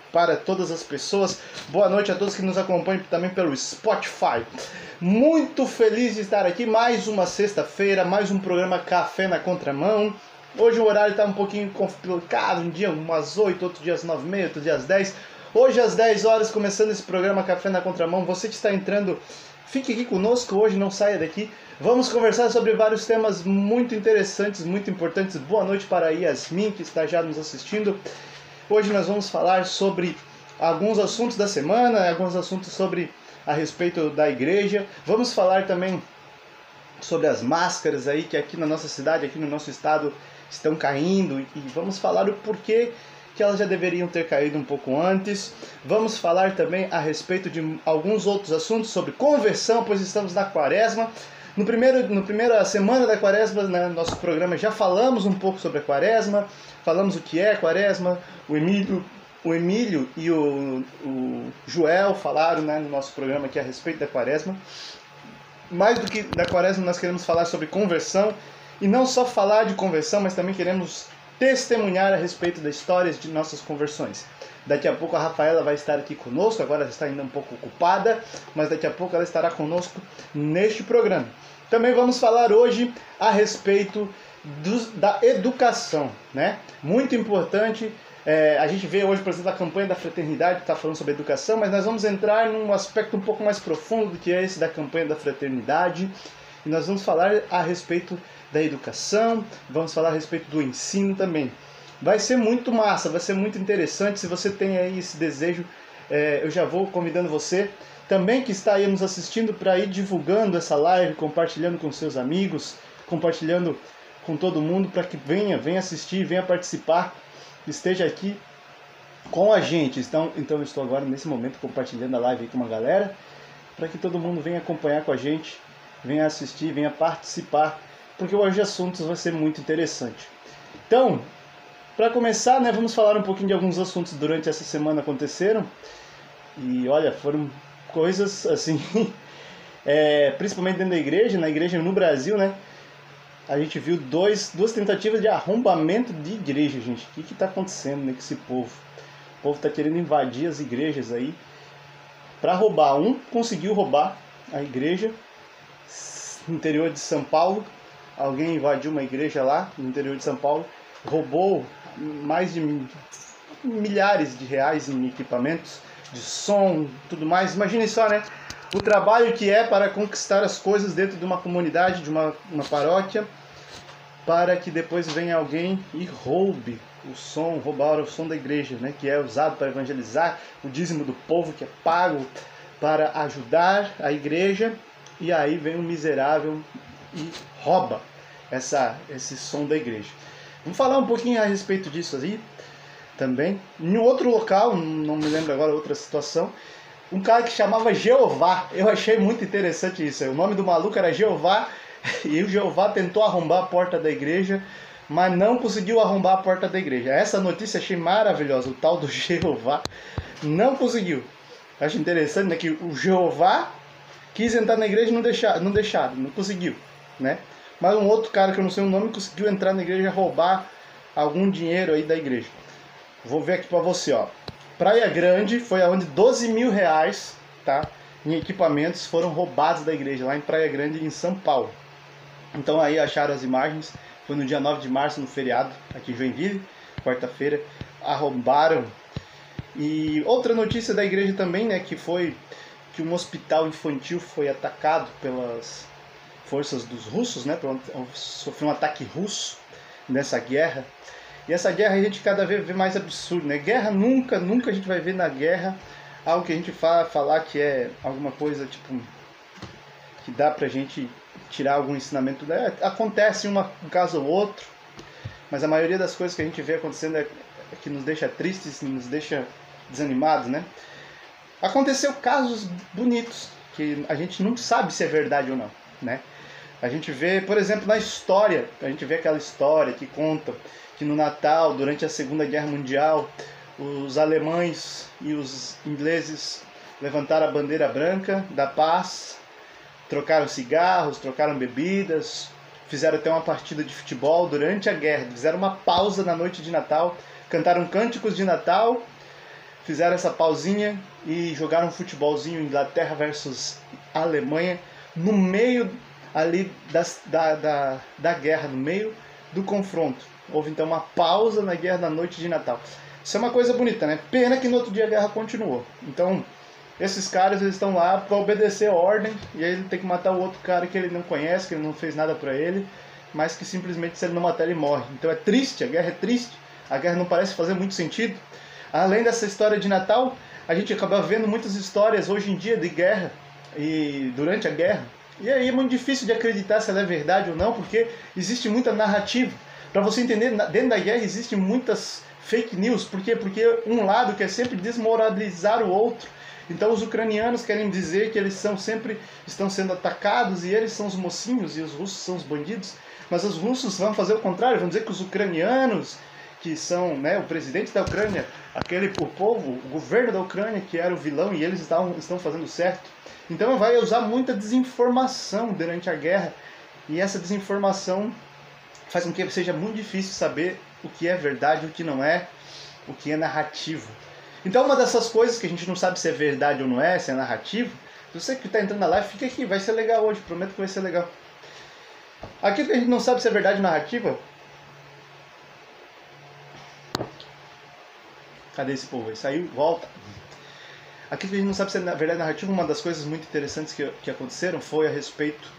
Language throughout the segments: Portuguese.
para todas as pessoas. Boa noite a todos que nos acompanham também pelo Spotify. Muito feliz de estar aqui, mais uma sexta-feira, mais um programa Café na Contramão. Hoje o horário está um pouquinho complicado, um dia umas 8, outro dia às 9h30, outro dia às 10. Hoje às 10 horas, começando esse programa Café na Contramão. Você que está entrando, fique aqui conosco hoje, não saia daqui. Vamos conversar sobre vários temas muito interessantes, muito importantes. Boa noite para a Yasmin, que está já nos assistindo. Hoje nós vamos falar sobre alguns assuntos da semana, alguns assuntos a respeito da igreja. Vamos falar também sobre as máscaras aí que aqui na nossa cidade, aqui no nosso estado estão caindo, e vamos falar o porquê que elas já deveriam ter caído um pouco antes. Vamos falar também a respeito de alguns outros assuntos sobre conversão, pois estamos na quaresma. No primeira semana da quaresma, né, nosso programa já falamos um pouco sobre a quaresma, falamos o que é a quaresma, o Emílio e o Joel falaram, né, no nosso programa aqui a respeito da quaresma. Mais do que da quaresma, nós queremos falar sobre conversão, e não só falar de conversão, mas também queremos testemunhar a respeito das histórias de nossas conversões. Daqui a pouco a Rafaela vai estar aqui conosco, agora ela está ainda um pouco ocupada, mas daqui a pouco ela estará conosco neste programa. Também vamos falar hoje a respeito da educação, né? Muito importante, a gente vê hoje, por exemplo, a campanha da fraternidade que está falando sobre educação, mas nós vamos entrar num aspecto um pouco mais profundo do que é esse da campanha da fraternidade, e nós vamos falar a respeito da educação, vamos falar a respeito do ensino também. Vai ser muito massa, vai ser muito interessante. Se você tem aí esse desejo, eu já vou convidando você também que está aí nos assistindo para ir divulgando essa live, compartilhando com seus amigos, compartilhando com todo mundo, para que venha assistir, venha participar, esteja aqui com a gente. Então eu estou agora nesse momento compartilhando a live aí com uma galera, para que todo mundo venha acompanhar com a gente, venha assistir, venha participar, porque hoje o assunto vai ser muito interessante. Então, para começar, né, vamos falar um pouquinho de alguns assuntos durante essa semana aconteceram. E olha, foram coisas assim, principalmente dentro da igreja, na igreja no Brasil, né? A gente viu duas tentativas de arrombamento de igreja, gente. O que está acontecendo, né, com esse povo? O povo está querendo invadir as igrejas aí para roubar. Um conseguiu roubar a igreja no interior de São Paulo. Alguém invadiu uma igreja lá no interior de São Paulo, roubou mais de milhares de reais em equipamentos de som, tudo mais. Imagine só, né? O trabalho que é para conquistar as coisas dentro de uma comunidade, de uma paróquia, para que depois venha alguém e roube o som, roubar o som da igreja, né? Que é usado para evangelizar, o dízimo do povo que é pago para ajudar a igreja, e aí vem um miserável e rouba esse som da igreja. Vamos falar um pouquinho a respeito disso aí também. Em outro local, não me lembro agora, outra situação, um cara que chamava Jeová. Eu achei muito interessante isso. O nome do maluco era Jeová, e o Jeová tentou arrombar a porta da igreja, mas não conseguiu arrombar a porta da igreja. Essa notícia achei maravilhosa. O tal do Jeová não conseguiu. Acho interessante, né, que o Jeová quis entrar na igreja e não conseguiu, né? Mas um outro cara que eu não sei o nome conseguiu entrar na igreja e roubar algum dinheiro aí da igreja. Vou ver aqui pra você, ó. Praia Grande foi onde 12 mil reais, tá, em equipamentos foram roubados da igreja, lá em Praia Grande, em São Paulo. Então aí acharam as imagens, foi no dia 9 de março, no feriado, aqui em Joinville, quarta-feira, arrombaram. E outra notícia da igreja também, né, que foi que um hospital infantil foi atacado pelas forças dos russos, né, sofreu um ataque russo nessa guerra. E essa guerra a gente cada vez vê mais absurdo, né? Guerra nunca a gente vai ver na guerra algo que a gente falar que é alguma coisa tipo que dá pra gente tirar algum ensinamento. Acontece um caso ou outro, mas a maioria das coisas que a gente vê acontecendo é que nos deixa tristes, nos deixa desanimados, né? Aconteceu casos bonitos que a gente não sabe se é verdade ou não, né? A gente vê, por exemplo, na história, a gente vê aquela história que conta que no Natal, durante a Segunda Guerra Mundial, os alemães e os ingleses levantaram a bandeira branca da paz, trocaram cigarros, trocaram bebidas, fizeram até uma partida de futebol durante a guerra, fizeram uma pausa na noite de Natal, cantaram cânticos de Natal, fizeram essa pausinha e jogaram um futebolzinho, Inglaterra versus Alemanha, no meio ali da guerra, no meio do confronto. Houve então uma pausa na guerra da noite de Natal. Isso é uma coisa bonita, né? Pena que no outro dia a guerra continuou. Então, esses caras, eles estão lá para obedecer a ordem, e aí ele tem que matar o outro cara que ele não conhece, que ele não fez nada para ele, mas que simplesmente se ele não matar ele morre. Então é triste, a guerra é triste, a guerra não parece fazer muito sentido. Além dessa história de Natal, a gente acaba vendo muitas histórias hoje em dia de guerra e durante a guerra. E aí é muito difícil de acreditar se ela é verdade ou não, porque existe muita narrativa. Para você entender, dentro da guerra existem muitas fake news. Por quê? Porque um lado quer sempre desmoralizar o outro. Então os ucranianos querem dizer que eles sempre estão sendo atacados e eles são os mocinhos e os russos são os bandidos. Mas os russos vão fazer o contrário, vão dizer que os ucranianos, que são, né, o presidente da Ucrânia, o povo, o governo da Ucrânia, que era o vilão, e eles estão fazendo certo. Então vai usar muita desinformação durante a guerra, e essa desinformação faz com que seja muito difícil saber o que é verdade, o que não é, o que é narrativo. Então uma dessas coisas que a gente não sabe se é verdade ou não é, se é narrativo, você que está entrando na live, fica aqui, vai ser legal hoje, prometo que vai ser legal. Aquilo que a gente não sabe se é verdade ou narrativa. Cadê esse povo aí? Saiu, volta. Aquilo que a gente não sabe se é verdade ou narrativa, uma das coisas muito interessantes que aconteceram foi a respeito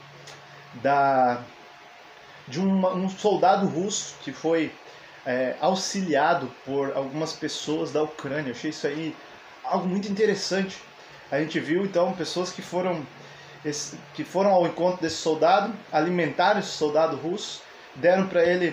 de um soldado russo que foi auxiliado por algumas pessoas da Ucrânia. Eu achei isso aí algo muito interessante. A gente viu então pessoas que foram ao encontro desse soldado, alimentaram esse soldado russo, deram para ele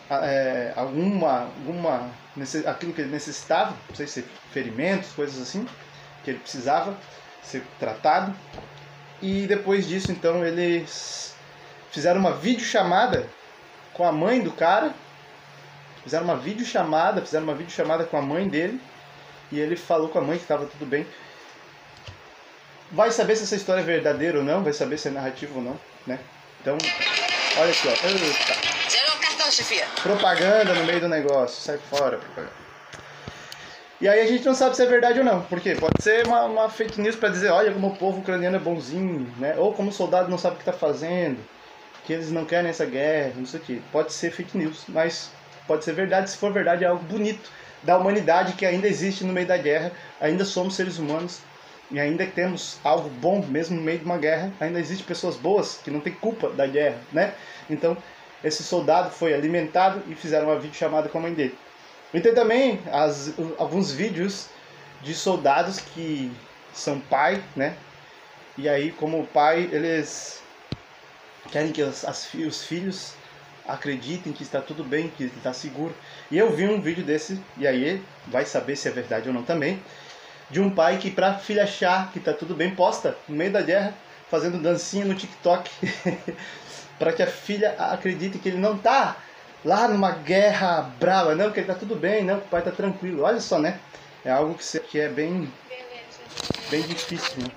aquilo que ele necessitava, não sei se ferimentos, coisas assim, que ele precisava ser tratado. E depois disso, então, eles fizeram uma videochamada com a mãe do cara, fizeram uma videochamada com a mãe dele, e ele falou com a mãe que estava tudo bem. Vai saber se essa história é verdadeira ou não, vai saber se é narrativa ou não, né? Então, olha aqui, ó. Eita. Propaganda no meio do negócio, sai fora, propaganda. E aí a gente não sabe se é verdade ou não, porque pode ser uma fake news para dizer, olha como o povo ucraniano é bonzinho, né? Ou como o soldado não sabe o que está fazendo, que eles não querem essa guerra, não sei o que. Pode ser fake news, mas pode ser verdade. Se for verdade, é algo bonito da humanidade que ainda existe no meio da guerra, ainda somos seres humanos e ainda temos algo bom mesmo no meio de uma guerra, ainda existem pessoas boas que não têm culpa da guerra, né? Então, esse soldado foi alimentado e fizeram uma videochamada com a mãe dele. E tem também alguns vídeos de soldados que são pai, né? E aí, como pai, eles querem que os filhos acreditem que está tudo bem, que está seguro. E eu vi um vídeo desse, e aí vai saber se é verdade ou não também, de um pai que, para a filha achar que está tudo bem, posta no meio da guerra, fazendo dancinha no TikTok, para que a filha acredite que ele não está lá numa guerra brava, não, que ele está tudo bem, não, que o pai está tranquilo. Olha só, né? É algo que é bem difícil, né?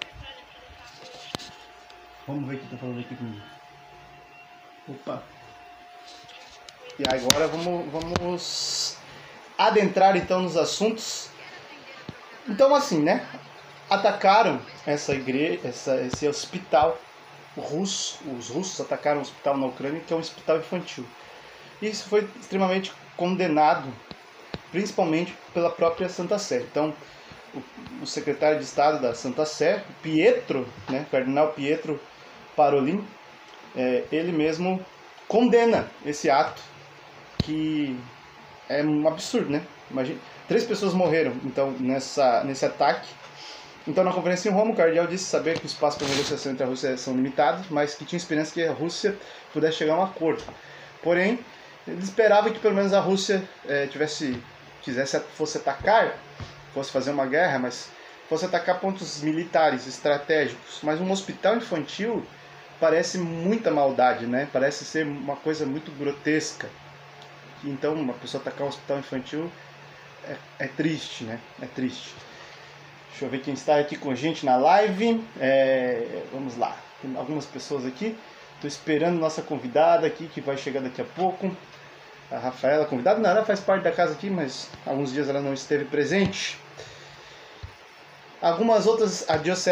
Vamos ver o que está falando aqui comigo. Opa! E agora vamos adentrar então nos assuntos. Então assim, né? Atacaram essa igreja, esse hospital russo. Os russos atacaram um hospital na Ucrânia, que é um hospital infantil. E isso foi extremamente condenado, principalmente pela própria Santa Sé. Então, o secretário de Estado da Santa Sé, Pietro, né, Cardeal Pietro Parolin, ele mesmo condena esse ato, que é um absurdo, né? Imagina, 3 pessoas morreram então nesse ataque. Então, na conferência em Roma, o cardeal disse saber que o espaço para negociação entre a Rússia são limitados, mas que tinha esperança que a Rússia pudesse chegar a um acordo. Porém, ele esperava que pelo menos a Rússia fosse atacar, fosse fazer uma guerra, mas fosse atacar pontos militares estratégicos. Mas um hospital infantil parece muita maldade, né? Parece ser uma coisa muito grotesca. Então, uma pessoa atacar um hospital infantil é triste, né? É triste. Deixa eu ver quem está aqui com a gente na live. Vamos lá. Tem algumas pessoas aqui. Estou esperando nossa convidada aqui, que vai chegar daqui a pouco. A Rafaela, convidada. Não, ela faz parte da casa aqui, mas alguns dias ela não esteve presente. Algumas outras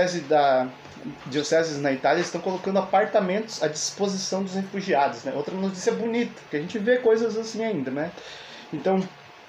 dioceses na Itália estão colocando apartamentos à disposição dos refugiados, né? Outra notícia bonita, que a gente vê coisas assim ainda, né? Então,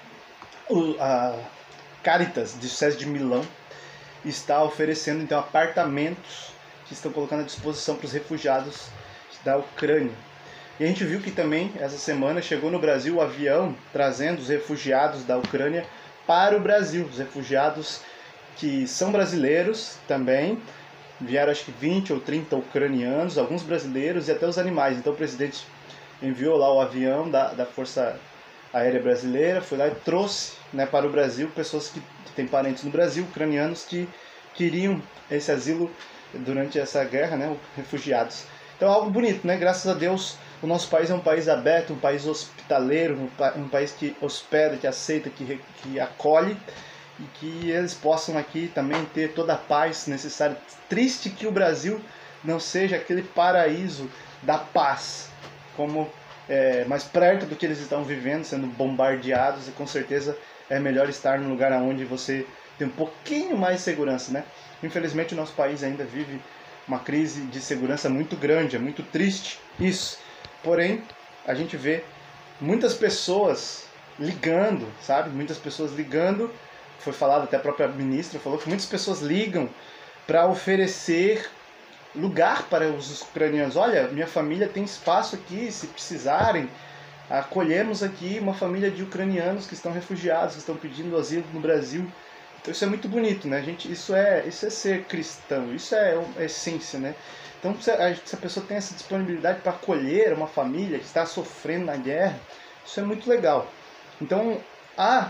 a Caritas, Diocese de Milão, está oferecendo então apartamentos que estão colocando à disposição para os refugiados da Ucrânia. E a gente viu que também, essa semana, chegou no Brasil o avião trazendo os refugiados da Ucrânia para o Brasil. Os refugiados que são brasileiros também, vieram acho que 20 ou 30 ucranianos, alguns brasileiros e até os animais. Então o presidente enviou lá o avião da Força Aérea Brasileira, foi lá e trouxe, né, para o Brasil pessoas que têm parentes no Brasil, ucranianos que queriam esse asilo durante essa guerra, né, refugiados. Então é algo bonito, né? Graças a Deus o nosso país é um país aberto, um país hospitaleiro, um país que hospeda, que aceita, que acolhe, e que eles possam aqui também ter toda a paz necessária. Triste que o Brasil não seja aquele paraíso da paz, como mais perto do que eles estão vivendo, sendo bombardeados, e com certeza é melhor estar num lugar onde você tem um pouquinho mais de segurança, né? Infelizmente o nosso país ainda vive uma crise de segurança muito grande, é muito triste isso. Porém, a gente vê muitas pessoas ligando, sabe? Muitas pessoas ligando. Foi falado, até a própria ministra falou que muitas pessoas ligam para oferecer lugar para os ucranianos. Olha, minha família tem espaço aqui, se precisarem, acolhemos aqui uma família de ucranianos que estão refugiados, que estão pedindo asilo no Brasil. Então isso é muito bonito, né, gente? Isso é ser cristão, isso é a essência, né? Então se a pessoa tem essa disponibilidade para acolher uma família que está sofrendo na guerra, isso é muito legal. Então há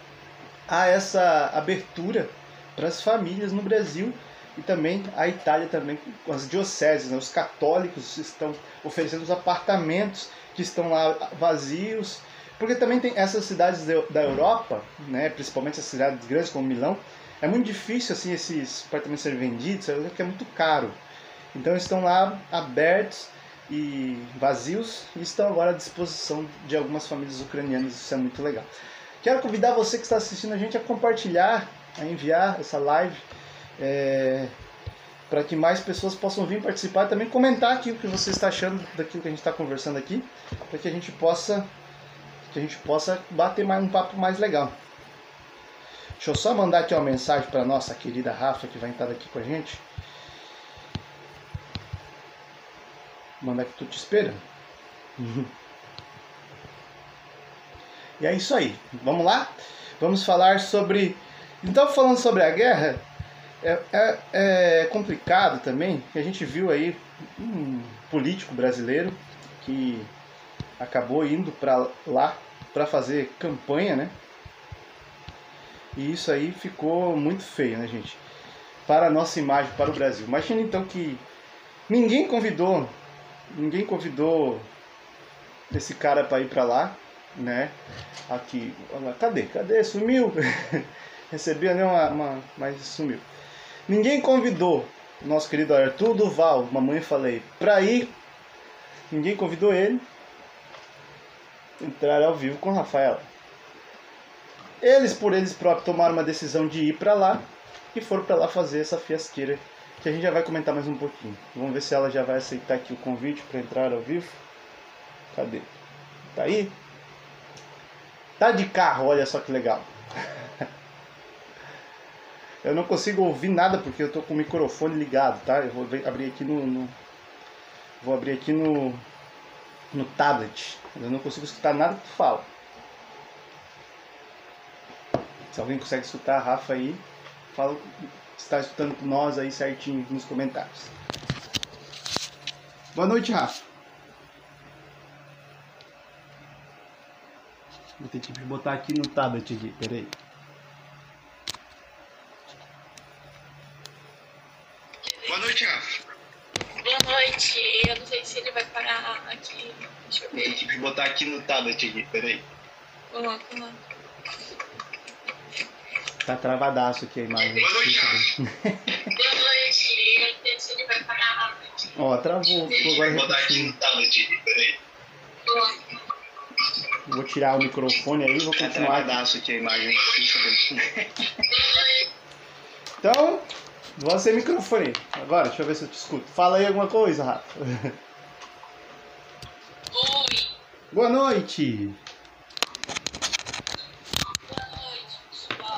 essa abertura para as famílias no Brasil, e também a Itália também, com as dioceses, né? Os católicos estão oferecendo os apartamentos que estão lá vazios, porque também tem essas cidades da Europa, né? Principalmente as cidades grandes como Milão, é muito difícil assim esses apartamentos serem vendidos, porque é muito caro. Então estão lá abertos e vazios, e estão agora à disposição de algumas famílias ucranianas. Isso é muito legal. Quero convidar você que está assistindo a gente a compartilhar, a enviar essa live, para que mais pessoas possam vir participar e também comentar aqui o que você está achando daquilo que a gente está conversando aqui, para que a gente possa bater um papo mais legal. Deixa eu só mandar aqui uma mensagem para a nossa querida Rafa, que vai entrar aqui com a gente. Mandar que tu te espera. E é isso aí, vamos lá? Vamos falar sobre... Então, falando sobre a guerra, é complicado também, que a gente viu aí um político brasileiro que acabou indo para lá para fazer campanha, né? E isso aí ficou muito feio, né, gente? Para a nossa imagem, para o Brasil. Imagina então que ninguém convidou esse cara para ir para lá, né? Aqui, cadê? Sumiu. Recebia, né, mas sumiu. Ninguém convidou o nosso querido Arthur Duval, mamãe falei, para ir. Ninguém convidou ele. Entrar ao vivo com Rafaela. Eles por eles próprios tomaram uma decisão de ir para lá e foram para lá fazer essa fiasqueira, que a gente já vai comentar mais um pouquinho. Vamos ver se ela já vai aceitar aqui o convite para entrar ao vivo. Cadê? Tá aí? Tá de carro, olha só que legal. Eu não consigo ouvir nada porque eu tô com o microfone ligado, tá? Eu vou abrir aqui no tablet. Eu não consigo escutar nada que tu fala. Se alguém consegue escutar a Rafa aí, fala se está escutando nós aí certinho nos comentários. Boa noite, Rafa. Vou ter que botar aqui no tablet aqui, peraí. Boa noite, Rafa. Boa noite. Eu não sei se ele vai parar aqui. Deixa eu ver. Vou ter que botar aqui no tablet aqui, peraí. Coloca lá. Tá travadaço aqui a imagem. Boa noite, Rafa. Boa noite. Eu não sei se ele vai parar aqui. Ó, travou. Vou botar aqui no tablet aqui, peraí. Coloca. Vou tirar o microfone aí e vou continuar. Tá aqui a imagem. Então, vou sem microfone. Agora, deixa eu ver se eu te escuto. Fala aí alguma coisa, Rafa. Oi. Boa noite. Boa noite, pessoal.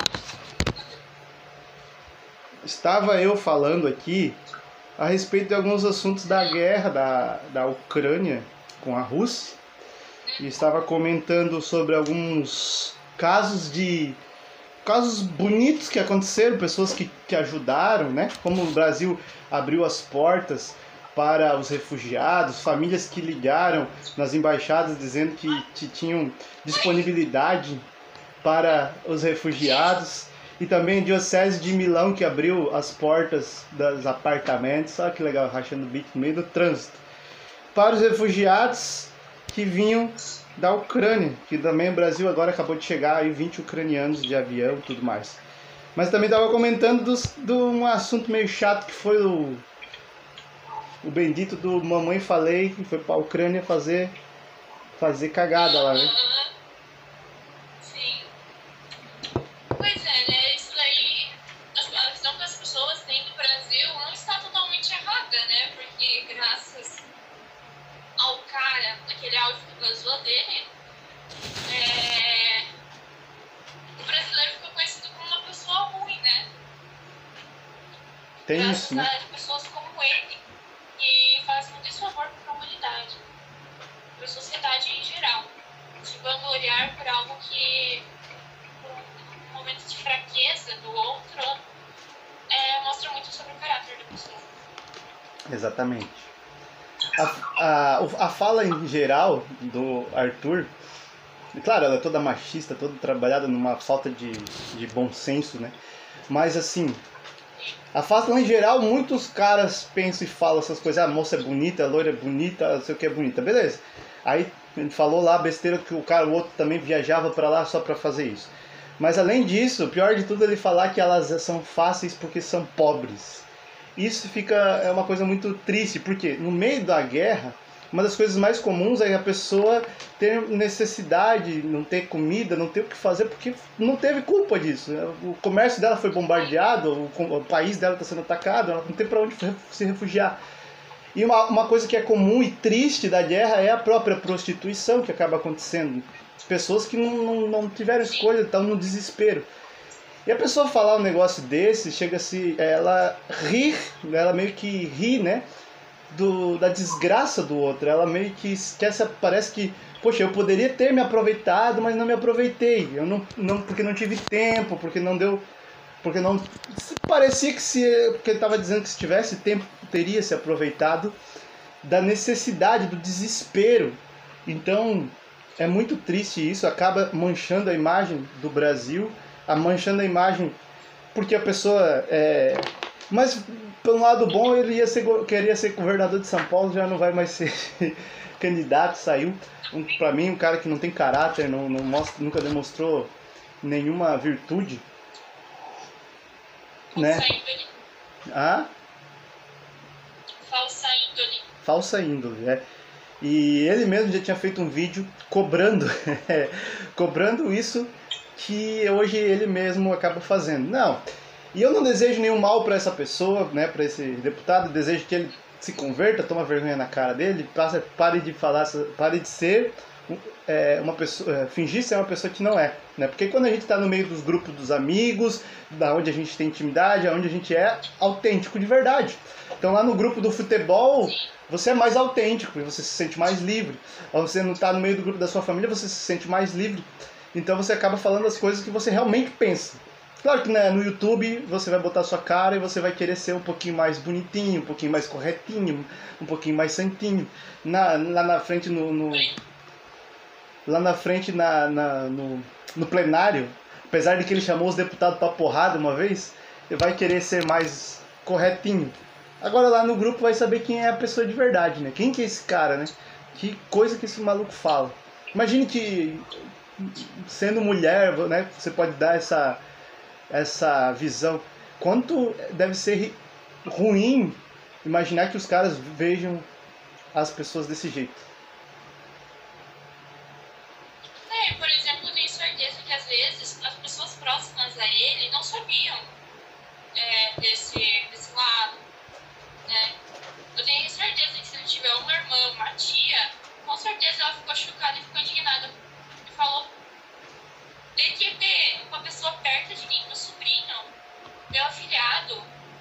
Estava eu falando aqui a respeito de alguns assuntos da guerra da Ucrânia com a Rússia. E estava comentando sobre alguns casos bonitos que aconteceram, pessoas que ajudaram, né? Como o Brasil abriu as portas para os refugiados, famílias que ligaram nas embaixadas dizendo que tinham disponibilidade para os refugiados, e também a Diocese de Milão que abriu as portas dos apartamentos, olha que legal, rachando o bico no meio do trânsito, para os refugiados que vinham da Ucrânia, que também o Brasil agora acabou de chegar aí 20 ucranianos de avião e tudo mais. Mas também estava comentando de um assunto meio chato que foi o bendito do Mamãe Falei, que foi para a Ucrânia fazer cagada lá, né? Sim. Pois é, né? Isso daí, a visão que as pessoas têm do Brasil não está totalmente errada, né? Porque graças ao cara, naquele áudio que vazou dele, o brasileiro ficou conhecido como uma pessoa ruim, né? Tem graças isso, né? a pessoas como ele, que fazem um desfavor para a humanidade, para a sociedade em geral. Se vangloriar por algo que, por um momento de fraqueza do outro, mostra muito sobre o caráter da pessoa. Exatamente. A fala em geral do Arthur, claro, ela é toda machista, toda trabalhada numa falta de bom senso, né? Mas assim, a fala em geral, muitos caras pensam e falam essas coisas, a moça é bonita, a loira é bonita, não sei o que é bonita, beleza. Aí ele falou lá besteira que o outro também viajava pra lá só pra fazer isso. Mas além disso, o pior de tudo é ele falar que elas são fáceis porque são pobres. Isso é uma coisa muito triste, porque no meio da guerra, uma das coisas mais comuns é a pessoa ter necessidade, não ter comida, não ter o que fazer, porque não teve culpa disso. O comércio dela foi bombardeado, o país dela está sendo atacado, ela não tem para onde se refugiar. E uma coisa que é comum e triste da guerra é a própria prostituição que acaba acontecendo. Pessoas que não tiveram escolha, estão no desespero. E a pessoa falar um negócio desse, ela meio que ri, né, da desgraça do outro. Ela meio que esquece, parece que, poxa, eu poderia ter me aproveitado, mas não me aproveitei. Eu não porque não tive tempo, porque não deu, porque não parecia porque ele estava dizendo que se tivesse tempo teria se aproveitado da necessidade, do desespero. Então, é muito triste isso, acaba manchando a imagem do Brasil, manchando a imagem, porque a pessoa mas pelo lado bom ele queria ser governador de São Paulo, já não vai mais ser candidato, saiu. Pra mim, um cara que não tem caráter, nunca demonstrou nenhuma virtude, né? Falsa índole, E ele mesmo já tinha feito um vídeo cobrando isso que hoje ele mesmo acaba fazendo. Não, e eu não desejo nenhum mal para essa pessoa, né, para esse deputado. Eu desejo que ele se converta, toma vergonha na cara dele, pare de ser uma pessoa, fingir ser uma pessoa que não é, né? Porque quando a gente está no meio dos grupos dos amigos, da onde a gente tem intimidade, onde a gente é autêntico de verdade. Então lá no grupo do futebol, você é mais autêntico, você se sente mais livre. Ou você não está no meio do grupo da sua família, você se sente mais livre. Então você acaba falando as coisas que você realmente pensa. Claro que, né, no YouTube você vai botar sua cara e você vai querer ser um pouquinho mais bonitinho, um pouquinho mais corretinho, um pouquinho mais santinho. Lá na frente no plenário, apesar de que ele chamou os deputados pra porrada uma vez, ele vai querer ser mais corretinho. Agora lá no grupo vai saber quem é a pessoa de verdade, né? Quem que é esse cara, né? Que coisa que esse maluco fala. Imagine que, sendo mulher, né, você pode dar essa visão. Quanto deve ser ruim imaginar que os caras vejam as pessoas desse jeito. Por exemplo, eu tenho certeza que às vezes as pessoas próximas a ele não sabiam meu afilhado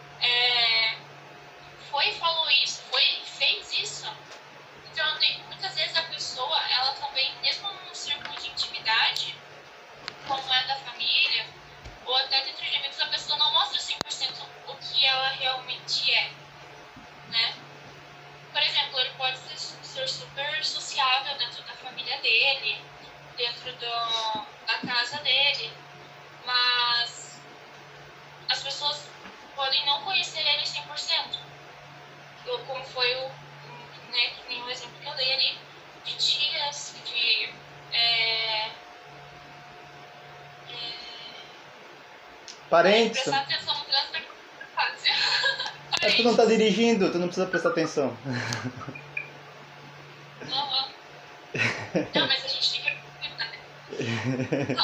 foi e falou isso, fez isso. Então, muitas vezes a pessoa, ela também, mesmo num círculo de intimidade, como é da família, ou até dentro de amigos, a pessoa não mostra 100% o que ela realmente é, né? Por exemplo, ele pode ser super sociável dentro da família dele, dentro da casa dele, mas as pessoas podem não conhecer ele 100%. Como foi né, que nem o exemplo que eu dei ali, de tias, de Parentes. prestar atenção no trânsito é fácil. Tu não tá dirigindo, tu não precisa prestar atenção. Uhum. Não, mas a gente tem que acreditar, né?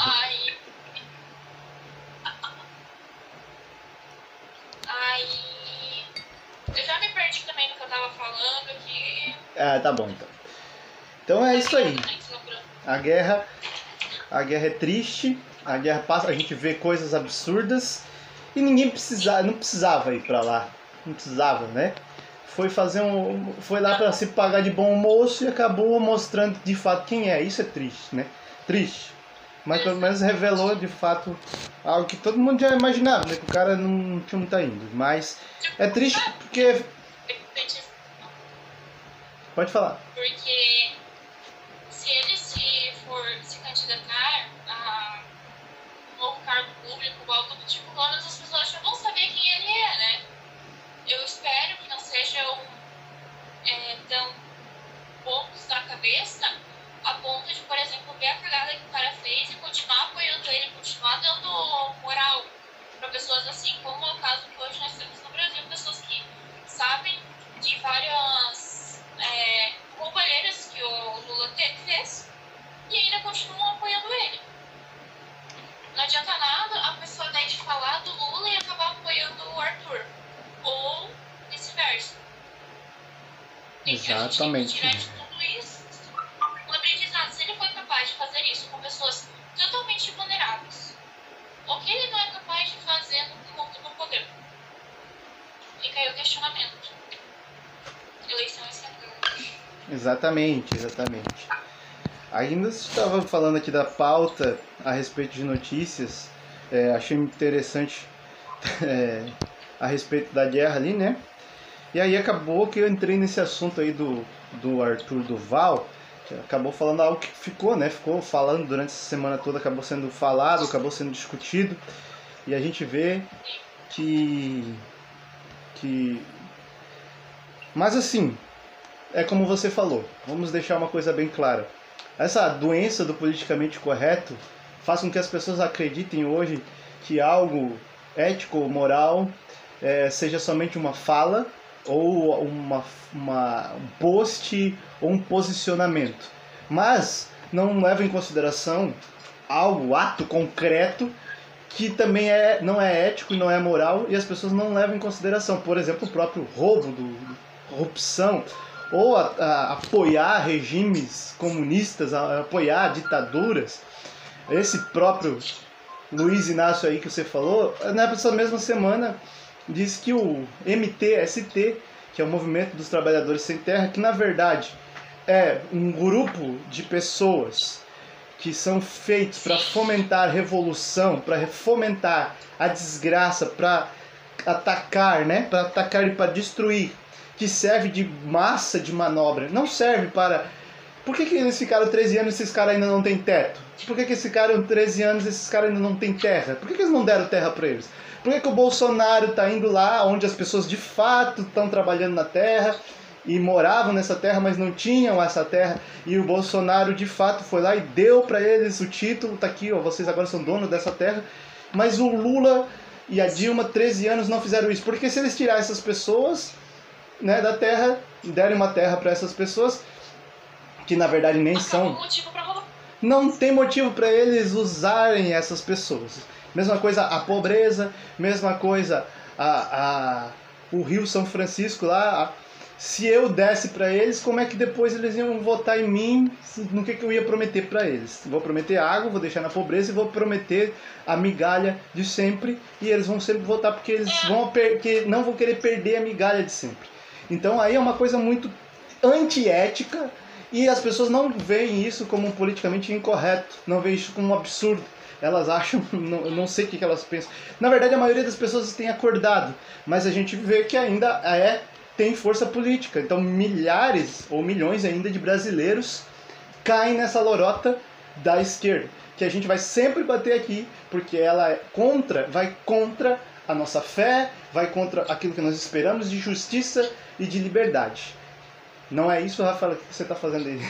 Aí eu já me perdi também no que eu tava falando, que... Tá bom então. Então é isso aí. A guerra é triste, a guerra passa, a gente vê coisas absurdas e ninguém não precisava ir pra lá. Não precisava, né? Foi lá para se pagar de bom moço e acabou mostrando de fato quem é. Isso é triste, né? Triste. Mas pelo menos revelou de fato algo que todo mundo já imaginava, né? Que o cara não tinha muito indo. Mas é triste porque... Pode falar. Porque se ele for se candidatar a um novo cargo público ou algo do tipo, pelo menos as pessoas já vão saber quem ele é, né? Eu espero que não sejam tão poucos da cabeça a ponto de, por exemplo, ver a cagada que o cara fez e continuar apoiando ele, continuar dando moral para pessoas assim, como é o caso que hoje nós temos no Brasil, pessoas que sabem de várias roubalheiras que o Lula fez e ainda continuam apoiando ele. Não adianta nada a pessoa daí de falar do Lula e acabar apoiando o Arthur. Ou vice-versa. Exatamente. A gente tem que tirar de tudo isso um aprendizado. Se ele foi capaz de fazer isso com pessoas totalmente vulneráveis, o que ele não é capaz de fazer no poder? Fica aí o questionamento. Eleição esquentando. Exatamente. Ainda estava falando aqui da pauta a respeito de notícias. Achei interessante a respeito da guerra ali, né? E aí acabou que eu entrei nesse assunto aí do Arthur Duval, que acabou falando algo que ficou, né? Ficou falando durante essa semana toda, acabou sendo falado, acabou sendo discutido. E a gente vê que... Mas assim, é como você falou, vamos deixar uma coisa bem clara. Essa doença do politicamente correto faz com que as pessoas acreditem hoje que algo ético ou moral seja somente uma fala ou um post ou um posicionamento. Mas não leva em consideração algo, ato concreto que também não é ético e não é moral e as pessoas não levam em consideração. Por exemplo, o próprio roubo, corrupção, ou apoiar regimes comunistas, apoiar ditaduras. Esse próprio Luiz Inácio aí que você falou, nessa mesma semana disse que o MTST, que é o Movimento dos Trabalhadores Sem Terra, que na verdade é um grupo de pessoas que são feitos para fomentar a revolução, para fomentar a desgraça, para atacar, né? Para atacar e para destruir, que serve de massa de manobra. Não serve para... Por que eles ficaram 13 anos e esses caras ainda não têm teto? Por que esses caras 13 anos e esses caras ainda não têm terra? Por que eles não deram terra para eles? Por que o Bolsonaro está indo lá onde as pessoas de fato estão trabalhando na terra e moravam nessa terra, mas não tinham essa terra, e o Bolsonaro de fato foi lá e deu para eles o título, tá aqui, ó, vocês agora são donos dessa terra, mas o Lula e a Dilma, 13 anos, não fizeram isso? Porque se eles tirarem essas pessoas, né, da terra, derem uma terra para essas pessoas, que na verdade nem são... Não tem motivo para eles usarem essas pessoas. Mesma coisa a pobreza, mesma coisa o Rio São Francisco lá, se eu desse para eles, como é que depois eles iam votar em mim, no que eu ia prometer para eles? Vou prometer água, vou deixar na pobreza e vou prometer a migalha de sempre, e eles vão sempre votar porque eles porque não vão querer perder a migalha de sempre. Então aí é uma coisa muito antiética, e as pessoas não veem isso como politicamente incorreto, não veem isso como um absurdo. Elas acham, não sei o que elas pensam. Na verdade, a maioria das pessoas tem acordado, mas a gente vê que ainda tem força política. Então, milhares ou milhões ainda de brasileiros caem nessa lorota da esquerda, que a gente vai sempre bater aqui, porque ela vai contra a nossa fé, vai contra aquilo que nós esperamos de justiça e de liberdade. Não é isso, Rafael, que você está fazendo aí?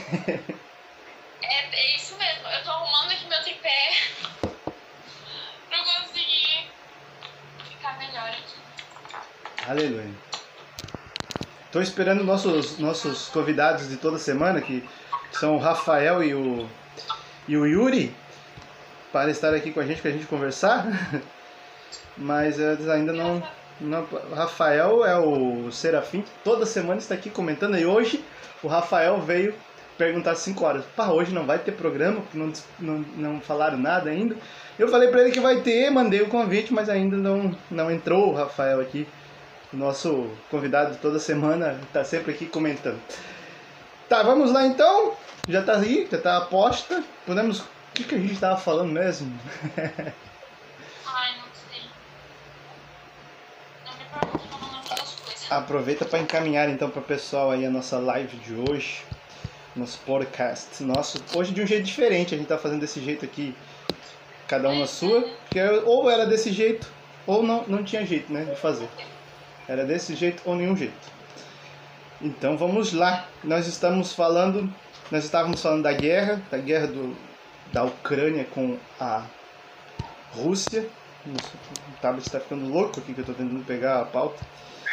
É isso mesmo. Eu tô arrumando aqui meu tripé pra eu conseguir ficar melhor aqui. Aleluia. Estou esperando nossos convidados de toda semana, que são o Rafael e o Yuri, para estar aqui com a gente conversar. Mas eles ainda não. O Rafael é o Serafim, que toda semana está aqui comentando. E hoje o Rafael veio perguntar 5 horas. Pá, hoje não vai ter programa, porque não falaram nada ainda. Eu falei para ele que vai ter, mandei o convite, mas ainda não entrou o Rafael aqui. O nosso convidado de toda semana está sempre aqui comentando. Tá, vamos lá então. Já está aí, já está a aposta. Podemos... O que a gente estava falando mesmo? Ai, não sei. Não me pergunte que eu não lembro das coisas. Aproveita para encaminhar então para o pessoal aí a nossa live de hoje. Nosso podcast. Hoje de um jeito diferente. A gente está fazendo desse jeito aqui. Cada uma sua. Porque ou era desse jeito, ou não tinha jeito, né, de fazer. Era desse jeito ou nenhum jeito. Então vamos lá. Nós estávamos falando da guerra da Ucrânia com a Rússia. O tablet está ficando louco aqui que eu estou tentando pegar a pauta.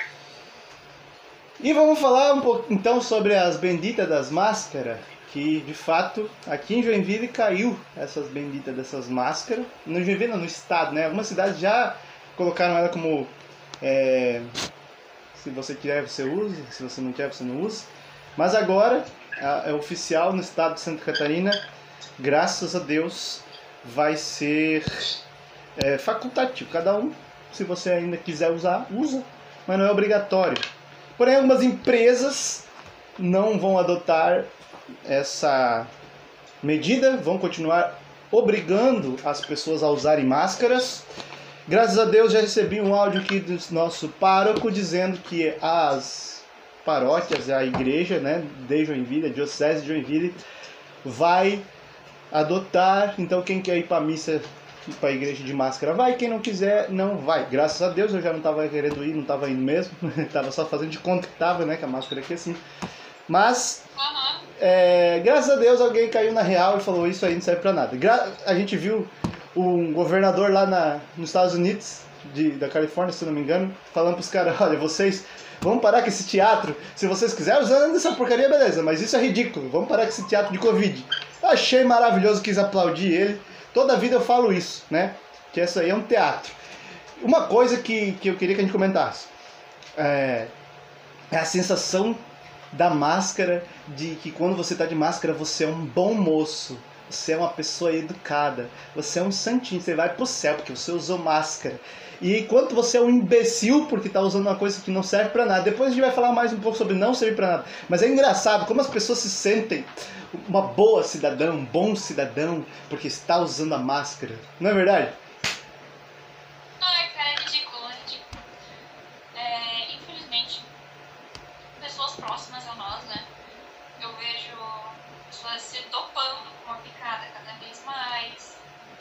E vamos falar um pouco então sobre as benditas das máscaras, que de fato aqui em Joinville caiu essas benditas dessas máscaras. No Joinville não, no estado, né? Algumas cidades já colocaram ela como se você quer você usa, se você não quer você não usa. Mas agora é oficial no estado de Santa Catarina, graças a Deus, vai ser facultativo. Cada um, se você ainda quiser usar, usa, mas não é obrigatório. Porém, algumas empresas não vão adotar essa medida, vão continuar obrigando as pessoas a usarem máscaras. Graças a Deus já recebi um áudio aqui do nosso pároco dizendo que as paróquias, a igreja, né, de Joinville, a diocese de Joinville, vai adotar. Então quem quer ir para a missa, para a igreja de máscara vai, quem não quiser não vai. Graças a Deus eu já não estava querendo ir, não estava indo mesmo, estava só fazendo de conta que estava, né, com a máscara aqui assim. Mas graças a Deus alguém caiu na real e falou: isso aí não serve para nada. A gente viu um governador lá nos Estados Unidos, da Califórnia, se não me engano, falando para os caras: olha, vocês vamos parar com esse teatro, se vocês quiserem usando essa porcaria, beleza, mas isso é ridículo, vamos parar com esse teatro de Covid. Eu achei maravilhoso, quis aplaudir ele. Toda a vida eu falo isso, né? Que isso aí é um teatro. Uma coisa que eu queria que a gente comentasse é a sensação da máscara, de que quando você está de máscara você é um bom moço, você é uma pessoa educada, você é um santinho, você vai pro céu porque você usou máscara. E enquanto você é um imbecil porque está usando uma coisa que não serve para nada. Depois a gente vai falar mais um pouco sobre não servir para nada. Mas é engraçado como as pessoas se sentem uma boa cidadã, um bom cidadão, porque está usando a máscara. Não é verdade? Ai, cara, é ridículo, é ridículo. Infelizmente, pessoas próximas a nós, né? Eu vejo pessoas se dopando com a picada cada vez mais.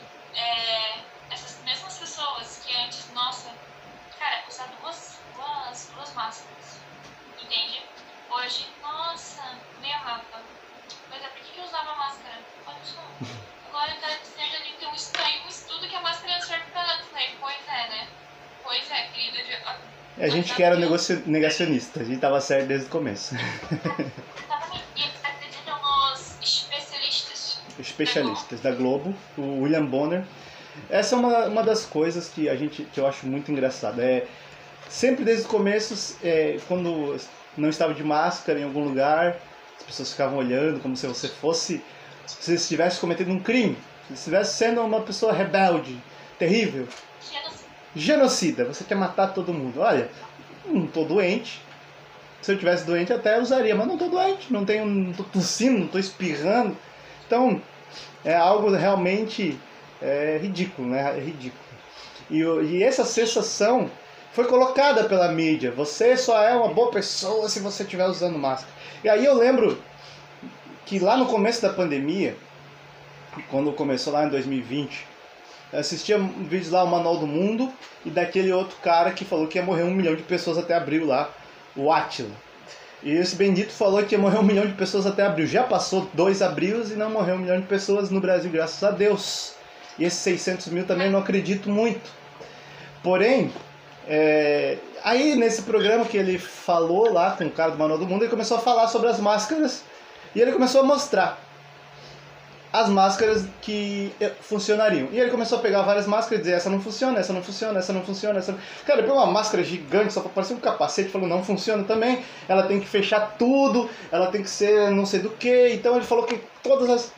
Essas mesmas pessoas que antes, nossa, cara, usar duas máscaras, entende? Hoje, nossa, meio Rafa. Mas por que eu usava máscara? Olha só. Agora tá dizendo ali que tem um estudo que a máscara não serve pra nada. Pois é, né? Pois é, querida. A gente que era negacionista, a gente tava certo desde o começo. E acreditam nos especialistas da Globo, o William Bonner. Essa é uma das coisas que eu acho muito engraçada. Sempre desde o começo, quando não estava de máscara em algum lugar, as pessoas ficavam olhando como se você estivesse cometendo um crime, se estivesse sendo uma pessoa rebelde, terrível, genocida, você quer matar todo mundo. Olha, não estou doente, se eu tivesse doente até usaria, mas não estou doente, não estou tossindo, não estou espirrando, então é algo realmente ridículo, né? É ridículo. E essa sensação foi colocada pela mídia. Você só é uma boa pessoa se você estiver usando máscara. E aí eu lembro que lá no começo da pandemia, quando começou lá em 2020, eu assistia vídeos lá, o Manual do Mundo, e daquele outro cara que falou que ia morrer 1 milhão de pessoas até abril lá, o Átila. E esse bendito falou que ia morrer 1 milhão de pessoas até abril. Já passou 2 abrios e não morreu 1 milhão de pessoas no Brasil, graças a Deus. E esses 600 mil também eu não acredito muito. Porém, aí nesse programa que ele falou lá com o cara do Manual do Mundo, ele começou a falar sobre as máscaras e ele começou a mostrar as máscaras que funcionariam. E ele começou a pegar várias máscaras e dizer, essa não funciona, essa não funciona, essa não funciona, essa não... Cara, ele pegou uma máscara gigante, só pra parecer um capacete, falou, não funciona também, ela tem que fechar tudo, ela tem que ser não sei do que, então ele falou que todas as...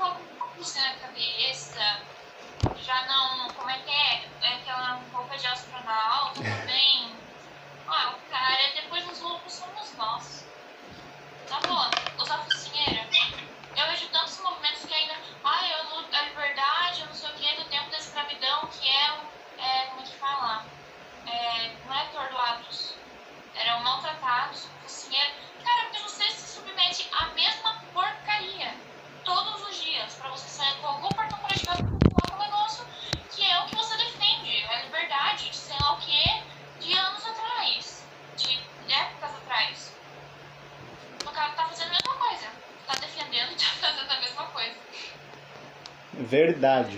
Já não, como é que é aquela roupa de astronauta também, o cara, depois os loucos somos nós, tá bom, usar focinheira, eu vejo tantos movimentos que ainda, eu luto a liberdade, eu não sei o que, do tempo da escravidão, que como é que fala, não é torturados, eram maltratados, focinheira, cara, porque você se submete à mesma porcaria, todos os dias, pra você sair com algum portão para ativar um negócio que é o que você defende, a liberdade de sei lá o que, de anos atrás, de épocas atrás. O cara tá fazendo a mesma coisa, tá defendendo e tá fazendo a mesma coisa. Verdade.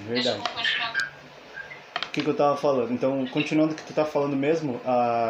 O que eu tava falando? Então, continuando o que tu tá falando mesmo,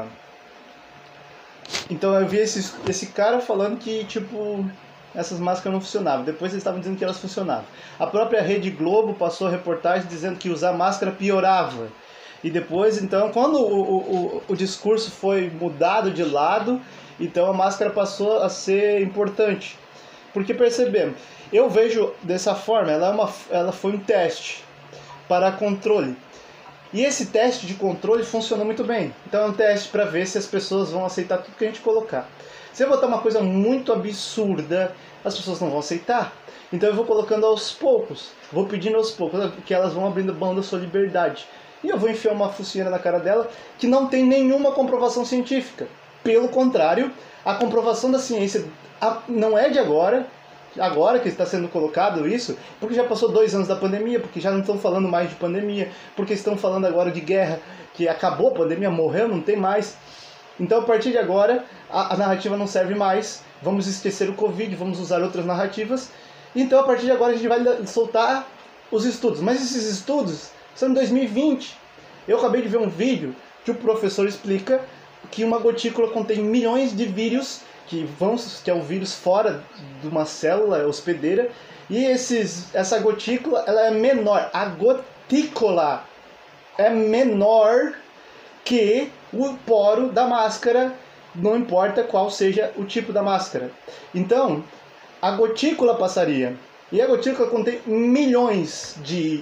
então eu vi esse cara falando que, tipo, essas máscaras não funcionavam. Depois eles estavam dizendo que elas funcionavam. A própria Rede Globo passou reportagem dizendo que usar máscara piorava. E depois, então, quando o discurso foi mudado de lado, então a máscara passou a ser importante. Porque percebemos, eu vejo dessa forma, ela foi um teste para controle. E esse teste de controle funcionou muito bem. Então é um teste para ver se as pessoas vão aceitar tudo que a gente colocar. Se eu botar uma coisa muito absurda, as pessoas não vão aceitar. Então eu vou colocando aos poucos, vou pedindo aos poucos, que elas vão abrindo mão da sua liberdade. E eu vou enfiar uma focinheira na cara dela que não tem nenhuma comprovação científica. Pelo contrário, a comprovação da ciência não é de agora que está sendo colocado isso, porque já passou 2 anos da pandemia, porque já não estão falando mais de pandemia, porque estão falando agora de guerra, que acabou a pandemia, morreu, não tem mais. Então, a partir de agora, a narrativa não serve mais, vamos esquecer o Covid, vamos usar outras narrativas. Então, a partir de agora, a gente vai soltar os estudos. Mas esses estudos são em 2020. Eu acabei de ver um vídeo que o professor explica que uma gotícula contém milhões de vírus, que é o vírus fora de uma célula hospedeira, e essa gotícula ela é menor. A gotícula é menor que o poro da máscara, não importa qual seja o tipo da máscara. Então, a gotícula passaria. E a gotícula contém milhões de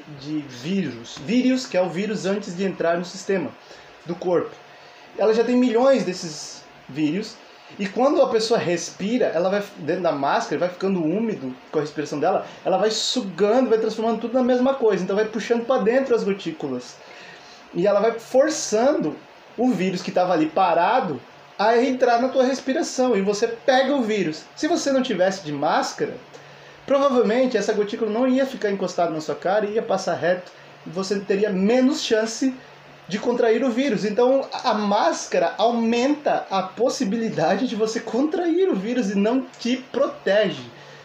vírus, que é o vírus antes de entrar no sistema do corpo. Ela já tem milhões desses vírus. E quando a pessoa respira, ela vai dentro da máscara, vai ficando úmido com a respiração dela, ela vai sugando, vai transformando tudo na mesma coisa. Então vai puxando para dentro as gotículas. E ela vai forçando o vírus que estava ali parado a entrar na tua respiração. E você pega o vírus. Se você não tivesse de máscara, provavelmente essa gotícula não ia ficar encostada na sua cara, ia passar reto. E você teria menos chance de contrair o vírus. Então a máscara aumenta a possibilidade de você contrair o vírus e não te protege.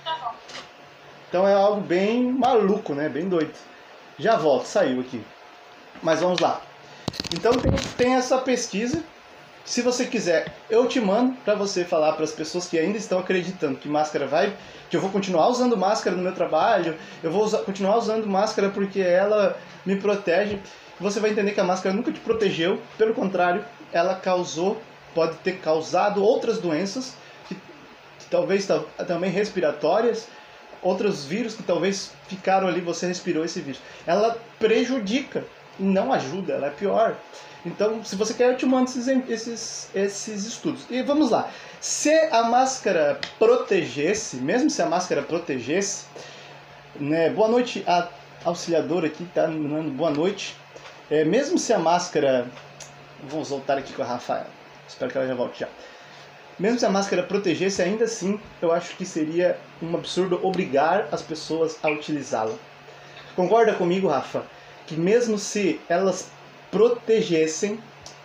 Então é algo bem maluco, né? Bem doido. Já volto, saiu aqui. Mas vamos lá. Então tem essa pesquisa. Se você quiser, eu te mando para você falar para as pessoas que ainda estão acreditando que máscara que eu vou continuar usando máscara no meu trabalho, eu vou continuar usando máscara porque ela me protege. Você vai entender que a máscara nunca te protegeu, pelo contrário, ela causou pode ter causado outras doenças, que talvez também respiratórias, outros vírus que talvez ficaram ali, você respirou esse vírus. Ela prejudica e não ajuda, ela é pior. Então, se você quer, eu te mando esses estudos. E vamos lá. Se a máscara protegesse, mesmo se a máscara protegesse, né? Boa noite, a auxiliadora aqui tá me mandando boa noite. Mesmo se a máscara... Vamos voltar aqui com a Rafaela. Espero que ela já volte já. Mesmo se a máscara protegesse, ainda assim, eu acho que seria um absurdo obrigar as pessoas a utilizá-la. Concorda comigo, Rafa? Que mesmo se elas protegessem,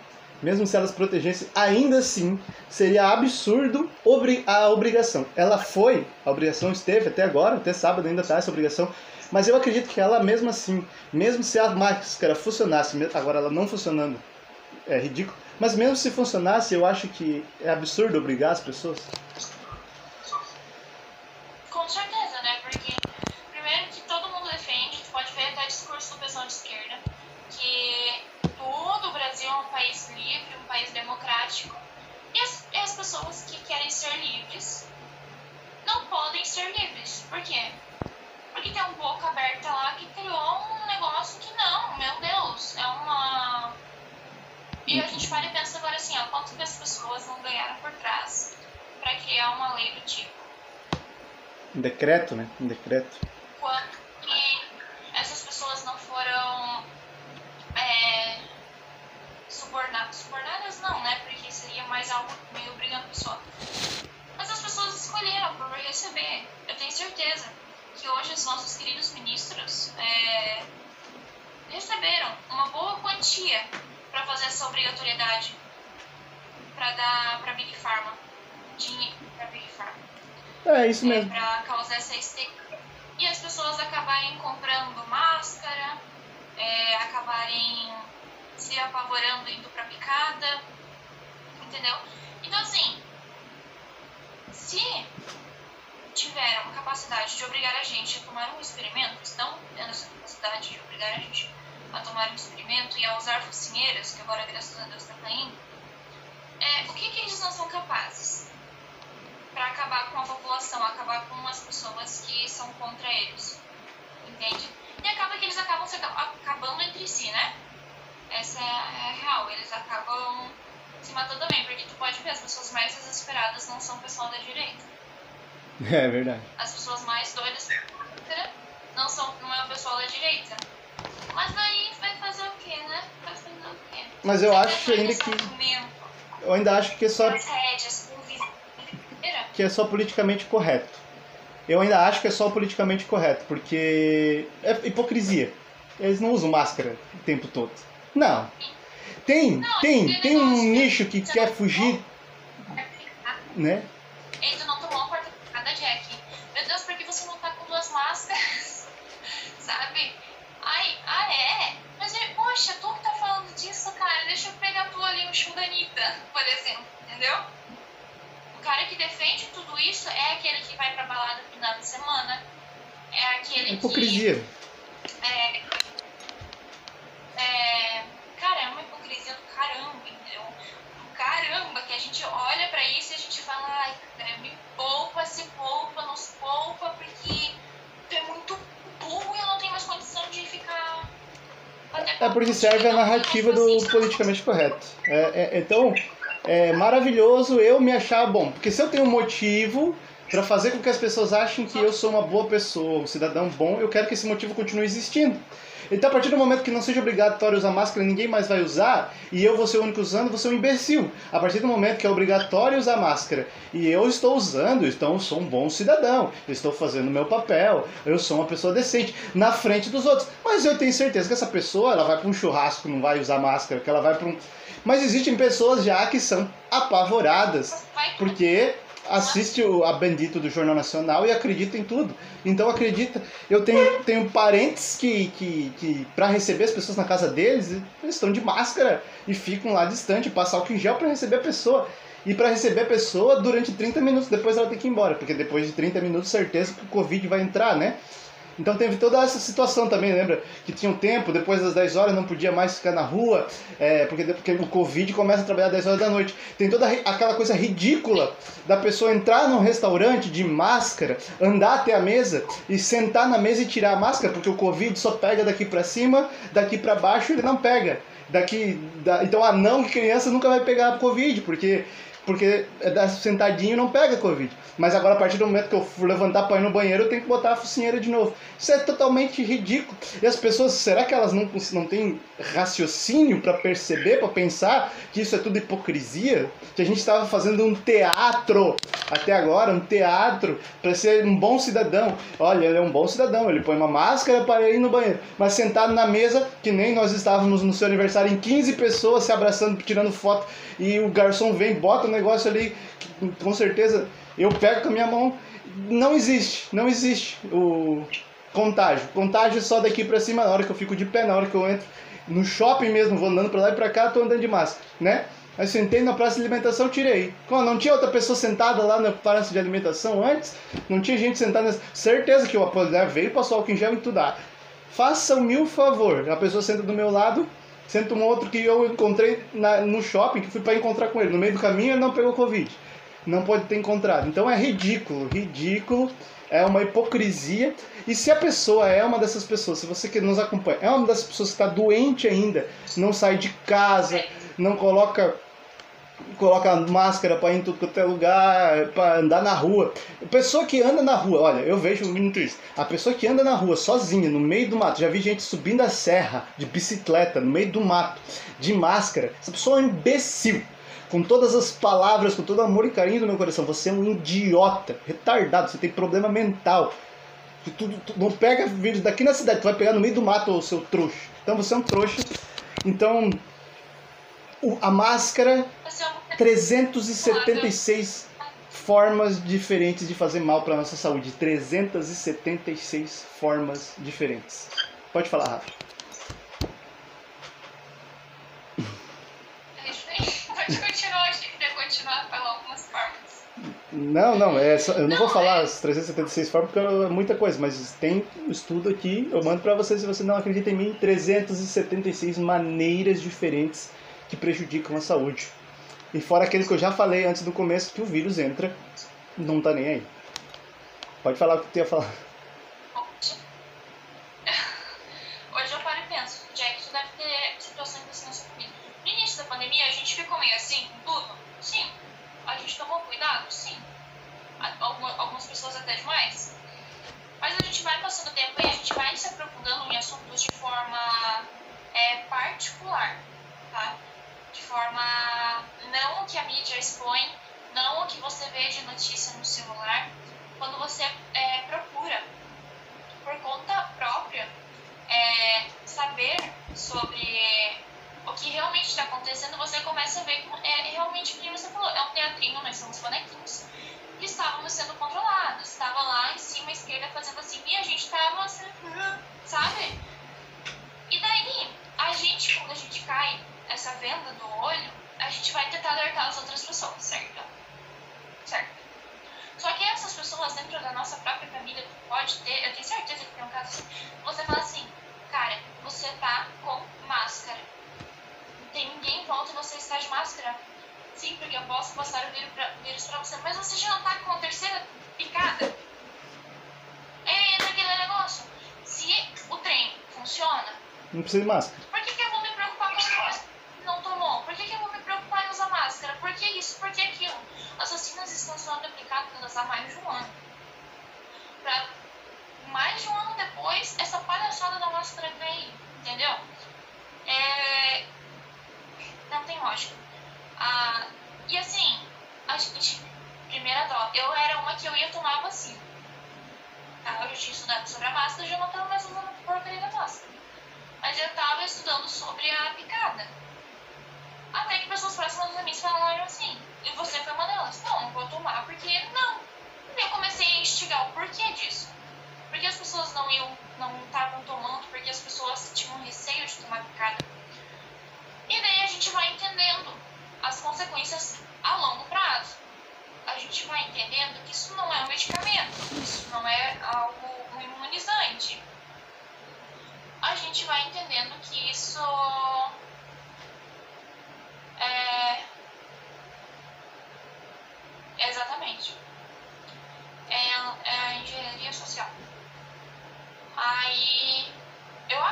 ainda assim seria absurdo a obrigação. A obrigação esteve até agora, até sábado ainda está essa obrigação, mas eu acredito que ela mesmo assim, mesmo se a máscara funcionasse, agora ela não funcionando, é ridículo, mas mesmo se funcionasse, eu acho que é absurdo obrigar as pessoas. Com certeza, né? Porque primeiro que todo mundo defende, tu pode ver até discurso do pessoal de esquerda, que todo o Brasil é um país livre, um país democrático, e as pessoas que querem ser livres não podem ser livres. Por quê? Porque tem um boca aberta lá que criou um negócio que não, meu Deus, é uma... E a gente para e pensa agora assim, ó, quanto que as pessoas não ganharam por trás para criar uma lei do tipo? Um decreto, né? Um decreto. Quanto que essas pessoas não foram subornadas não, né? Porque seria mais algo meio obrigando a pessoa. Mas as pessoas escolheram por receber. Eu tenho certeza que hoje os nossos queridos ministros receberam uma boa quantia para fazer essa obrigatoriedade, para dar para Big Pharma, dinheiro para Big Pharma. É isso mesmo. Para causar essa esteira. E as pessoas acabarem comprando máscara, acabarem se apavorando indo pra picada, entendeu? Então assim, se tiveram a capacidade de obrigar a gente a tomar um experimento, estão tendo essa capacidade de obrigar a gente a tomar um experimento e a usar focinheiras, que agora graças a Deus está caindo, o que eles não são capazes para acabar com a população, acabar com as pessoas que são contra eles, entende? E acaba que eles acabam se acabando entre si, né? Essa é a real, eles acabam se matando também, porque tu pode ver, as pessoas mais desesperadas não são o pessoal da direita. É verdade. As pessoas mais doidas não é o pessoal da direita. Mas daí vai fazer o quê, né? Vai fazer o quê? Mas eu acho ainda que... Eu ainda acho que é só politicamente correto. Eu ainda acho que é só politicamente correto, porque é hipocrisia. Eles não usam máscara o tempo todo. Não. Tem um nicho que quer fugir, né? Ei, tu não tomou a porta-facada, Jack? Meu Deus, por que você não tá com duas máscaras? Sabe? Mas, poxa, tu que tá falando disso, cara, deixa eu pegar tu ali, o show da Anitta, por exemplo, entendeu? O cara que defende tudo isso é aquele que vai pra balada no final de semana, é aquele hipocrisia. Cara, é uma hipocrisia do caramba, entendeu? Do caramba, que a gente olha pra isso e a gente fala, ai, cara, me poupa, se poupa, nos poupa, porque tu é muito burro e eu não tenho mais condição de ficar... É porque serve a narrativa do politicamente correto. Então, é maravilhoso eu me achar bom. Porque se eu tenho um motivo para fazer com que as pessoas achem que eu sou uma boa pessoa, um cidadão bom, eu quero que esse motivo continue existindo. Então, a partir do momento que não seja obrigatório usar máscara, ninguém mais vai usar, e eu vou ser o único usando, vou ser um imbecil. A partir do momento que é obrigatório usar máscara, e eu estou usando, então eu sou um bom cidadão, eu estou fazendo o meu papel, eu sou uma pessoa decente, na frente dos outros. Mas eu tenho certeza que essa pessoa, ela vai para um churrasco, não vai usar máscara, que ela vai para um... Mas existem pessoas já que são apavoradas, porque... assiste a Bendito do Jornal Nacional e acredita em tudo. Então acredita. Eu tenho parentes que para receber as pessoas na casa deles, eles estão de máscara e ficam lá distante, passar álcool em gel para receber a pessoa. E para receber a pessoa durante 30 minutos, depois ela tem que ir embora, porque depois de 30 minutos certeza que o Covid vai entrar, né? Então teve toda essa situação também, lembra? Que tinha um tempo, depois das 10 horas não podia mais ficar na rua, porque o Covid começa a trabalhar às 10 horas da noite. Tem toda aquela coisa ridícula da pessoa entrar num restaurante de máscara, andar até a mesa e sentar na mesa e tirar a máscara, porque o Covid só pega daqui pra cima, daqui pra baixo ele não pega. Então anão e criança nunca vai pegar Covid, porque sentadinho não pega Covid. Mas agora, a partir do momento que eu for levantar para ir no banheiro, eu tenho que botar a focinheira de novo. Isso é totalmente ridículo. E as pessoas, será que elas não têm raciocínio para perceber, para pensar que isso é tudo hipocrisia? Que a gente estava fazendo um teatro até agora, um teatro para ser um bom cidadão. Olha, ele é um bom cidadão, ele põe uma máscara para ir no banheiro. Mas sentado na mesa, que nem nós estávamos no seu aniversário, em 15 pessoas se abraçando, tirando foto, e o garçom vem, bota o negócio ali, que, com certeza eu pego com a minha mão. Não existe o contágio. Contágio é só daqui pra cima, na hora que eu fico de pé, na hora que eu entro no shopping mesmo, vou andando pra lá e pra cá, tô andando de máscara, né? Aí sentei na praça de alimentação, tirei. Não tinha outra pessoa sentada lá na praça de alimentação antes? Não tinha gente sentada nessa... Certeza que veio, passou álcool em gel e tudo. Faça-me o favor. A pessoa senta do meu lado, senta um outro que eu encontrei no shopping, que fui para encontrar com ele. No meio do caminho ele não pegou Covid. Não pode ter encontrado. Então é ridículo. É uma hipocrisia. E se a pessoa é uma dessas pessoas, se você que nos acompanha, é uma dessas pessoas que está doente ainda, não sai de casa, não coloca máscara para ir em tudo quanto é lugar, para andar na rua. A pessoa que anda na rua, olha, eu vejo muito isso. A pessoa que anda na rua sozinha, no meio do mato, já vi gente subindo a serra de bicicleta, no meio do mato, de máscara. Essa pessoa é um imbecil. Com todas as palavras, com todo o amor e carinho do meu coração, você é um idiota, retardado, você tem problema mental. Tu não pega vírus daqui na cidade, tu vai pegar no meio do mato, ô seu trouxa. Então você é um trouxa. Então, a máscara, 376 formas diferentes de fazer mal para nossa saúde. 376 formas diferentes. Pode falar, Rafa. Pode continuar, achei que ia continuar a falar algumas formas. Não, eu não vou falar as 376 formas porque é muita coisa, mas tem um estudo aqui, eu mando para você, se você não acredita em mim, 376 maneiras diferentes que prejudicam a saúde. E fora aquele que eu já falei antes do começo, que o vírus entra, não tá nem aí. Pode falar o que tu ia falar. Hoje eu paro e penso, Jack, tu deve ter situações assim na sua família. No início da pandemia, a gente ficou meio assim com tudo? Sim. A gente tomou cuidado? Sim. Algumas pessoas até demais. Mas a gente vai passando o tempo e a gente vai se aprofundando em assuntos de forma particular, tá? De forma, não o que a mídia expõe, não o que você vê de notícia no celular. Quando você procura, por conta própria, saber sobre o que realmente está acontecendo, você começa a ver que realmente o que você falou. É um teatrinho, nós somos bonequinhos que estávamos sendo controlados. Estava lá em cima à esquerda fazendo assim e a gente estava assim, sabe? E daí, quando a gente cai essa venda do olho, a gente vai tentar alertar as outras pessoas, certo? Só que essas pessoas dentro da nossa própria família pode ter, eu tenho certeza que tem um caso assim, você fala assim, cara, você tá com máscara. Não tem ninguém em volta e você está de máscara. Sim, porque eu posso passar o vírus pra você, mas você já não tá com a terceira picada. Entra aquele negócio. Se o trem funciona, não precisa de máscara. Por que eu vou me preocupar com isso? Não tomou? Por que eu vou me preocupar em usar máscara? Por que isso? Por que aquilo? As vacinas estão sendo aplicadas há mais de um ano. Pra mais de um ano depois, essa palhaçada da máscara vem, entendeu? Não tem lógica. E assim, a gente, primeira dó, eu era uma que eu ia tomar a vacina. Eu já tinha estudado sobre a máscara, já não estava mais usando a porcaria da máscara. Mas eu estava estudando sobre a picada. Até que pessoas próximas a mim falaram assim, e você foi uma delas. Não vou tomar porque não. E eu comecei a instigar o porquê disso. Porque as pessoas não estavam tomando, porque as pessoas tinham receio de tomar picada. E daí a gente vai entendendo as consequências a longo prazo. A gente vai entendendo que isso não é um medicamento, isso não é algo imunizante.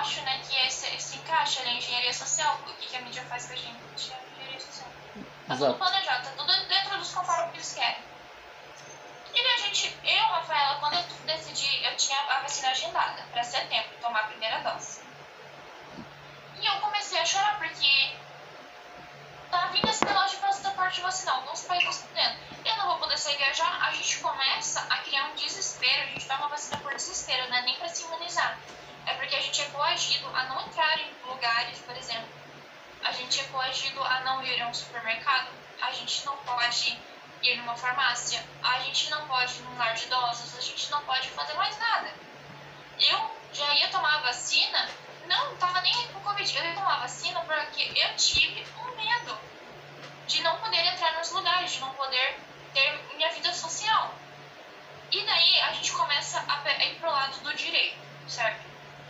acho, né, que esse encaixa na engenharia social. O que a mídia faz com a gente é engenharia social. Tá tudo planejado, tá tudo dentro dos conformes que eles querem. E daí Rafaela, quando eu decidi, eu tinha a vacina agendada para setembro, tomar a primeira dose. E eu comecei a chorar, porque tá vindo esse negócio de passaporte vacinal, alguns países estão tendo. Eu não vou poder sair viajar, a gente começa a criar um desespero, a gente toma vacina por desespero, não é nem para se imunizar. É porque a gente é coagido a não entrar em lugares, por exemplo. A gente é coagido a não ir a um supermercado, a gente não pode ir numa farmácia, a gente não pode ir num lar de idosos, a gente não pode fazer mais nada. Eu já ia tomar a vacina, não tava nem aí pro Covid, eu ia tomar a vacina porque eu tive um medo de não poder entrar nos lugares, de não poder ter minha vida social. E daí a gente começa a ir pro lado do direito, certo?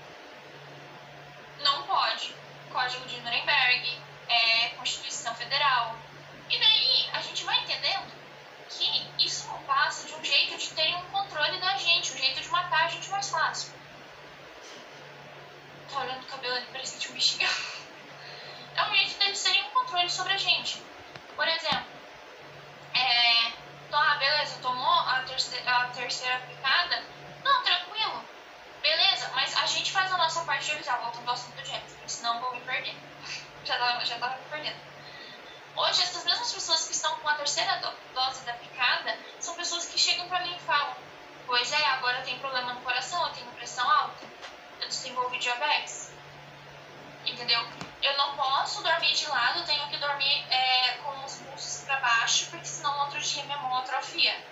Não pode. Código de Nuremberg, Constituição Federal. E daí a gente vai entendendo que isso não passa de um jeito de terem um controle da gente, um jeito de matar a gente mais fácil. Tô olhando o cabelo ali, parece que tinha um bichinho. É um jeito deles terem um controle sobre a gente. Por exemplo, beleza, tomou a terceira aplicada? Não, tranquilo. Beleza, mas a gente faz a nossa parte de avisar, voltando ao assunto de antes, senão eu vou me perder. já tava me perdendo. Hoje, essas mesmas pessoas que estão com a terceira dose da aplicada são pessoas que chegam pra mim e falam: pois é, agora eu tenho problema no coração, eu tenho pressão alta, eu desenvolvi diabetes. Entendeu? Eu não posso dormir de lado, eu tenho que dormir com os pulsos pra baixo, porque senão no outro dia minha mão atrofia.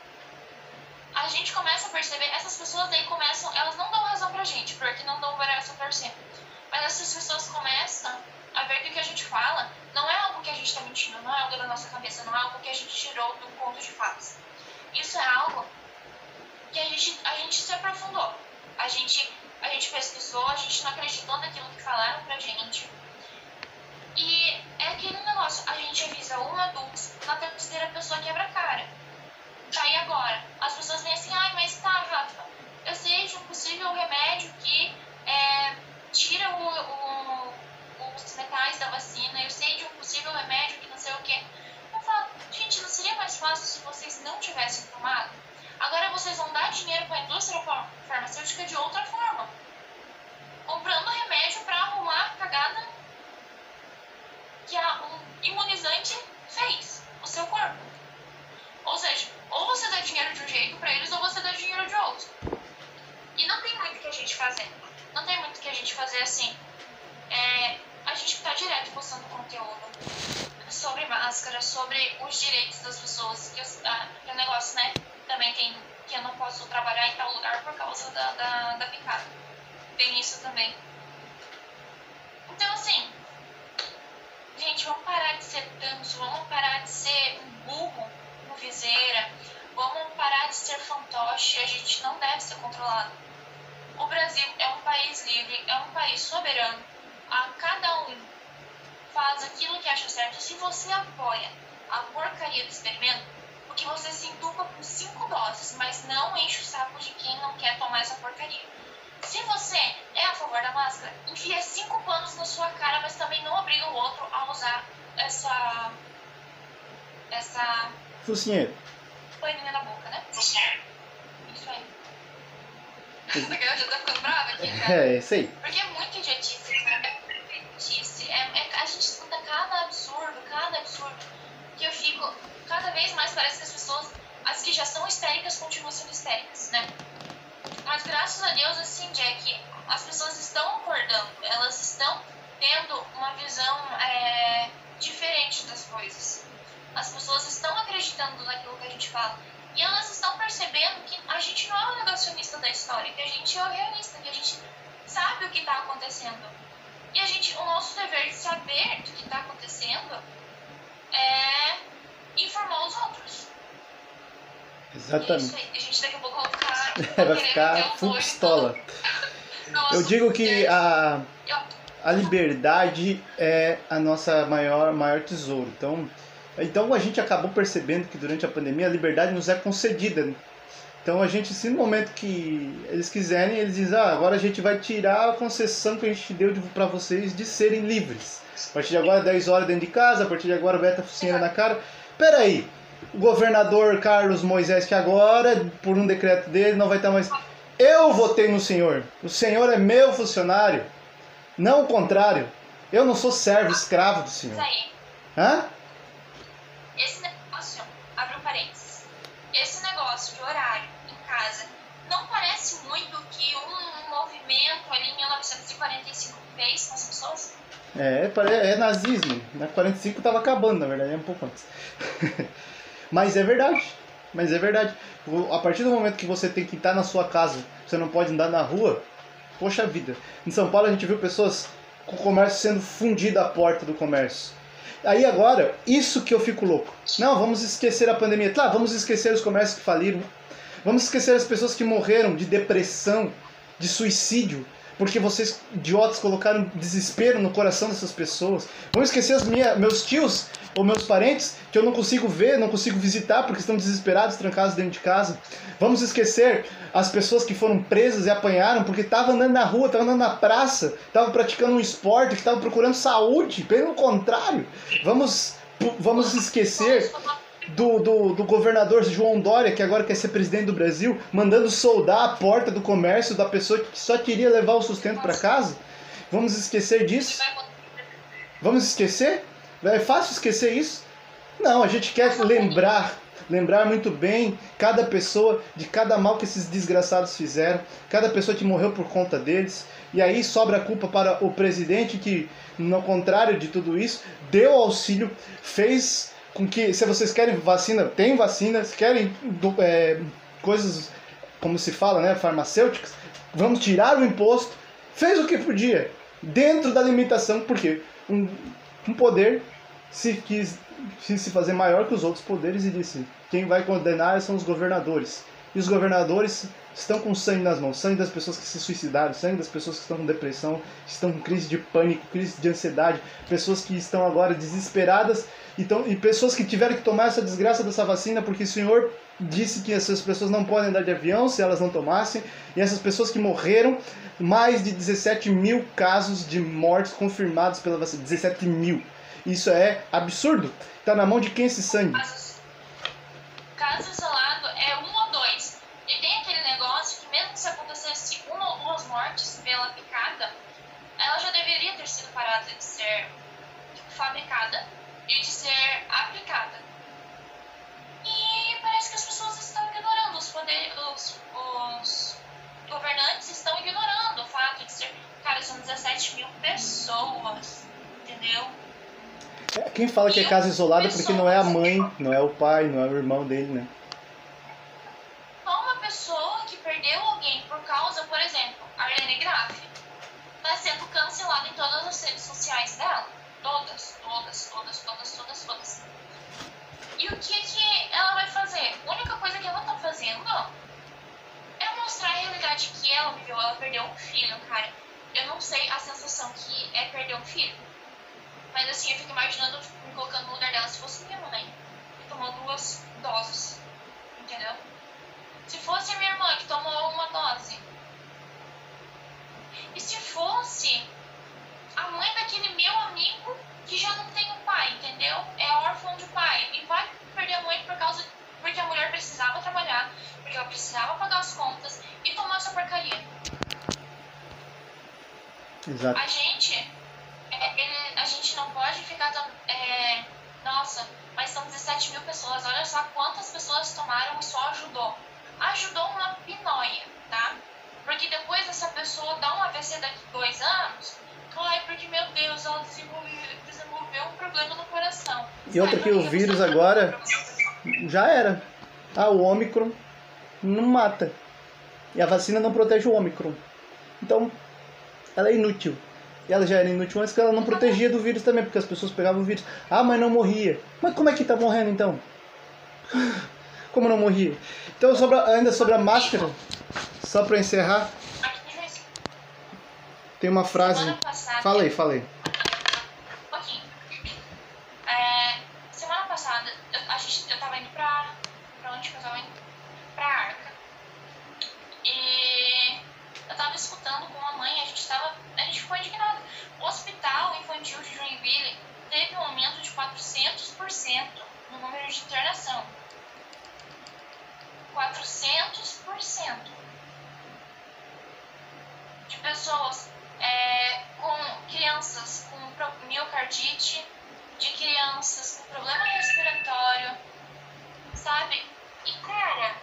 A gente começa a perceber, essas pessoas daí começam, elas não dão razão pra gente, porque não dão variação torcer. Mas essas pessoas começam a ver que o que a gente fala não é algo que a gente tá mentindo, não é algo da nossa cabeça, não é algo que a gente tirou do conto de fatos. Isso é algo que a gente se aprofundou. A gente pesquisou, a gente não acreditou naquilo que falaram pra gente. E é aquele negócio, a gente avisa uma, duas, na terceira pessoa quebra a cara. Tá, e agora? As pessoas vêm assim: ai, mas tá, Rafa, eu sei de um possível remédio que tira os metais da vacina, eu sei de um possível remédio que não sei o que. Eu falo: gente, não seria mais fácil se vocês não tivessem tomado? Agora vocês vão dar dinheiro para a indústria farmacêutica de outra forma, comprando remédio para arrumar a cagada que um imunizante fez no seu corpo. Ou seja, ou você dá dinheiro de um jeito para eles, ou você dá dinheiro de outro. E não tem muito que a gente fazer. Não tem muito que a gente fazer assim. A gente tá direto postando conteúdo sobre máscara, sobre os direitos das pessoas. Que o negócio, né? Também tem que eu não posso trabalhar em tal lugar por causa da picada. Tem isso também. Então, assim, gente, vamos parar de ser tantos, vamos parar de ser um burro no viseira, vamos parar de ser fantoche, a gente não deve ser controlado. O Brasil é um país livre, é um país soberano, cada um faz aquilo que acha certo. Se você apoia a porcaria do experimento, porque você se entupa com 5 doses, mas não enche o saco de quem não quer tomar essa porcaria. Se você é a favor da máscara, enfia 5 panos na sua cara, mas também não obriga o outro a usar essa focinheiro. Paninha na boca, né? Focinheiro. Isso aí. Eu já tô ficando brava aqui, cara. Isso aí. Porque é muito idiotice, cara. É idiotice. A gente escuta cada absurdo, que eu fico... Cada vez mais parece que as pessoas, as que já são histéricas, continuam sendo histéricas, né? Mas graças a Deus, assim, Jack, as pessoas estão acordando, elas estão tendo uma visão diferente das coisas. As pessoas estão acreditando naquilo que a gente fala. E elas estão percebendo que a gente não é o negacionista da história, que a gente é o realista, que a gente sabe o que está acontecendo. E o nosso dever de saber do que está acontecendo é informar os outros. Exatamente. E isso aí, a gente daqui a pouco vai vai ficar full pistola. Eu digo que a liberdade é a nossa maior tesouro. Então a gente acabou percebendo que durante a pandemia a liberdade nos é concedida. Então a gente, se no momento que eles quiserem, eles dizem, agora a gente vai tirar a concessão que a gente deu para vocês de serem livres. A partir de agora, 10 horas dentro de casa, a partir de agora, beta focinheira na cara. Peraí, o governador Carlos Moisés, que agora, por um decreto dele, não vai estar mais... Eu votei no senhor. O senhor é meu funcionário. Não o contrário. Eu não sou servo, escravo do senhor. Isso aí. Hã? Esse negócio, abre um parênteses, esse negócio de horário em casa não parece muito que um movimento ali em 1945 fez com as pessoas? É nazismo. Na 45 estava acabando, na verdade, é um pouco antes. Mas é verdade. Mas é verdade. A partir do momento que você tem que estar na sua casa, você não pode andar na rua, poxa vida. Em São Paulo a gente viu pessoas com o comércio sendo fundido à porta do comércio. Aí agora, isso que eu fico louco. Não, vamos esquecer a pandemia. Claro, vamos esquecer os comércios que faliram. Vamos esquecer as pessoas que morreram de depressão, de suicídio, porque vocês, idiotas, colocaram desespero no coração dessas pessoas. Vamos esquecer meus tios ou meus parentes que eu não consigo ver, não consigo visitar porque estão desesperados, trancados dentro de casa. Vamos esquecer as pessoas que foram presas e apanharam porque estavam andando na rua, estavam andando na praça, estavam praticando um esporte, que estavam procurando saúde. Pelo contrário, vamos esquecer do governador João Dória, que agora quer ser presidente do Brasil, mandando soldar a porta do comércio da pessoa que só queria levar o sustento para casa. Vamos esquecer disso? Vamos esquecer? É fácil esquecer isso? Não, a gente quer lembrar muito bem cada pessoa de cada mal que esses desgraçados fizeram, cada pessoa que morreu por conta deles, e aí sobra a culpa para o presidente que, no contrário de tudo isso, deu auxílio, fez com que, se vocês querem vacina, tem vacina, se querem coisas, como se fala, né, farmacêuticas, vamos tirar o imposto, fez o que podia, dentro da limitação, porque um poder quis se fazer maior que os outros poderes e disse, quem vai condenar são os governadores. E os governadores estão com sangue nas mãos, sangue das pessoas que se suicidaram, sangue das pessoas que estão com depressão, que estão com crise de pânico, crise de ansiedade, pessoas que estão agora desesperadas e pessoas que tiveram que tomar essa desgraça dessa vacina porque o senhor disse que essas pessoas não podem andar de avião se elas não tomassem, e essas pessoas que morreram, mais de 17 mil casos de mortes confirmados pela vacina, 17 mil. Isso é absurdo. Está na mão de quem esse sangue? Caso isolado é 1 ou 2. E tem aquele negócio que mesmo se acontecesse 1 ou 2 mortes pela picada, ela já deveria ter sido parada de ser fabricada e de ser aplicada. E parece que as pessoas estão ignorando, os governantes estão ignorando o fato de ser... Cara, são 17 mil pessoas, entendeu? Quem fala que é casa isolada porque não é a mãe, não é o pai, não é o irmão dele, né? Só uma pessoa que perdeu alguém por causa, por exemplo, a Arlene Graff, está sendo cancelada em todas as redes sociais dela. Todas. E o que ela vai fazer? A única coisa que ela tá fazendo é mostrar a realidade que ela viveu. Ela perdeu um filho, cara. Eu não sei a sensação que é perder um filho. Mas assim, eu fico imaginando, me colocando no lugar dela se fosse minha mãe, que tomou 2 doses, entendeu? Se fosse minha irmã que tomou 1 dose. E se fosse a mãe daquele meu amigo que já não tem um pai, entendeu? É órfão de pai. E vai perder a mãe porque a mulher precisava trabalhar, porque ela precisava pagar as contas e tomar essa porcaria. Exato. A gente não pode ficar nossa, mas são 17 mil pessoas, olha só quantas pessoas tomaram e só ajudou. Ajudou uma pinóia, tá? Porque depois essa pessoa dá um AVC daqui 2 anos, porque, meu Deus, ela desenvolveu um problema no coração. E outra que o vírus agora já era. O Ômicron não mata. E a vacina não protege o Ômicron. Então, ela é inútil. E ela já era inútil antes, que ela não protegia do vírus também, porque as pessoas pegavam o vírus. Mas não morria. Mas como é que tá morrendo então? Como não morria? Então, ainda sobre a máscara, só pra encerrar, tem uma frase. Fala aí. Um pouquinho. Semana passada, eu tava indo pra onde que eu tava indo? Pra Arca. Eu tava escutando com a mãe, a gente ficou indignado. O hospital infantil de Joinville teve um aumento de 400% no número de internação. 400% de pessoas com crianças com miocardite, de crianças com problema respiratório, sabe? E cara,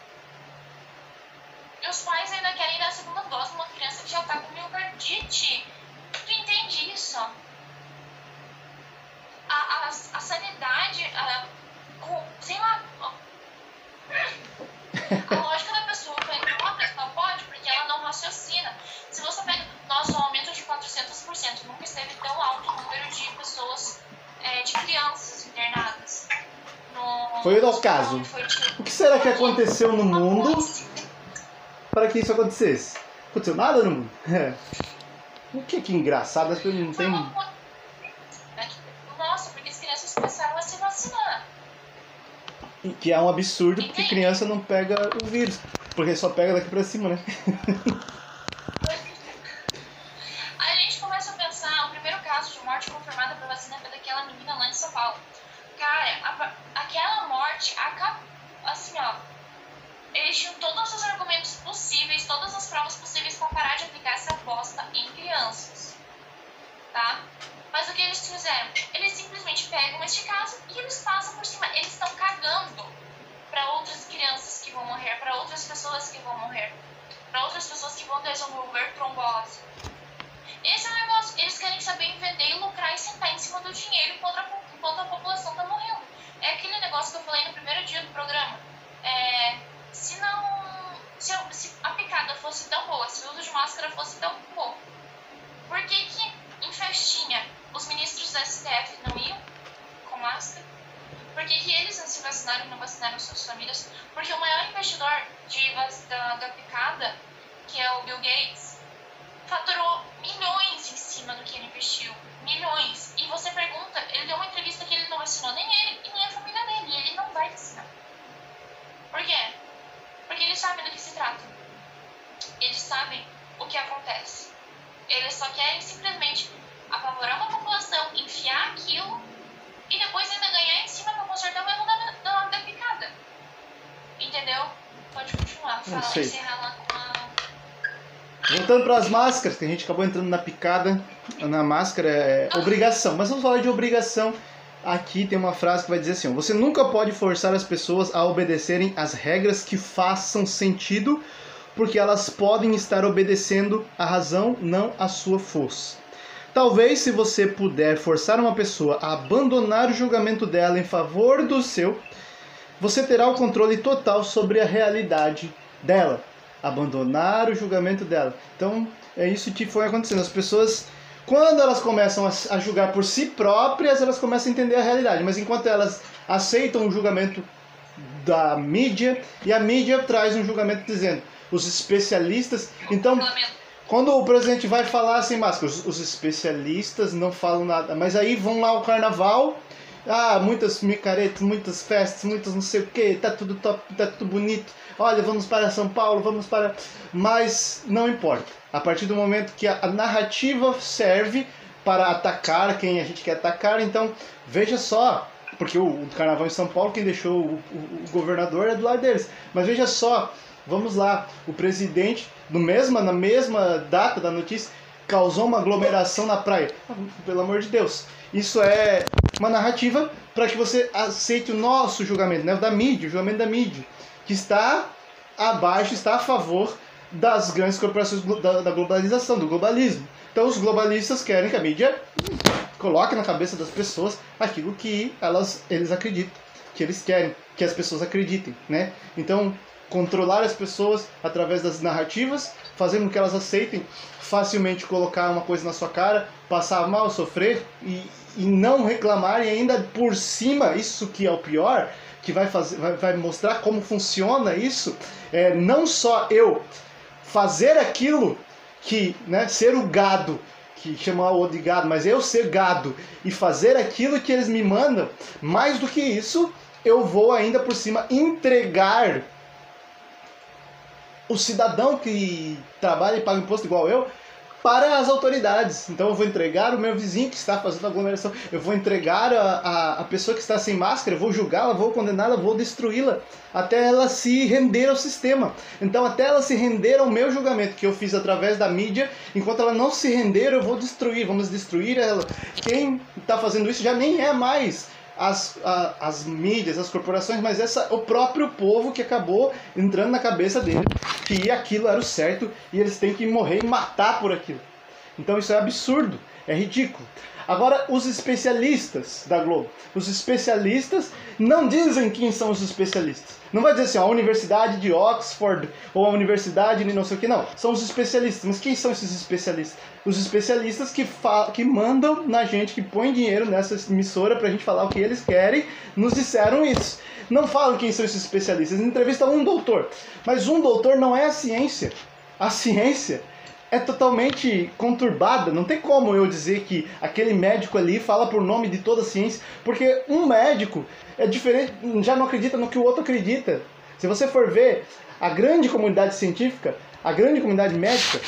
os pais ainda querem dar a segunda dose numa criança que já tá com miocardite. Tu entende isso? A sanidade, sei lá, a lógica da pessoa foi, a pessoa pode porque ela não raciocina. Se você pega, nosso aumento de 400%, nunca esteve tão alto o número de pessoas, de crianças internadas. Foi o caso. O que será que aconteceu no mundo para que isso acontecesse? Aconteceu nada no mundo? O que engraçado, as pessoas não tem... Nossa, porque as crianças começaram a se vacinar. Que é um absurdo, porque criança não pega o vírus. Porque só pega daqui pra cima, né? Aí a gente começa a pensar, o primeiro caso de morte confirmada por vacina foi daquela menina lá em São Paulo. Cara, aquela morte acabou, assim, ó. Eles tinham todos os argumentos possíveis, todas as provas possíveis para parar de aplicar essa bosta em crianças. Tá? Mas o que eles fizeram? Eles simplesmente pegam este caso e eles passam por cima. Eles estão cagando para outras crianças que vão morrer, para outras pessoas que vão morrer, para outras pessoas que vão desenvolver trombose. Esse é o negócio. Eles querem saber vender e lucrar e sentar em cima do dinheiro enquanto a população está morrendo. É aquele negócio que eu falei no primeiro dia do programa. Se a picada fosse tão boa, se o uso de máscara fosse tão bom, por que em festinha os ministros da STF não iam com máscara? Por que eles não se vacinaram e não vacinaram suas famílias? Porque o maior investidor da picada, que é o Bill Gates, faturou milhões em cima do que ele investiu. Milhões. E você pergunta, ele deu uma entrevista que ele não vacinou nem ele e nem a família dele. E ele não vai vacinar. Por quê? Porque eles sabem do que se trata. Eles sabem o que acontece. Eles só querem simplesmente apavorar uma população, enfiar aquilo e depois ainda ganhar em cima pra consertar o erro da picada. Entendeu? Pode continuar. Fala, encerrar lá com a... Voltando para as máscaras, que a gente acabou entrando na picada, na máscara é obrigação. Mas vamos falar de obrigação. Aqui tem uma frase que vai dizer assim: você nunca pode forçar as pessoas a obedecerem às regras que façam sentido, porque elas podem estar obedecendo a razão, não a sua força. Talvez, se você puder forçar uma pessoa a abandonar o julgamento dela em favor do seu, você terá o controle total sobre a realidade dela. Abandonar o julgamento dela. Então, é isso que foi acontecendo. As pessoas, quando elas começam a julgar por si próprias, elas começam a entender a realidade. Mas enquanto elas aceitam o julgamento da mídia, e a mídia traz um julgamento dizendo, os especialistas... Então, quando o presidente vai falar sem máscara, os especialistas não falam nada. Mas aí vão lá ao carnaval, muitas micaretas, muitas festas, muitas não sei o que, tá tudo top, tá tudo bonito. Olha, vamos para São Paulo, vamos para... Mas não importa. A partir do momento que a narrativa serve para atacar quem a gente quer atacar, então veja só, porque o carnaval em São Paulo, quem deixou o governador é do lado deles. Mas veja só, vamos lá, o presidente, na mesma data da notícia, causou uma aglomeração na praia. Pelo amor de Deus. Isso é uma narrativa para que você aceite o nosso julgamento, né? O julgamento da mídia, que está abaixo, está a favor das grandes corporações da globalização, do globalismo. Então os globalistas querem que a mídia coloque na cabeça das pessoas aquilo que eles acreditam, que eles querem que as pessoas acreditem, né? Então, controlar as pessoas através das narrativas, fazer com que elas aceitem facilmente colocar uma coisa na sua cara, passar mal, sofrer e não reclamar, e ainda por cima, isso que é o pior, que vai mostrar como funciona isso, não só eu fazer aquilo que, né, ser o gado, que chama o outro de gado, mas eu ser gado e fazer aquilo que eles me mandam, mais do que isso, eu vou ainda por cima entregar o cidadão que trabalha e paga imposto igual eu, para as autoridades. Então eu vou entregar o meu vizinho que está fazendo aglomeração, eu vou entregar a pessoa que está sem máscara, eu vou julgá-la, vou condená-la, vou destruí-la, até ela se render ao sistema. Então até ela se render ao meu julgamento, que eu fiz através da mídia, enquanto ela não se render, eu vou destruir, vamos destruir ela. Quem está fazendo isso já nem é mais as mídias, as corporações, mas o próprio povo que acabou entrando na cabeça dele que aquilo era o certo e eles têm que morrer e matar por aquilo. Então isso é absurdo, é ridículo. Agora, os especialistas da Globo. Os especialistas não dizem quem são os especialistas. Não vai dizer assim, a Universidade de Oxford ou a Universidade de não sei o que, não. São os especialistas. Mas quem são esses especialistas? Os especialistas que mandam na gente, que põem dinheiro nessa emissora pra gente falar o que eles querem, nos disseram isso. Não falam quem são esses especialistas. Entrevistam um doutor. Mas um doutor não é a ciência. A ciência é totalmente conturbada. Não tem como eu dizer que aquele médico ali fala por nome de toda a ciência, porque um médico é diferente, já não acredita no que o outro acredita. Se você for ver a grande comunidade científica, a grande comunidade médica,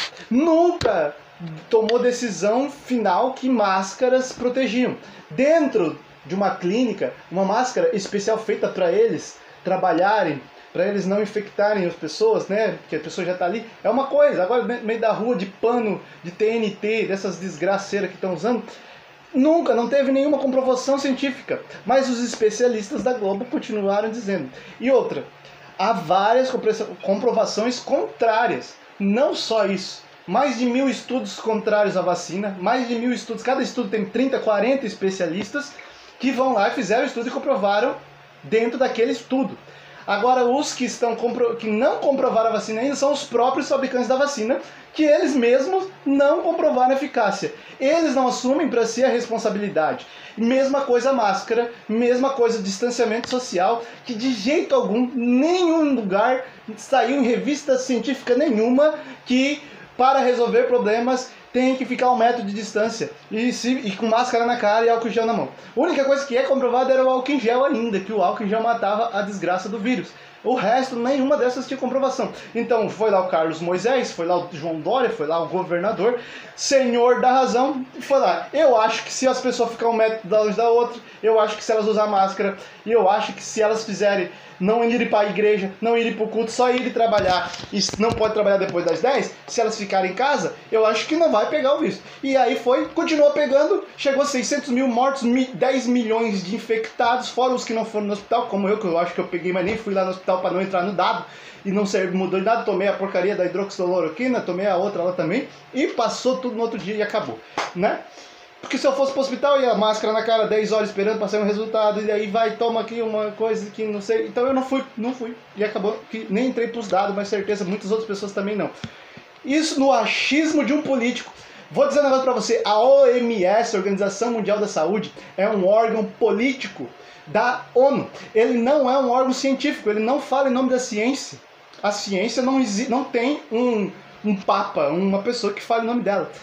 nunca tomou decisão final que máscaras protegiam. Dentro de uma clínica, uma máscara especial feita para eles trabalharem, para eles não infectarem as pessoas, né? Porque a pessoa já está ali. É uma coisa. Agora, no meio da rua, de pano, de TNT, dessas desgraceiras que estão usando, nunca, não teve nenhuma comprovação científica. Mas os especialistas da Globo continuaram dizendo. E outra, há várias comprovações contrárias. Não só isso. Mais de 1000 estudos contrários à vacina. Mais de 1000 estudos. Cada estudo tem 30, 40 especialistas que vão lá e fizeram o estudo e comprovaram dentro daquele estudo. Agora, os que não comprovaram a vacina ainda são os próprios fabricantes da vacina, que eles mesmos não comprovaram a eficácia. Eles não assumem para si a responsabilidade. Mesma coisa a máscara, mesma coisa o distanciamento social, que de jeito algum, nenhum lugar saiu em revista científica nenhuma que para resolver problemas tem que ficar 1 metro de distância e com máscara na cara e álcool em gel na mão. A única coisa que é comprovada era o álcool em gel ainda, que o álcool em gel matava a desgraça do vírus. O resto, nenhuma dessas tinha comprovação. Então foi lá o Carlos Moisés, foi lá o João Dória, foi lá o governador, senhor da razão, e foi lá. Eu acho que se as pessoas ficarem 1 metro longe da outra, eu acho que se elas usarem máscara, e eu acho que se elas fizerem não irem para a igreja, não irem para o culto, só irem trabalhar, e não pode trabalhar depois das 10, se elas ficarem em casa, eu acho que não vai pegar o vírus. E aí continuou pegando, chegou a 600 mil mortos, 10 milhões de infectados, fora os que não foram no hospital, como eu, que eu acho que eu peguei, mas nem fui lá no hospital para não entrar no dado, e não mudou de nada, tomei a porcaria da hidroxicloroquina, tomei a outra lá também, e passou tudo no outro dia e acabou, né? Porque se eu fosse pro hospital, ia máscara na cara, 10 horas esperando para sair um resultado, e aí vai, toma aqui uma coisa que não sei. Então eu não fui. E acabou que nem entrei pros dados, mas certeza muitas outras pessoas também não. Isso no achismo de um político. Vou dizer um negócio para você, a OMS, Organização Mundial da Saúde, é um órgão político da ONU. Ele não é um órgão científico, ele não fala em nome da ciência. A ciência não tem um papa, uma pessoa que fale em nome dela.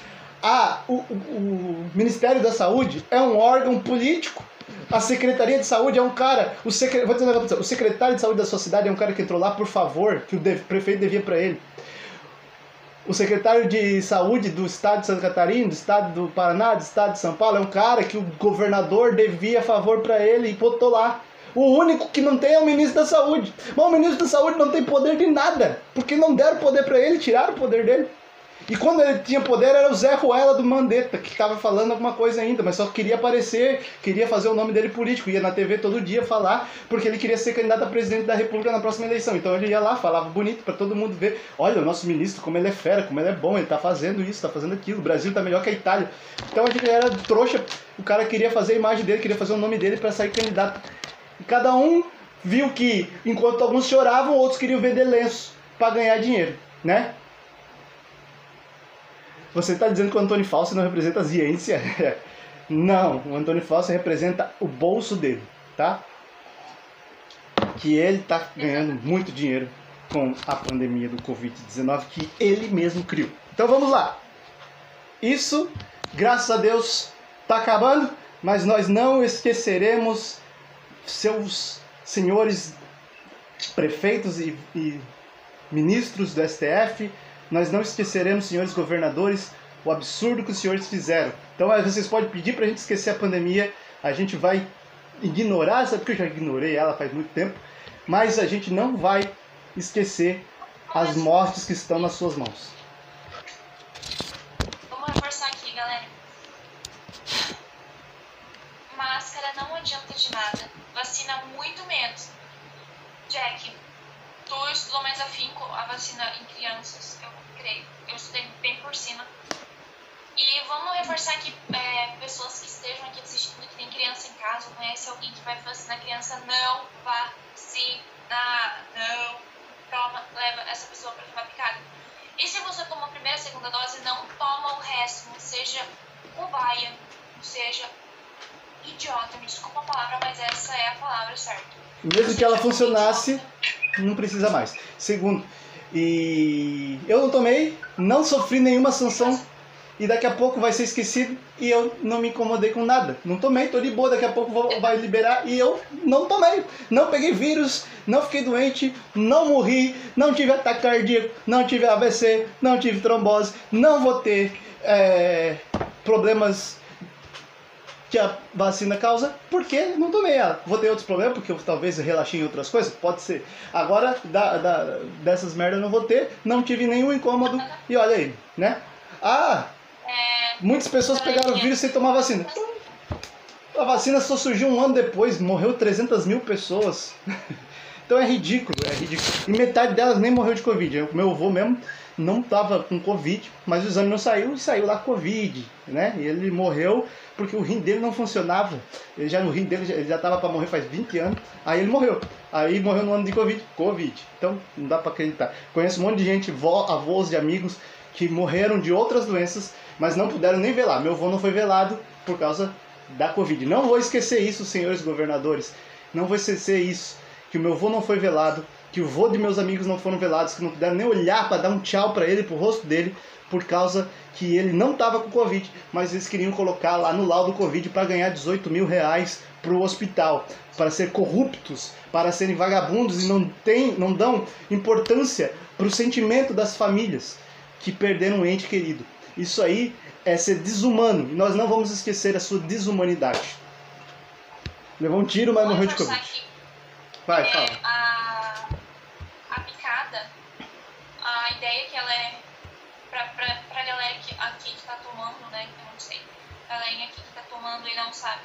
O Ministério da Saúde é um órgão político. A Secretaria de Saúde é um cara... Vou dizer um negócio pra você. O secretário de Saúde da sua cidade é um cara que entrou lá por favor, que o prefeito devia para ele. O secretário de Saúde do estado de Santa Catarina, do estado do Paraná, do estado de São Paulo, é um cara que o governador devia favor para ele e botou lá. O único que não tem é o ministro da Saúde. Mas o ministro da Saúde não tem poder de nada, porque não deram poder para ele, tiraram o poder dele. E quando ele tinha poder era o Zé Ruela do Mandetta, que estava falando alguma coisa ainda, mas só queria aparecer, queria fazer o nome dele político, ia na TV todo dia falar, porque ele queria ser candidato a presidente da República na próxima eleição. Então ele ia lá, falava bonito para todo mundo ver, olha o nosso ministro, como ele é fera, como ele é bom, ele está fazendo isso, está fazendo aquilo, o Brasil está melhor que a Itália. Então a gente era trouxa, o cara queria fazer a imagem dele, queria fazer o nome dele para sair candidato. E cada um viu que, enquanto alguns choravam, outros queriam vender lenço para ganhar dinheiro, né? Você está dizendo que o Antônio Fauci não representa a ciência? Não, o Antônio Fauci representa o bolso dele, tá? Que ele está ganhando muito dinheiro com a pandemia do Covid-19 que ele mesmo criou. Então vamos lá. Isso, graças a Deus, está acabando, mas nós não esqueceremos seus senhores prefeitos e ministros do STF, nós não esqueceremos, senhores governadores, o absurdo que os senhores fizeram. Então vocês podem pedir para a gente esquecer a pandemia, a gente vai ignorar, sabe porque eu já ignorei ela faz muito tempo, mas a gente não vai esquecer as mortes que estão nas suas mãos. Vamos reforçar aqui, galera. Máscara não adianta de nada. Vacina muito menos. Jack, tu estudou mais afinco a vacina em crianças, eu creio. Eu estudei bem por cima. E vamos reforçar aqui, pessoas que estejam aqui assistindo, que tem criança em casa, ou conhece alguém que vai vacinar criança, não vacina, não toma, leva essa pessoa para tomar picada. E se você tomou a primeira e a segunda dose, não toma o resto, não seja cobaia, não seja idiota, me desculpa a palavra, mas essa é a palavra certa. Mesmo que ela funcionasse, não precisa mais. Segundo, e eu não tomei, não sofri nenhuma sanção, e daqui a pouco vai ser esquecido, e eu não me incomodei com nada. Não tomei, tô de boa, daqui a pouco vai liberar, e eu não tomei. Não peguei vírus, não fiquei doente, não morri, não tive ataque cardíaco, não tive AVC, não tive trombose, não vou ter problemas que a vacina causa, porque não tomei ela. Vou ter outros problemas, porque eu talvez relaxei em outras coisas, pode ser. Agora, dessas merdas eu não vou ter, não tive nenhum incômodo, e olha aí, né? Muitas pessoas pegaram o vírus sem tomar vacina. A vacina só surgiu um ano depois, morreu 300 mil pessoas. Então é ridículo, é ridículo. E metade delas nem morreu de Covid. O meu avô mesmo não estava com Covid, mas o exame não saiu e saiu lá Covid, né? E ele morreu porque o rim dele não funcionava. O rim dele ele já estava para morrer faz 20 anos, aí ele morreu. Aí morreu no ano de Covid. Então não dá para acreditar. Conheço um monte de gente, avós de amigos, que morreram de outras doenças, mas não puderam nem velar. Meu avô não foi velado por causa da Covid. Não vou esquecer isso, senhores governadores. Não vou esquecer isso, que o meu avô não foi velado, que o avô de meus amigos não foram velados, que não puderam nem olhar para dar um tchau para ele, pro rosto dele, por causa que ele não estava com Covid, mas eles queriam colocar lá no laudo Covid para ganhar 18 mil reais para o hospital, para ser corruptos, para serem vagabundos e não dão importância para o sentimento das famílias que perderam um ente querido. Isso aí é ser desumano, e nós não vamos esquecer a sua desumanidade. Levou um tiro, mas morreu de Covid. Vai, fala. A picada, a ideia que ela é pra galera aqui que tá tomando, né, que eu não sei, a galerinha aqui que tá tomando e não sabe,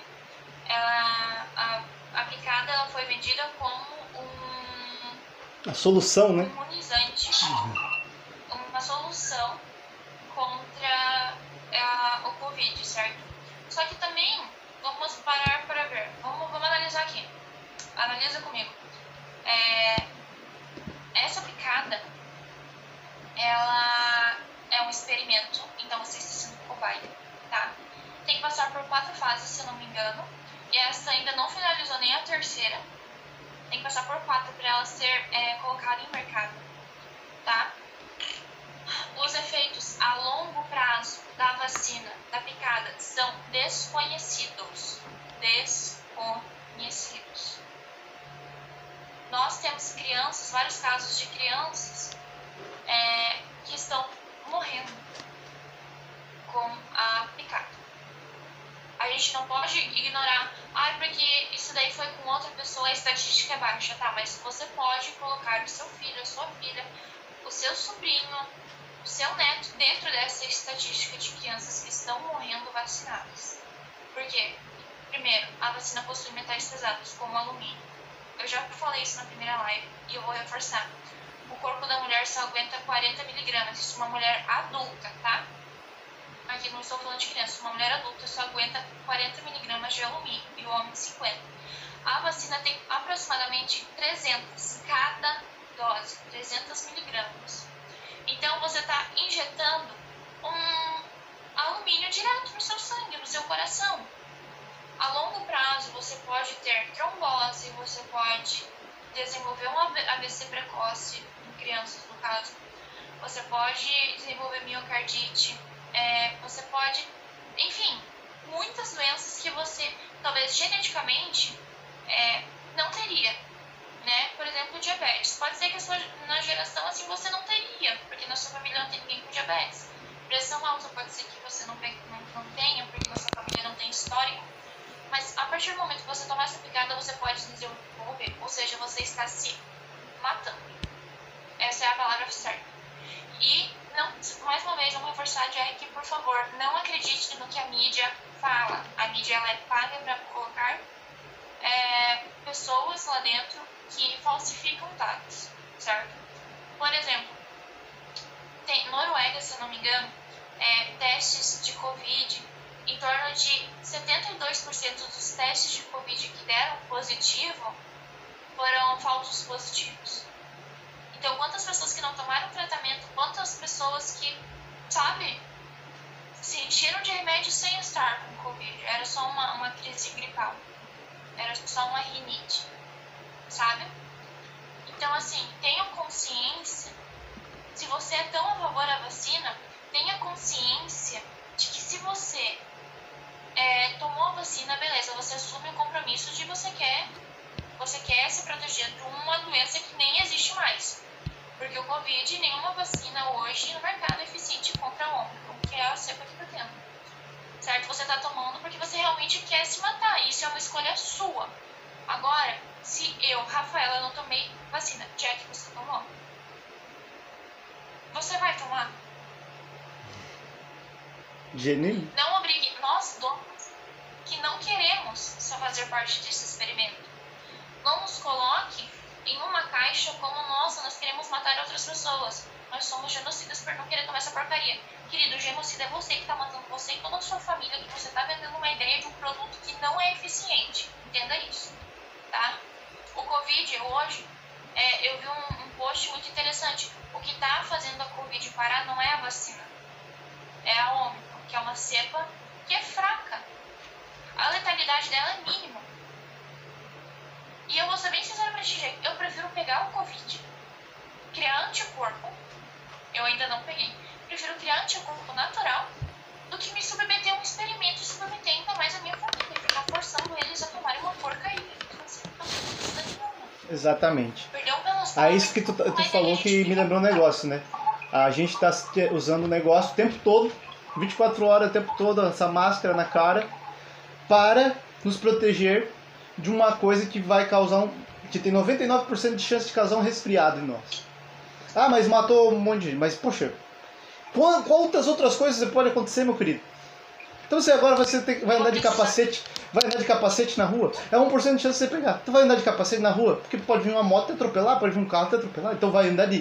a picada ela foi vendida como a solução, né? Imunizante, uma solução contra o Covid, certo? Só que também, vamos parar para ver, vamos analisar aqui. Analisa comigo. Essa picada, ela é um experimento, então você está sendo cobaia, tá? Tem que passar por 4 fases, se eu não me engano, e essa ainda não finalizou nem a terceira. Tem que passar por 4 para ela ser colocada em mercado, tá? Os efeitos a longo prazo da vacina, da picada, são desconhecidos. Desconhecidos. Nós temos crianças, vários casos de crianças que estão morrendo com a picada. A gente não pode ignorar, porque isso daí foi com outra pessoa, a estatística é baixa, tá? Mas você pode colocar o seu filho, a sua filha, o seu sobrinho, o seu neto dentro dessa estatística de crianças que estão morrendo vacinadas. Por quê? Primeiro, a vacina possui metais pesados, como alumínio. Eu já falei isso na primeira live e eu vou reforçar. O corpo da mulher só aguenta 40 miligramas. Isso é uma mulher adulta, tá? Aqui não estou falando de criança. Uma mulher adulta só aguenta 40 miligramas de alumínio e o homem 50. A vacina tem aproximadamente 300 cada dose. 300 miligramas. Então você está injetando um alumínio direto no seu sangue, no seu coração. A longo prazo você pode ter trombose, você pode desenvolver um AVC precoce, em crianças no caso. Você pode desenvolver miocardite, você pode, enfim, muitas doenças que você talvez geneticamente não teria, né? Por exemplo, diabetes. Pode ser que na geração assim você não teria, porque na sua família não tem ninguém com diabetes. Pressão alta pode ser que você não tenha, porque na sua família não tem histórico. Mas a partir do momento que você tomar essa picada, você pode desenvolver, ou seja, você está se matando. Essa é a palavra certa. E, não, mais uma vez, vamos reforçar, Jack, por favor, não acredite no que a mídia fala. A mídia ela é paga para colocar pessoas lá dentro que falsificam dados, certo? Por exemplo, tem Noruega, se eu não me engano, testes de Covid, em torno de 72% dos testes de Covid que deram positivo foram falsos positivos. Então, quantas pessoas que não tomaram tratamento, quantas pessoas que, sabe, se encheram de remédio sem estar com Covid. Era só uma crise gripal. Era só uma rinite, sabe? Então, assim, tenha consciência. Se você é tão a favor da vacina, tenha consciência de que se você tomou a vacina, beleza, você assume o compromisso de você quer se proteger de uma doença que nem existe mais. Porque o Covid, nenhuma vacina hoje no mercado é eficiente contra a Ômicron, que é a cepa que está tendo. Certo? Você está tomando porque você realmente quer se matar. Isso é uma escolha sua. Agora, se eu, Rafaela, não tomei vacina, Jack, você tomou? Você vai tomar? Genuíno? Não obrigue nós, donos, que não queremos só fazer parte desse experimento. Não nos coloque em uma caixa como, nossa, nós queremos matar outras pessoas. Nós somos genocidas por não querer tomar essa porcaria. Querido, o genocida é você que está matando você e toda a sua família, que você está vendendo uma ideia de um produto que não é eficiente. Entenda isso, tá? O Covid, hoje, eu vi um post muito interessante. O que está fazendo a Covid parar não é a vacina. É a Ômicron, que é uma cepa que é fraca. A letalidade dela é mínima. E eu vou ser bem sincera pra ti, eu prefiro pegar o Covid, criar anticorpo, eu ainda não peguei, prefiro criar anticorpo natural do que me submeter a um experimento e submeter ainda mais a minha família e ficar forçando eles a tomarem uma porcaria. Exatamente. Perdão pelas Aí isso que tu falou que me lembrou um negócio, né? A gente tá usando o negócio o tempo todo, 24 horas o tempo todo, essa máscara na cara, para nos proteger de uma coisa que vai causar que tem 99% de chance de causar um resfriado em nós. Ah, mas matou um monte de gente. Mas, poxa, quantas outras coisas pode acontecer, meu querido? Então você agora vai andar de capacete na rua, é 1% de chance de você pegar. Tu vai andar de capacete na rua, porque pode vir uma moto te atropelar, pode vir um carro te atropelar. Então vai andar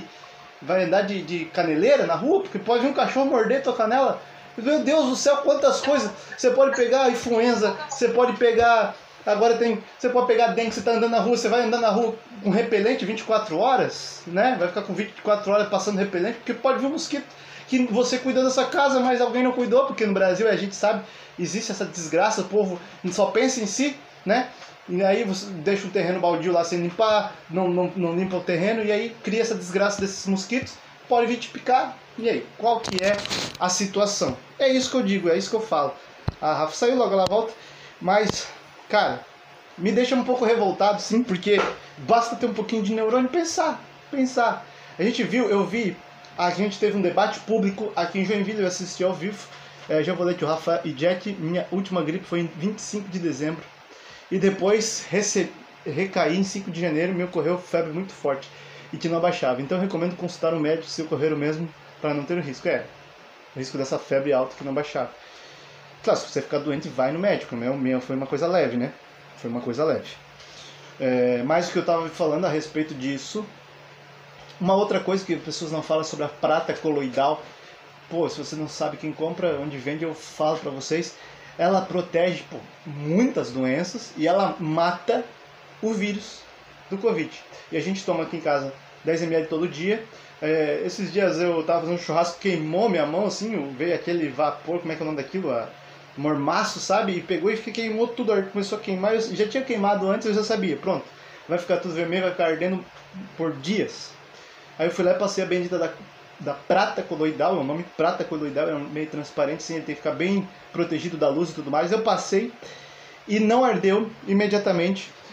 de caneleira na rua, porque pode vir um cachorro morder tua canela. Meu Deus do céu, quantas coisas. Você pode pegar influenza, você pode pegar... Agora você pode pegar dengue, você está andando na rua, você vai andar na rua com repelente 24 horas, né? Vai ficar com 24 horas passando repelente, porque pode vir um mosquito que você cuidou da sua casa, mas alguém não cuidou, porque no Brasil a gente sabe, existe essa desgraça, o povo só pensa em si, né? E aí você deixa um terreno baldio lá sem limpar, não limpa o terreno, e aí cria essa desgraça desses mosquitos, pode vir te picar. E aí, qual que é a situação? É isso que eu digo, é isso que eu falo. A Rafa saiu, logo ela volta, mas... Cara, me deixa um pouco revoltado, sim, porque basta ter um pouquinho de neurônio e pensar. A gente a gente teve um debate público aqui em Joinville, eu assisti ao vivo, já falei que o Rafa e Jack, minha última gripe foi em 25 de dezembro, e depois recaí em 5 de janeiro, me ocorreu febre muito forte, e que não abaixava. Então eu recomendo consultar um médico se ocorrer o mesmo, para não ter o risco. O risco dessa febre alta que não baixava. Claro, se você ficar doente, vai no médico. O meu foi uma coisa leve, né? Foi uma coisa leve. Mas o que eu estava falando a respeito disso... Uma outra coisa que as pessoas não falam sobre a prata coloidal... Pô, se você não sabe quem compra, onde vende, eu falo pra vocês. Ela protege muitas doenças e ela mata o vírus do Covid. E a gente toma aqui em casa 10 ml todo dia. Esses dias eu tava fazendo um churrasco, queimou minha mão, assim, veio aquele vapor, como é que é o nome daquilo? Mormaço, sabe? E pegou e queimou tudo, começou a queimar. Eu já tinha queimado antes, eu já sabia, pronto. Vai ficar tudo vermelho, vai ficar ardendo por dias. Aí eu fui lá e passei a bendita da prata coloidal, o nome prata coloidal é meio transparente, assim, ele tem que ficar bem protegido da luz e tudo mais. Eu passei e não ardeu imediatamente.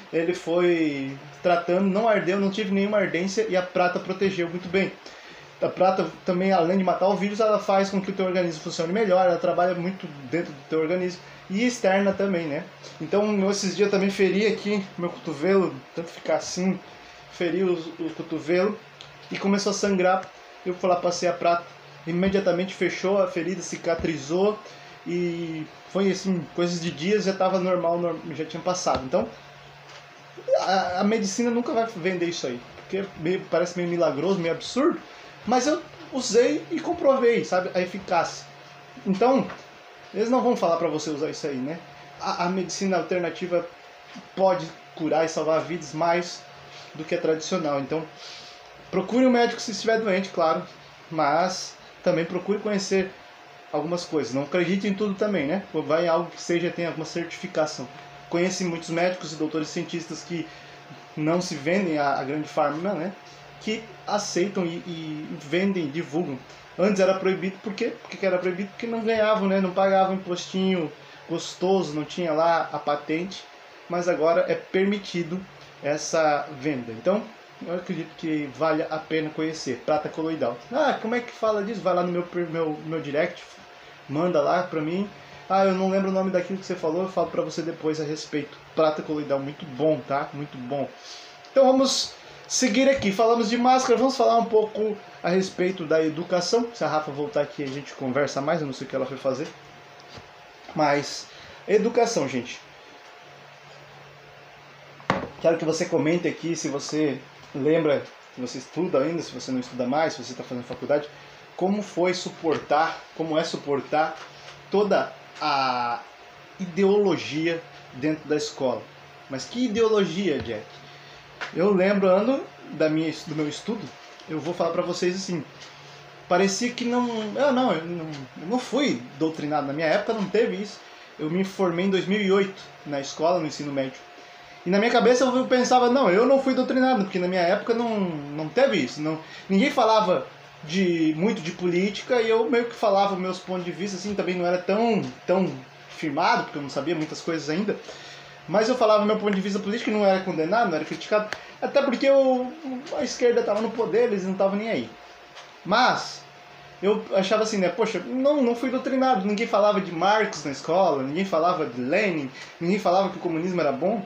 ele foi tratando, não ardeu, não tive nenhuma ardência e a prata protegeu muito bem. A prata também, além de matar o vírus, ela faz com que o teu organismo funcione melhor, ela trabalha muito dentro do teu organismo e externa também, né? Então, esses dias eu também feri aqui meu cotovelo, tanto ficar assim, feri o cotovelo e começou a sangrar. Eu fui lá, passei a prata, imediatamente fechou a ferida, cicatrizou e foi assim, coisas de dias, já estava normal, já tinha passado. Então, a medicina nunca vai vender isso aí, porque parece meio milagroso, meio absurdo, mas eu usei e comprovei, sabe, a eficácia. Então, eles não vão falar para você usar isso aí, né? A medicina alternativa pode curar e salvar vidas mais do que a tradicional. Então, procure um médico se estiver doente, claro, mas também procure conhecer algumas coisas. Não acredite em tudo também, né? Vai em algo que tenha alguma certificação. Conheci muitos médicos e doutores cientistas que não se vendem a grande farma, né? Que aceitam e vendem, divulgam. Antes era proibido, por quê? Por que era proibido? Porque não ganhavam, né? Não pagavam impostinho gostoso, não tinha lá a patente, mas agora é permitido essa venda. Então, eu acredito que vale a pena conhecer. Prata coloidal. Ah, como é que fala disso? Vai lá no meu direct, manda lá pra mim. Ah, eu não lembro o nome daquilo que você falou, eu falo pra você depois a respeito. Prata coloidal, muito bom, tá? Muito bom. Então vamos seguir aqui. Falamos de máscara, vamos falar um pouco a respeito da educação. Se a Rafa voltar aqui a gente conversa mais, eu não sei o que ela foi fazer. Mas, educação, gente. Quero que você comente aqui se você lembra, se você estuda ainda, se você não estuda mais, se você está fazendo faculdade, como é suportar toda a ideologia dentro da escola. Mas que ideologia, Jack? Eu lembro do meu estudo, eu vou falar para vocês assim, parecia que eu não fui doutrinado, na minha época não teve isso. Eu me formei em 2008 na escola, no ensino médio. E na minha cabeça eu pensava, não, eu não fui doutrinado, porque na minha época não teve isso. Ninguém falava muito de política e eu meio que falava meus pontos de vista, assim, também não era tão firmado, porque eu não sabia muitas coisas ainda. Mas eu falava meu ponto de vista político e não era condenado, não era criticado, até porque a esquerda estava no poder, eles não estavam nem aí. Mas eu achava assim, né, poxa, não fui doutrinado, ninguém falava de Marx na escola, ninguém falava de Lenin, ninguém falava que o comunismo era bom.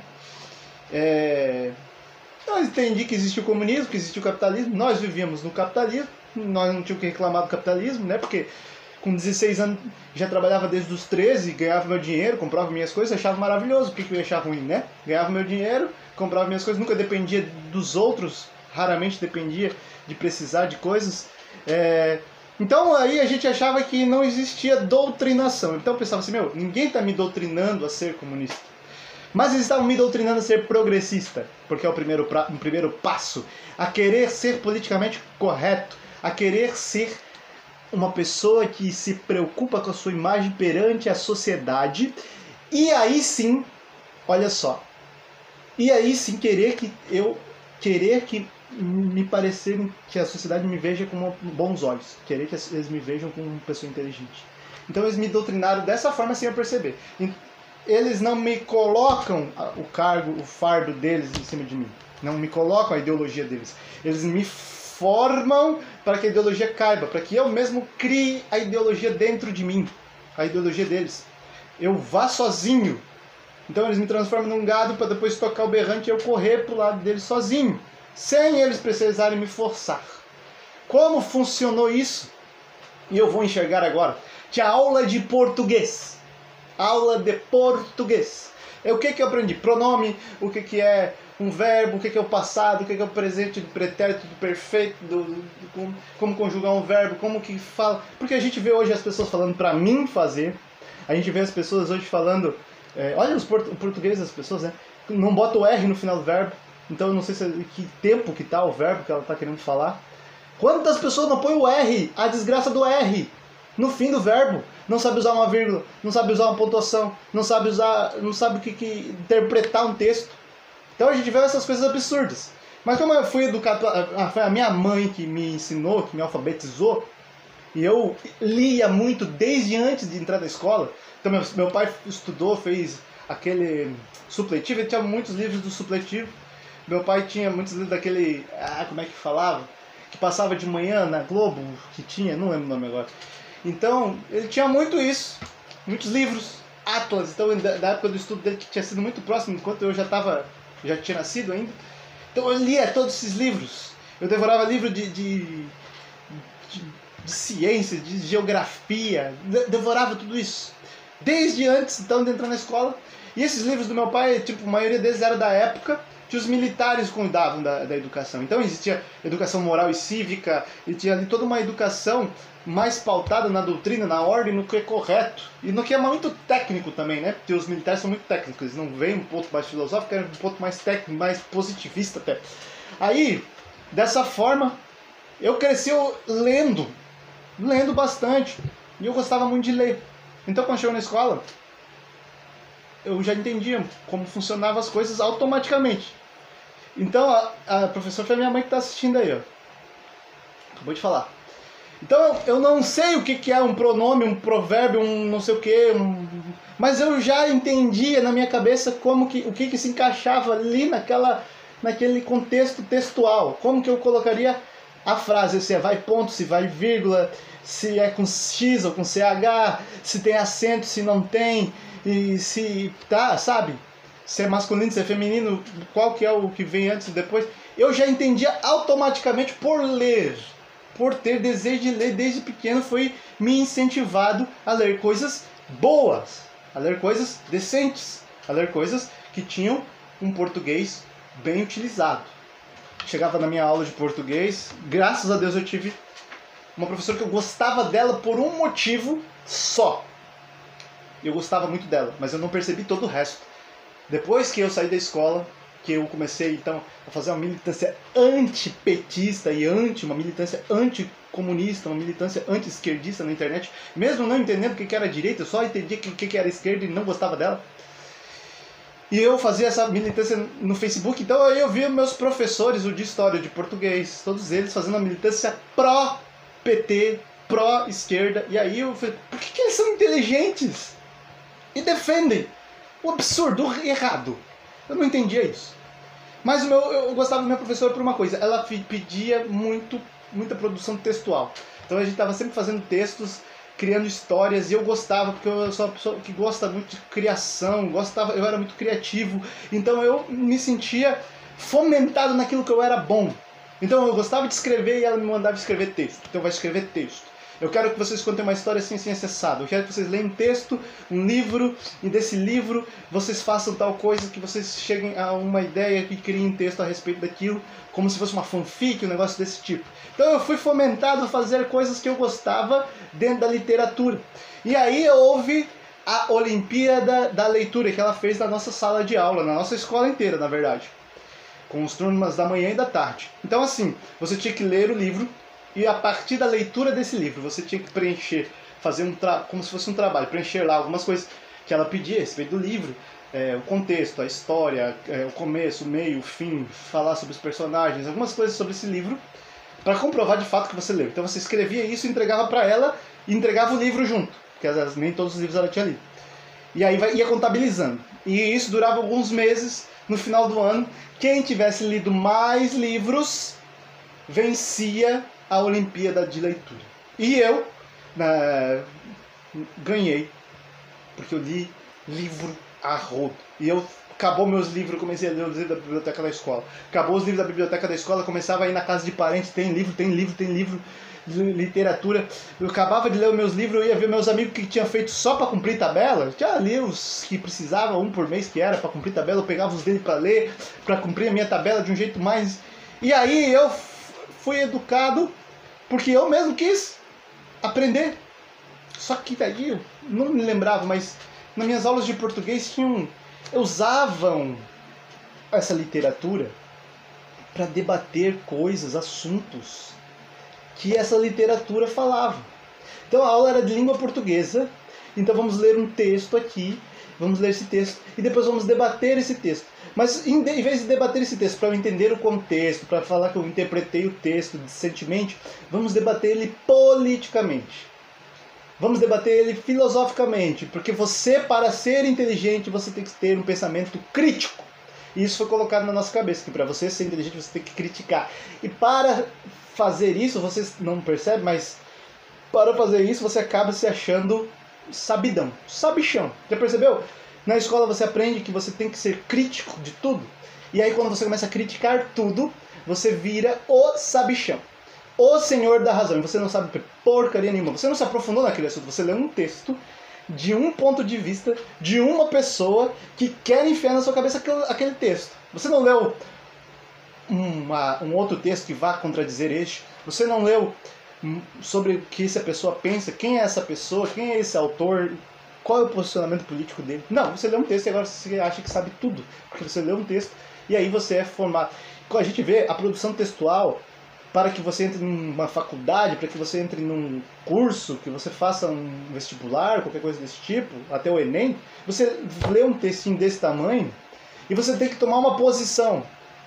Eu entendi que existia o comunismo, que existia o capitalismo, nós vivíamos no capitalismo, nós não tínhamos que reclamar do capitalismo, né, porque com 16 anos já trabalhava desde os 13, ganhava meu dinheiro, comprava minhas coisas, achava maravilhoso. Por que eu ia achar ruim, né? Ganhava meu dinheiro, comprava minhas coisas, nunca dependia dos outros, raramente dependia de precisar de coisas. Então aí a gente achava que não existia doutrinação. Então eu pensava assim, ninguém está me doutrinando a ser comunista. Mas eles estavam me doutrinando a ser progressista, porque é o primeiro passo, a querer ser politicamente correto, a querer ser uma pessoa que se preocupa com a sua imagem perante a sociedade, e aí sim, olha só, e aí sim querer que me parecer que a sociedade me veja com bons olhos, querer que eles me vejam como uma pessoa inteligente. Então eles me doutrinaram dessa forma sem eu perceber. Eles não me colocam o fardo deles em cima de mim, não me colocam a ideologia deles, eles me formam para que a ideologia caiba, para que eu mesmo crie a ideologia dentro de mim, a ideologia deles. Eu vá sozinho. Então eles me transformam num gado para depois tocar o berrante e eu correr pro lado deles sozinho, sem eles precisarem me forçar. Como funcionou isso? E eu vou enxergar agora. Tinha aula de português. Aula de português. O que eu aprendi? Pronome, o que é um verbo, o que é o passado, o que é o presente, do pretérito, do perfeito, como conjugar um verbo, como que fala. Porque a gente vê hoje as pessoas falando pra mim fazer, a gente vê as pessoas hoje falando, olha o português das pessoas, né? Não bota o R no final do verbo, então eu não sei que tempo que tá o verbo que ela tá querendo falar. Quantas pessoas não põem o R, a desgraça do R, no fim do verbo? Não sabe usar uma vírgula, não sabe usar uma pontuação, não sabe interpretar um texto. Então a gente vê essas coisas absurdas. Mas como eu fui educado, foi a minha mãe que me ensinou, que me alfabetizou, e eu lia muito desde antes de entrar na escola. Então meu pai estudou, fez aquele supletivo, ele tinha muitos livros do supletivo. Meu pai tinha muitos livros daquele, como é que falava? Que passava de manhã na Globo, que tinha, não lembro o nome agora. Então, ele tinha muito isso, muitos livros, Atlas. Então, da época do estudo dele, que tinha sido muito próximo, enquanto eu já tinha nascido ainda. Então, eu lia todos esses livros. Eu devorava livro de ciência, de geografia, devorava tudo isso. Desde antes, então, de entrar na escola. E esses livros do meu pai, tipo, a maioria deles era da época que os militares cuidavam da educação. Então existia educação moral e cívica, e tinha ali toda uma educação mais pautada na doutrina, na ordem, no que é correto. E no que é muito técnico também, né? Porque os militares são muito técnicos, eles não veem um ponto mais filosófico, é um ponto mais técnico, mais positivista até. Aí, dessa forma, eu cresci lendo bastante. E eu gostava muito de ler. Então, quando chegou na escola, eu já entendia como funcionavam as coisas automaticamente. Então, a professora foi minha mãe que está assistindo aí, ó. Acabou de falar. Então, eu não sei o que é um pronome, um provérbio, um não sei o que, mas eu já entendia na minha cabeça o que se encaixava ali naquele contexto textual. Como que eu colocaria a frase, se vai ponto, se vai vírgula, se é com X ou com CH, se tem acento, se não tem, e se tá, sabe? Se é masculino, se é feminino, qual que é o que vem antes e depois. Eu já entendia automaticamente por ler, por ter desejo de ler desde pequeno, foi me incentivado a ler coisas boas, a ler coisas decentes, a ler coisas que tinham um português bem utilizado. Chegava na minha aula de português, graças a Deus eu tive uma professora que eu gostava dela por um motivo só. Eu gostava muito dela, mas eu não percebi todo o resto. Depois que eu saí da escola, que eu comecei então a fazer uma militância antipetista e uma militância anticomunista, uma militância anti-esquerdista na internet, mesmo não entendendo o que era direita, eu só entendia o que era esquerda e não gostava dela. E eu fazia essa militância no Facebook, então eu via meus professores, o de história, de português, todos eles fazendo uma militância pró-PT, pró-esquerda. E aí eu falei, por que eles são inteligentes? E defendem o absurdo, o errado. Eu não entendia isso. Mas eu gostava da minha professora por uma coisa, ela pedia muita produção textual. Então a gente estava sempre fazendo textos, criando histórias, e eu gostava, porque eu sou uma pessoa que gosta muito de criação, eu era muito criativo, então eu me sentia fomentado naquilo que eu era bom. Então eu gostava de escrever e ela me mandava escrever texto, então vai escrever texto. Eu quero que vocês contem uma história assim, assim, acessada. Eu quero que vocês leiam um texto, um livro, e desse livro vocês façam tal coisa, que vocês cheguem a uma ideia e criem um texto a respeito daquilo, como se fosse uma fanfic, um negócio desse tipo. Então eu fui fomentado a fazer coisas que eu gostava dentro da literatura. E aí houve a Olimpíada da Leitura, que ela fez na nossa sala de aula, na nossa escola inteira, na verdade. Com os turmas da manhã e da tarde. Então assim, você tinha que ler o livro, e a partir da leitura desse livro, você tinha que preencher, fazer como se fosse um trabalho, preencher lá algumas coisas que ela pedia a respeito do livro, o contexto, a história, o começo, o meio, o fim, falar sobre os personagens, algumas coisas sobre esse livro, para comprovar de fato que você leu. Então você escrevia isso, entregava para ela e entregava o livro junto, porque nem todos os livros ela tinha lido. E aí ia contabilizando. E isso durava alguns meses. No final do ano, quem tivesse lido mais livros vencia a Olimpíada de Leitura. E eu ganhei, porque eu li livro a rodo. E acabou meus livros, eu comecei a ler os livros da biblioteca da escola. Acabou os livros da biblioteca da escola, eu começava a ir na casa de parentes, tem livro de literatura. Eu acabava de ler os meus livros, eu ia ver meus amigos que tinham feito só para cumprir tabela. Já li os que precisava, um por mês que era para cumprir tabela, eu pegava os dele para ler, para cumprir a minha tabela de um jeito mais... E aí eu fui educado porque eu mesmo quis aprender. Só que daí eu não me lembrava, mas nas minhas aulas de português usavam essa literatura para debater coisas, assuntos que essa literatura falava. Então a aula era de língua portuguesa, então vamos ler um texto aqui, vamos ler esse texto e depois vamos debater esse texto. Mas em vez de debater esse texto para eu entender o contexto, para falar que eu interpretei o texto decentemente, vamos debater ele politicamente. Vamos debater ele filosoficamente, porque você, para ser inteligente, você tem que ter um pensamento crítico. E isso foi colocado na nossa cabeça, que para você ser inteligente, você tem que criticar. E para fazer isso, você não percebe, mas para fazer isso, você acaba se achando sabidão, sabichão. Já percebeu? Na escola você aprende que você tem que ser crítico de tudo. E aí quando você começa a criticar tudo, você vira o sabichão. O senhor da razão. E você não sabe porcaria nenhuma. Você não se aprofundou naquele assunto. Você leu um texto de um ponto de vista de uma pessoa que quer enfiar na sua cabeça aquele texto. Você não leu um outro texto que vá contradizer este. Você não leu sobre o que essa pessoa pensa, quem é essa pessoa, quem é esse autor, qual é o posicionamento político dele. Não, você lê um texto e agora você acha que sabe tudo. Porque você lê um texto e aí você é formado. Quando a gente vê a produção textual, para que você entre numa faculdade, para que você entre num curso, que você faça um vestibular, qualquer coisa desse tipo, até o Enem, você lê um textinho desse tamanho e você tem que tomar uma posição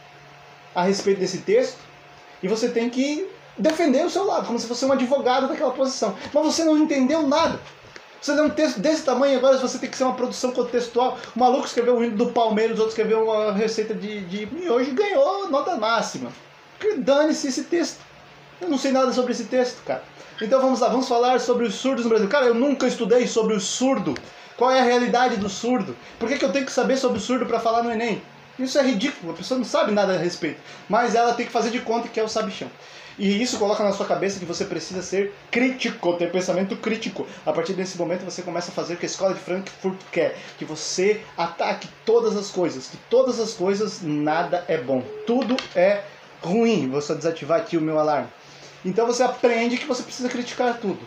a respeito desse texto e você tem que defender o seu lado, como se fosse um advogado daquela posição. Mas você não entendeu nada. Você lê um texto desse tamanho e agora você tem que ser uma produção contextual. O maluco escreveu o hino do Palmeiras, o outro escreveu uma receita de miojo e ganhou nota máxima. Dane-se esse texto. Eu não sei nada sobre esse texto, cara. Então vamos lá, vamos falar sobre os surdos no Brasil. Cara, eu nunca estudei sobre o surdo. Qual é a realidade do surdo? Por que eu tenho que saber sobre o surdo para falar no Enem? Isso é ridículo, a pessoa não sabe nada a respeito. Mas ela tem que fazer de conta que é o sabichão. E isso coloca na sua cabeça que você precisa ser crítico, ter pensamento crítico. A partir desse momento você começa a fazer o que a escola de Frankfurt quer. Que você ataque todas as coisas. Que todas as coisas, nada é bom. Tudo é ruim. Vou só desativar aqui o meu alarme. Então você aprende que você precisa criticar tudo.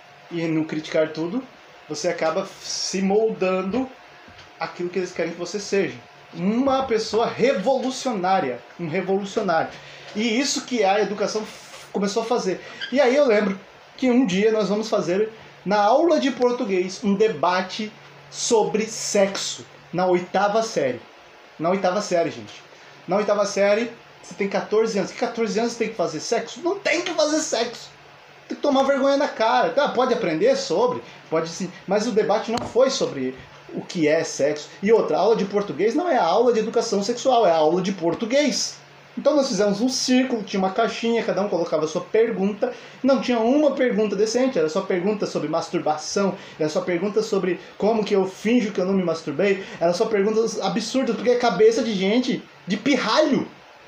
E no criticar tudo, você acaba se moldando aquilo que eles querem que você seja. Uma pessoa revolucionária. Um revolucionário. E isso que a educação começou a fazer. E aí eu lembro que um dia nós vamos fazer, na aula de português, um debate sobre sexo. Na 8ª série. Na 8ª série, gente. Na 8ª série, você tem 14 anos. Que 14 anos você tem que fazer sexo? Não tem que fazer sexo. Tem que tomar vergonha na cara. Tá, pode aprender sobre, pode sim. Mas o debate não foi sobre o que é sexo. E outra, a aula de português não é a aula de educação sexual, é a aula de português. Então nós fizemos um círculo, tinha uma caixinha, cada um colocava a sua pergunta. Não tinha uma pergunta decente, era só pergunta sobre masturbação, era só pergunta sobre como que eu finjo que eu não me masturbei, era só perguntas absurdas, porque é cabeça de gente, de pirralho.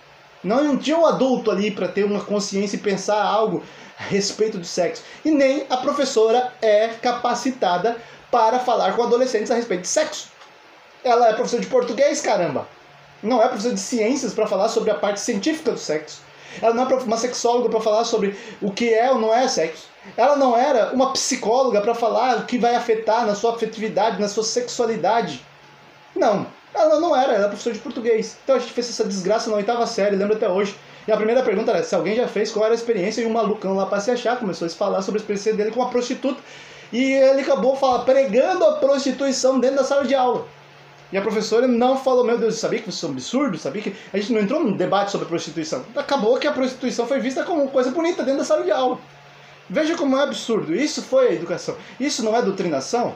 Não tinha um adulto ali para ter uma consciência e pensar algo a respeito do sexo. E nem a professora é capacitada para falar com adolescentes a respeito de sexo. Ela é professora de português, caramba. Não é professora de ciências para falar sobre a parte científica do sexo. Ela não é uma sexóloga para falar sobre o que é ou não é sexo. Ela não era uma psicóloga para falar o que vai afetar na sua afetividade, na sua sexualidade. Não, ela não era, ela era professora de português. Então a gente fez essa desgraça na 8ª série, lembro até hoje. E a primeira pergunta era se alguém já fez, qual era a experiência, e um malucão lá para se achar começou a falar sobre a experiência dele com uma prostituta. E ele acabou pregando a prostituição dentro da sala de aula. E a professora não falou, meu Deus, sabia que isso é um absurdo? Sabia que... A gente não entrou num debate sobre prostituição. Acabou que a prostituição foi vista como coisa bonita dentro da sala de aula. Veja como é absurdo. Isso foi a educação. Isso não é doutrinação?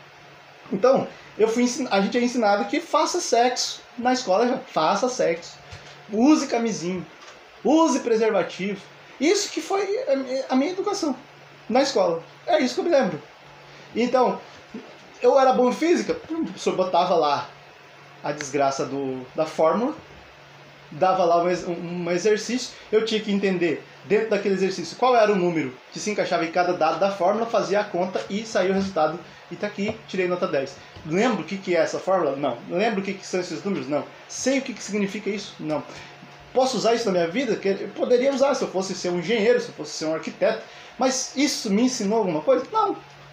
Então, a gente é ensinado que faça sexo. Na escola já faça sexo. Use camisinha. Use preservativo. Isso que foi a minha educação na escola. É isso que eu me lembro. Então... Eu era bom em física, o professor botava lá a desgraça da fórmula, dava lá um exercício, eu tinha que entender dentro daquele exercício qual era o número que se encaixava em cada dado da fórmula, fazia a conta e saiu o resultado. E tá aqui, tirei nota 10. Lembro o que é essa fórmula? Não. Lembro o que são esses números? Não. Sei o que significa isso? Não. Posso usar isso na minha vida? Eu poderia usar se eu fosse ser um engenheiro, se eu fosse ser um arquiteto, mas isso me ensinou alguma coisa? Não.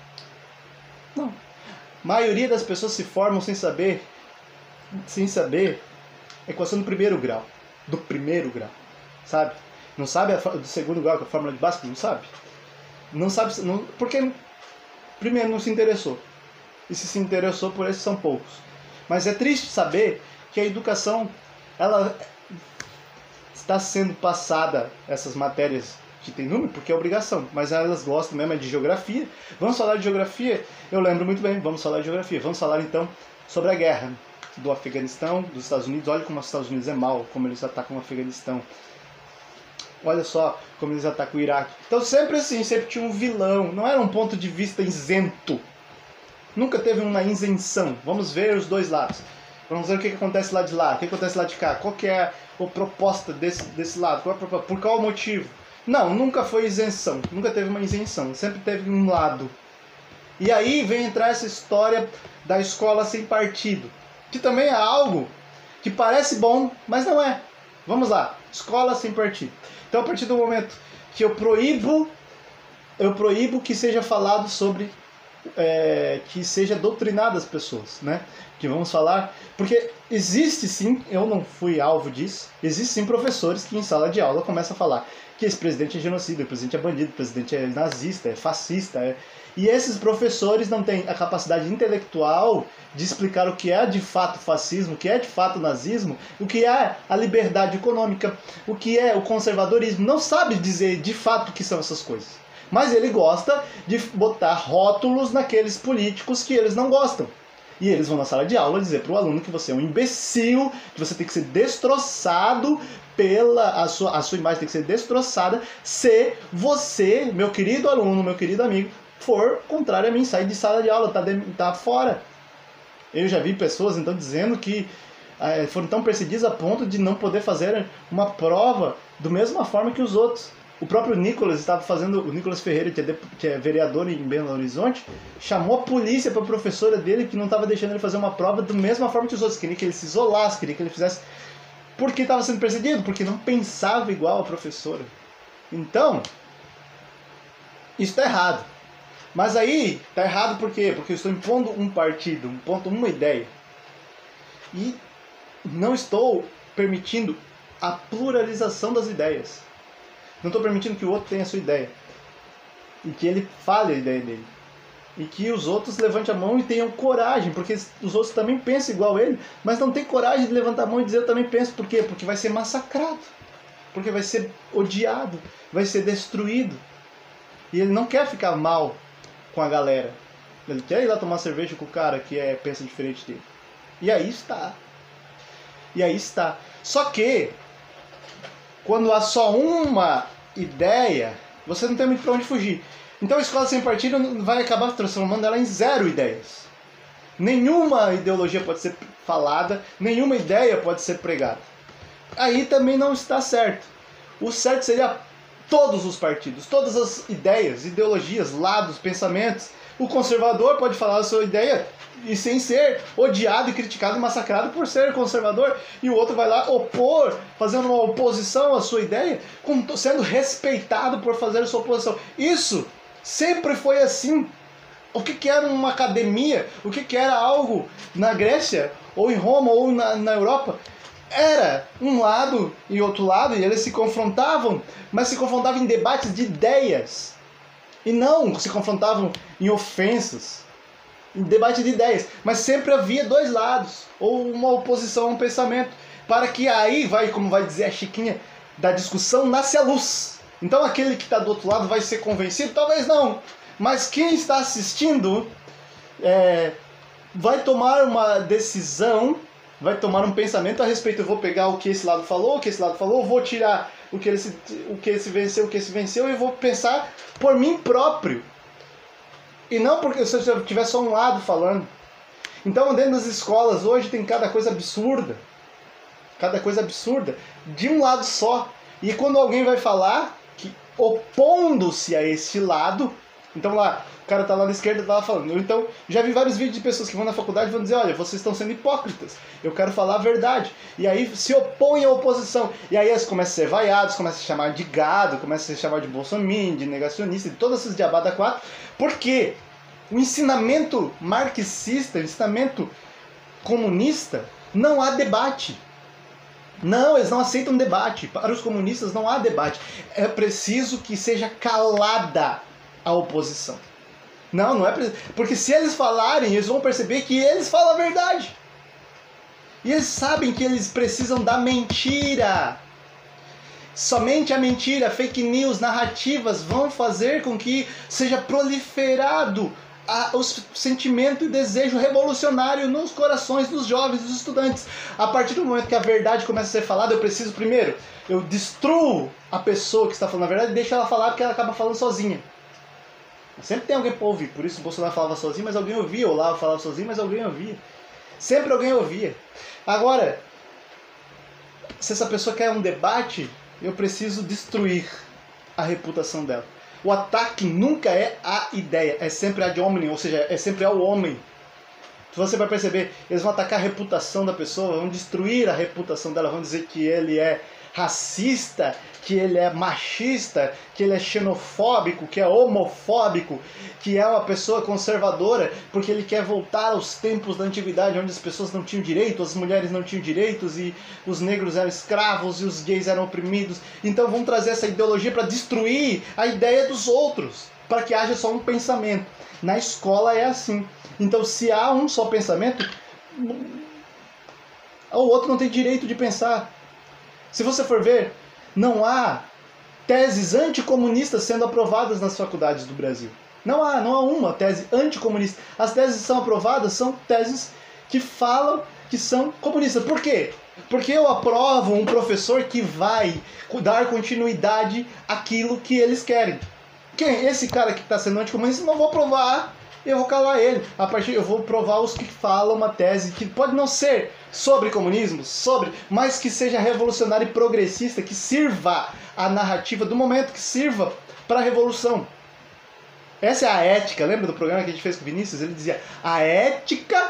Não. A maioria das pessoas se formam sem saber a equação do primeiro grau. Do primeiro grau, sabe? Não sabe do segundo grau, que é a fórmula de Bhaskara? Não sabe. Não sabe, porque primeiro não se interessou. E se interessou, por esses são poucos. Mas é triste saber que a educação, ela está sendo passada, essas matérias que tem número porque é obrigação, mas elas gostam mesmo de geografia. Vamos falar de geografia? Eu lembro muito bem, vamos falar de geografia. Vamos falar então sobre a guerra do Afeganistão, dos Estados Unidos. Olha como os Estados Unidos é mal, como eles atacam o Afeganistão. Olha só como eles atacam o Iraque. Então sempre assim, sempre tinha um vilão, não era um ponto de vista isento. Nunca teve uma isenção. Vamos ver os dois lados. Vamos ver o que acontece lá de lá, o que acontece lá de cá. Qual que é a proposta desse lado? Por qual motivo? Não, nunca foi isenção. Nunca teve uma isenção. Sempre teve um lado. E aí vem entrar essa história da escola sem partido. Que também é algo que parece bom, mas não é. Vamos lá. Escola sem partido. Então a partir do momento que eu proíbo que seja falado sobre... que seja doutrinado as pessoas, né? Que vamos falar, porque existe sim, eu não fui alvo disso, existem sim professores que em sala de aula começam a falar que esse presidente é genocida, o presidente é bandido, o presidente é nazista, é fascista, e esses professores não têm a capacidade intelectual de explicar o que é de fato fascismo, o que é de fato nazismo, o que é a liberdade econômica, o que é o conservadorismo, não sabe dizer de fato o que são essas coisas. Mas ele gosta de botar rótulos naqueles políticos que eles não gostam. E eles vão na sala de aula dizer para o aluno que você é um imbecil, que você tem que ser destroçado a sua imagem tem que ser destroçada se você, meu querido aluno, meu querido amigo, for contrário a mim, sair de sala de aula, tá fora. Eu já vi pessoas então dizendo que foram tão perseguidos a ponto de não poder fazer uma prova da mesma forma que os outros. O próprio Nicolas estava fazendo, o Nicolas Ferreira, que é vereador em Belo Horizonte, chamou a polícia para a professora dele que não estava deixando ele fazer uma prova da mesma forma que os outros. Queria que ele se isolasse, queria que ele fizesse... Porque estava sendo perseguido, porque não pensava igual a professora. Então, isso está errado. Mas aí, está errado por quê? Porque eu estou impondo um partido, uma ideia. E não estou permitindo a pluralização das ideias. Não estou permitindo que o outro tenha a sua ideia. E que ele fale a ideia dele. E que os outros levantem a mão e tenham coragem. Porque os outros também pensam igual ele. Mas não tem coragem de levantar a mão e dizer eu também penso. Por quê? Porque vai ser massacrado. Porque vai ser odiado. Vai ser destruído. E ele não quer ficar mal com a galera. Ele quer ir lá tomar cerveja com o cara que pensa diferente dele. E aí está. Só que... quando há só uma ideia, você não tem muito para onde fugir. Então a escola sem partido vai acabar transformando ela em 0 ideias. Nenhuma ideologia pode ser falada, nenhuma ideia pode ser pregada. Aí também não está certo. O certo seria todos os partidos, todas as ideias, ideologias, lados, pensamentos. O conservador pode falar a sua ideia e sem ser odiado e criticado e massacrado por ser conservador, e o outro vai lá fazendo uma oposição à sua ideia, sendo respeitado por fazer a sua oposição. Isso sempre foi assim. O que era uma academia, o que era algo na Grécia, ou em Roma, ou na Europa, era um lado e outro lado, e eles se confrontavam, mas se confrontavam em debates de ideias, e não se confrontavam em ofensas. Debate de ideias, mas sempre havia 2 lados, ou uma oposição a um pensamento, para que aí como vai dizer a Chiquinha, da discussão nasce a luz. Então aquele que está do outro lado vai ser convencido? Talvez não, mas quem está assistindo vai tomar uma decisão, vai tomar um pensamento a respeito. Eu vou pegar o que esse lado falou, vou tirar o que esse venceu, e vou pensar por mim próprio. E não porque se eu tiver só um lado falando. Então dentro das escolas hoje tem cada coisa absurda. De um lado só. E quando alguém vai falar que opondo-se a esse lado, então lá, o cara tá lá na esquerda, tá lá falando. Então, já vi vários vídeos de pessoas que vão na faculdade e vão dizer, olha, vocês estão sendo hipócritas, eu quero falar a verdade. E aí se opõem à oposição. E aí eles começam a ser vaiados, começam a se chamar de gado, começam a se chamar de bolsominion, de negacionista, de todas essas diabadas 4. Por quê? O ensinamento marxista, o ensinamento comunista, não há debate. Não, eles não aceitam debate. Para os comunistas não há debate. É preciso que seja calada a oposição. Não é preciso. Porque se eles falarem, eles vão perceber que eles falam a verdade. E eles sabem que eles precisam da mentira. Somente a mentira, fake news, narrativas vão fazer com que seja proliferado o sentimento e desejo revolucionário nos corações dos jovens, dos estudantes. A partir do momento que a verdade começa a ser falada, eu preciso primeiro, eu destruo a pessoa que está falando a verdade e deixo ela falar porque ela acaba falando sozinha. Sempre tem alguém para ouvir, por isso o Bolsonaro falava sozinho, mas alguém ouvia, o Olavo falava sozinho, mas alguém ouvia. Sempre alguém ouvia. Agora, se essa pessoa quer um debate, eu preciso destruir a reputação dela. O ataque nunca é a ideia, é sempre ad hominem, ou seja, é sempre ao homem. Você vai perceber, eles vão atacar a reputação da pessoa, vão destruir a reputação dela, vão dizer que ele é racista, que ele é machista, que ele é xenofóbico, que é homofóbico, que é uma pessoa conservadora, porque ele quer voltar aos tempos da antiguidade, onde as pessoas não tinham direito, as mulheres não tinham direitos, e os negros eram escravos, e os gays eram oprimidos. Então vão trazer essa ideologia para destruir a ideia dos outros, para que haja só um pensamento. Na escola é assim. Então se há um só pensamento, o outro não tem direito de pensar. Se você for ver, não há teses anticomunistas sendo aprovadas nas faculdades do Brasil. Não há uma tese anticomunista. As teses que são aprovadas são teses que falam que são comunistas. Por quê? Porque eu aprovo um professor que vai dar continuidade àquilo que eles querem. Esse cara que está sendo anticomunista, não vou aprovar. Eu vou calar ele. Eu vou provar os que falam uma tese que pode não ser sobre comunismo, mas que seja revolucionária e progressista, que sirva a narrativa do momento, que sirva para a revolução. Essa é a ética. Lembra do programa que a gente fez com o Vinícius? Ele dizia, a ética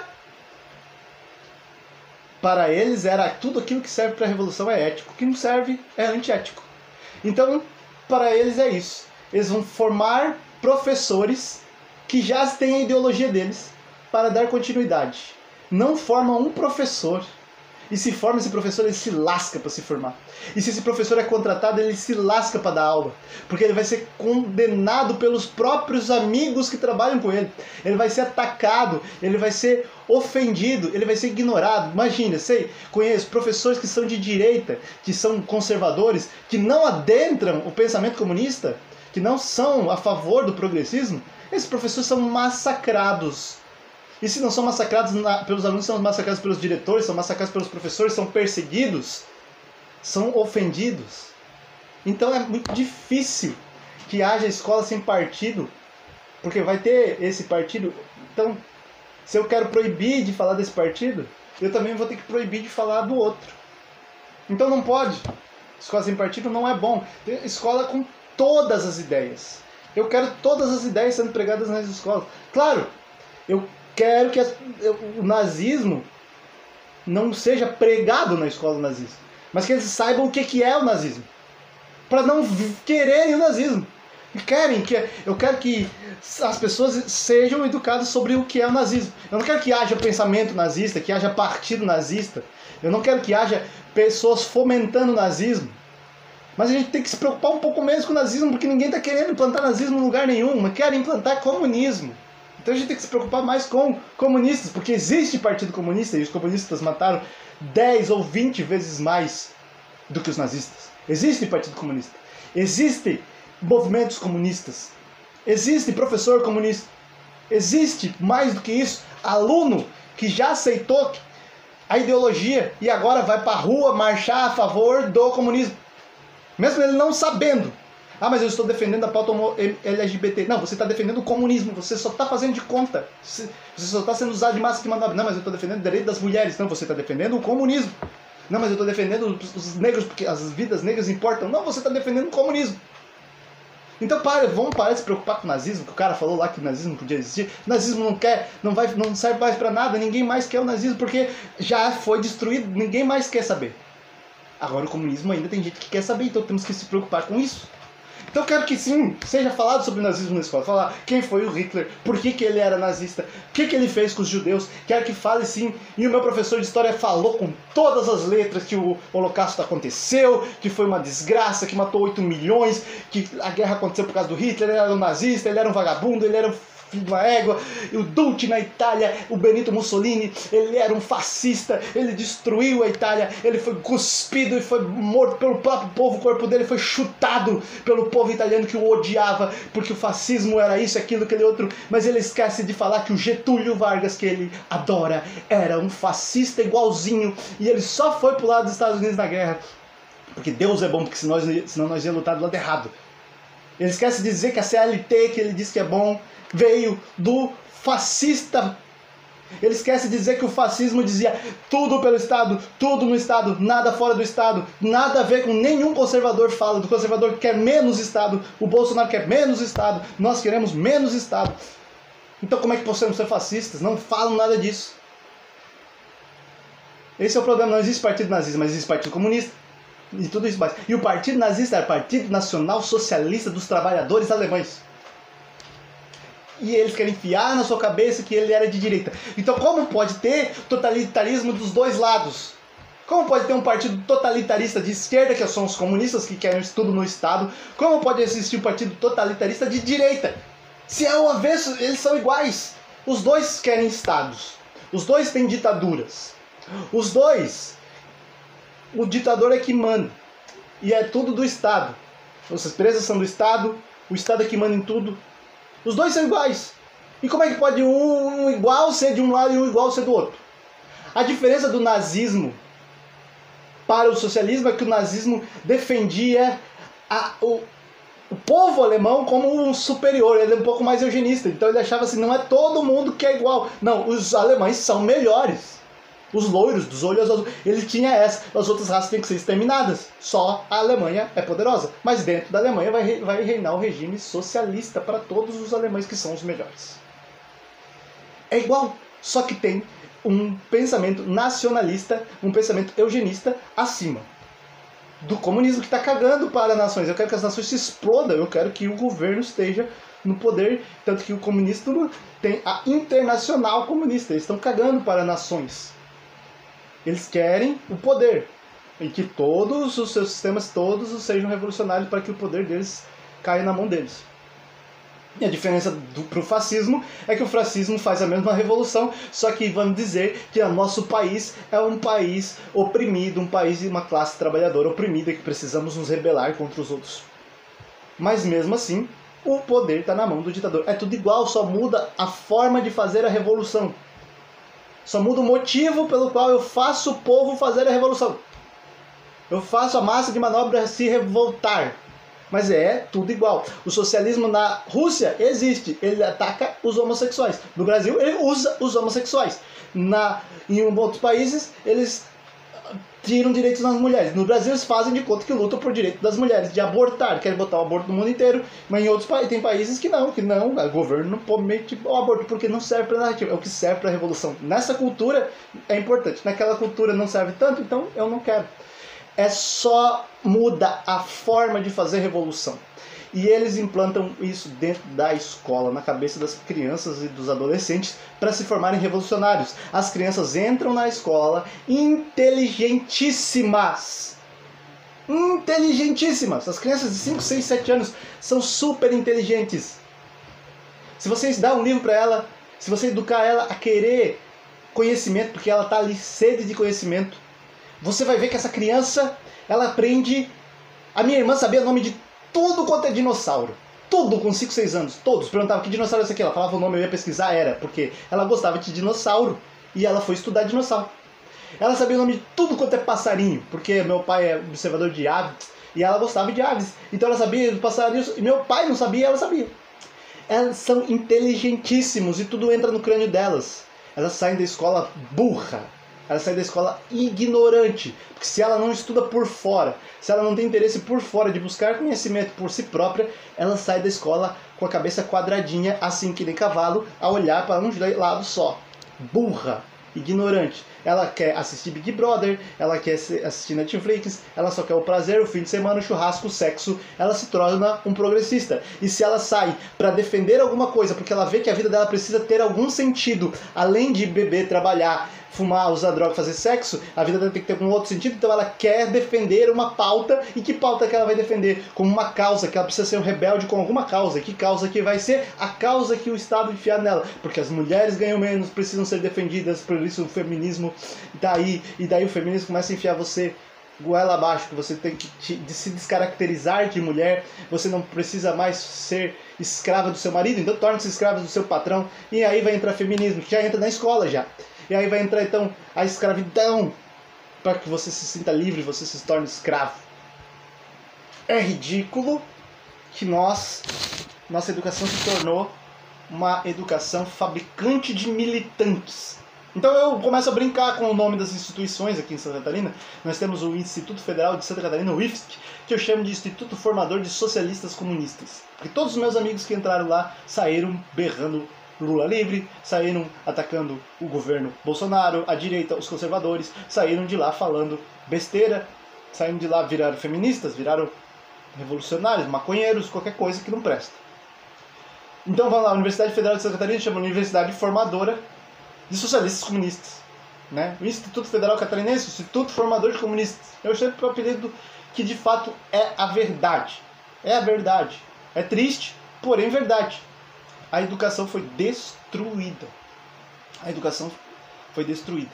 para eles era tudo aquilo que serve para a revolução é ético. O que não serve é antiético. Então, para eles é isso. Eles vão formar professores que já têm a ideologia deles para dar continuidade. Não formam um professor. E se forma esse professor, ele se lasca para se formar. E se esse professor é contratado, ele se lasca para dar aula. Porque ele vai ser condenado pelos próprios amigos que trabalham com ele. Ele vai ser atacado, ele vai ser ofendido, ele vai ser ignorado. Imagina, conheço professores que são de direita, que são conservadores, que não adentram o pensamento comunista, que não são a favor do progressismo. Esses professores são massacrados. E se não são massacrados pelos alunos, são massacrados pelos diretores, são massacrados pelos professores, são perseguidos, são ofendidos. Então é muito difícil que haja escola sem partido, porque vai ter esse partido. Então, se eu quero proibir de falar desse partido, eu também vou ter que proibir de falar do outro. Então não pode. Escola sem partido não é bom. Tem escola com todas as ideias. Eu quero todas as ideias sendo pregadas nas escolas. Claro, eu quero que o nazismo não seja pregado na escola nazista, mas que eles saibam o que é o nazismo, para não quererem o nazismo. Eu quero que as pessoas sejam educadas sobre o que é o nazismo. Eu não quero que haja pensamento nazista, que haja partido nazista. Eu não quero que haja pessoas fomentando o nazismo. Mas a gente tem que se preocupar um pouco menos com o nazismo, porque ninguém está querendo implantar nazismo em lugar nenhum, mas querem implantar comunismo. Então a gente tem que se preocupar mais com comunistas, porque existe partido comunista e os comunistas mataram 10 ou 20 vezes mais do que os nazistas. Existe partido comunista. Existem movimentos comunistas. Existe professor comunista. Existe, mais do que isso, aluno que já aceitou a ideologia e agora vai para a rua marchar a favor do comunismo. Mesmo ele não sabendo. Ah, mas eu estou defendendo a pauta LGBT. Não, você está defendendo o comunismo. Você só está fazendo de conta. Você só está sendo usado de massa de manobra. Não, mas eu estou defendendo o direito das mulheres. Não, você está defendendo o comunismo. Não, mas eu estou defendendo os negros porque as vidas negras importam. Não, você está defendendo o comunismo. Então vamos parar de se preocupar com o nazismo, que o cara falou lá que o nazismo não podia existir. O nazismo não serve mais para nada, ninguém mais quer o nazismo porque já foi destruído, ninguém mais quer saber. Agora o comunismo ainda tem gente que quer saber, então temos que se preocupar com isso. Então eu quero que sim, seja falado sobre o nazismo na escola, falar quem foi o Hitler, por que ele era nazista, o que ele fez com os judeus, quero que fale sim. E o meu professor de história falou com todas as letras que o Holocausto aconteceu, que foi uma desgraça, que matou 8 milhões, que a guerra aconteceu por causa do Hitler, ele era um nazista, ele era um vagabundo, ele era um filho de uma égua. E o Duce na Itália, o Benito Mussolini, ele era um fascista, ele destruiu a Itália, ele foi cuspido e foi morto pelo próprio povo, o corpo dele foi chutado pelo povo italiano que o odiava, porque o fascismo era isso, aquilo, aquele outro, mas ele esquece de falar que o Getúlio Vargas, que ele adora, era um fascista igualzinho, e ele só foi pro lado dos Estados Unidos na guerra, porque Deus é bom, porque senão nós íamos lutar do lado errado. Ele esquece de dizer que a CLT, que ele diz que é bom, veio do fascista. Ele esquece de dizer que o fascismo dizia tudo pelo Estado, tudo no Estado, nada fora do Estado, nada a ver com nenhum conservador fala. Do conservador que quer menos Estado, o Bolsonaro quer menos Estado, nós queremos menos Estado. Então como é que podemos ser fascistas? Não falam nada disso. Esse é o problema, não existe partido nazista, mas existe partido comunista. E tudo isso mais. E o partido nazista era o Partido Nacional Socialista dos Trabalhadores Alemães. E eles querem enfiar na sua cabeça que ele era de direita. Então como pode ter totalitarismo dos dois lados? Como pode ter um partido totalitarista de esquerda, que são os comunistas que querem tudo no Estado? Como pode existir um partido totalitarista de direita? Se é o avesso, eles são iguais. Os dois querem estados. Os dois têm ditaduras. Os dois... O ditador é que manda. E é tudo do Estado. As presas são do Estado. O Estado é que manda em tudo. Os dois são iguais. E como é que pode um igual ser de um lado e um igual ser do outro? A diferença do nazismo para o socialismo é que o nazismo defendia o povo alemão como um superior. Ele é um pouco mais eugenista. Então ele achava assim, não é todo mundo que é igual. Não, os alemães são melhores. Os loiros, dos olhos azuis, ele tinha essa. As outras raças têm que ser exterminadas. Só a Alemanha é poderosa. Mas dentro da Alemanha vai reinar o regime socialista para todos os alemães que são os melhores. É igual, só que tem um pensamento nacionalista, um pensamento eugenista acima do comunismo que está cagando para as nações. Eu quero que as nações se explodam, eu quero que o governo esteja no poder, tanto que o comunismo tem a internacional comunista. Eles estão cagando para nações. Eles querem o poder, e que todos os seus sistemas, todos sejam revolucionários para que o poder deles caia na mão deles. E a diferença para o fascismo é que o fascismo faz a mesma revolução, só que vamos dizer que o nosso país é um país oprimido, um país de uma classe trabalhadora oprimida, que precisamos nos rebelar contra os outros. Mas mesmo assim, o poder está na mão do ditador. É tudo igual, só muda a forma de fazer a revolução. Só muda o motivo pelo qual eu faço o povo fazer a revolução. Eu faço a massa de manobra se revoltar. Mas é tudo igual. O socialismo na Rússia existe. Ele ataca os homossexuais. No Brasil, ele usa os homossexuais. Em outros países, eles tiram direitos das mulheres. No Brasil, eles fazem de conta que lutam por direito das mulheres de abortar. Querem botar o aborto no mundo inteiro. Mas em outros países, tem países que não. O governo não promete o aborto porque não serve para a narrativa. É o que serve para a revolução. Nessa cultura é importante. Naquela cultura não serve tanto, então eu não quero. É só muda a forma de fazer revolução. E eles implantam isso dentro da escola, na cabeça das crianças e dos adolescentes, para se formarem revolucionários. As crianças entram na escola inteligentíssimas. Inteligentíssimas. As crianças de 5, 6, 7 anos são super inteligentes. Se você dar um livro para ela, se você educar ela a querer conhecimento, porque ela está ali sede de conhecimento, você vai ver que essa criança, ela aprende... A minha irmã sabia o nome de tudo quanto é dinossauro. Tudo com 5, 6 anos. Todos. Perguntavam que dinossauro é esse aqui. Ela falava o nome, eu ia pesquisar, era. Porque ela gostava de dinossauro. E ela foi estudar dinossauro. Ela sabia o nome de tudo quanto é passarinho. Porque meu pai é observador de aves. E ela gostava de aves. Então ela sabia dos passarinhos. E meu pai não sabia, ela sabia. Elas são inteligentíssimos. E tudo entra no crânio delas. Elas saem da escola burra. Ela sai da escola ignorante, porque se ela não estuda por fora, se ela não tem interesse por fora de buscar conhecimento por si própria, ela sai da escola com a cabeça quadradinha, assim que nem cavalo, a olhar para um lado só. Burra, ignorante. ela quer assistir Big Brother, ela quer assistir Netflix, ela só quer o prazer, o fim de semana, o churrasco, o sexo, ela se torna um progressista. E se ela sai para defender alguma coisa, porque ela vê que a vida dela precisa ter algum sentido, além de beber, trabalhar, fumar, usar droga, fazer sexo, a vida dela tem que ter algum outro sentido, então ela quer defender uma pauta. E que pauta que ela vai defender? Como uma causa, que ela precisa ser um rebelde com alguma causa. Que causa que vai ser? A causa que o Estado enfiar nela. Porque as mulheres ganham menos, precisam ser defendidas, por isso o feminismo daí. E daí o feminismo começa a enfiar você goela abaixo, que você tem que se descaracterizar de mulher, você não precisa mais ser escrava do seu marido, então torne-se escrava do seu patrão. E aí vai entrar feminismo, que já entra na escola já. E aí vai entrar então a escravidão, para que você se sinta livre, você se torne escravo. É ridículo que nossa educação se tornou uma educação fabricante de militantes. Então eu começo a brincar com o nome das instituições aqui em Santa Catarina. Nós temos o Instituto Federal de Santa Catarina, o IFSC, que eu chamo de Instituto Formador de Socialistas Comunistas. Porque todos os meus amigos que entraram lá saíram berrando Lula livre, saíram atacando o governo Bolsonaro, a direita, os conservadores, saíram de lá falando besteira, saíram de lá, viraram feministas, viraram revolucionários, maconheiros, qualquer coisa que não presta. Então vamos lá, a Universidade Federal de Santa Catarina chama Universidade Formadora de Socialistas Comunistas, né? O Instituto Federal Catarinense, Instituto Formador de Comunistas. Eu sempre o apelido que de fato é a verdade. É a verdade. É triste, porém verdade. A educação foi destruída. A educação foi destruída.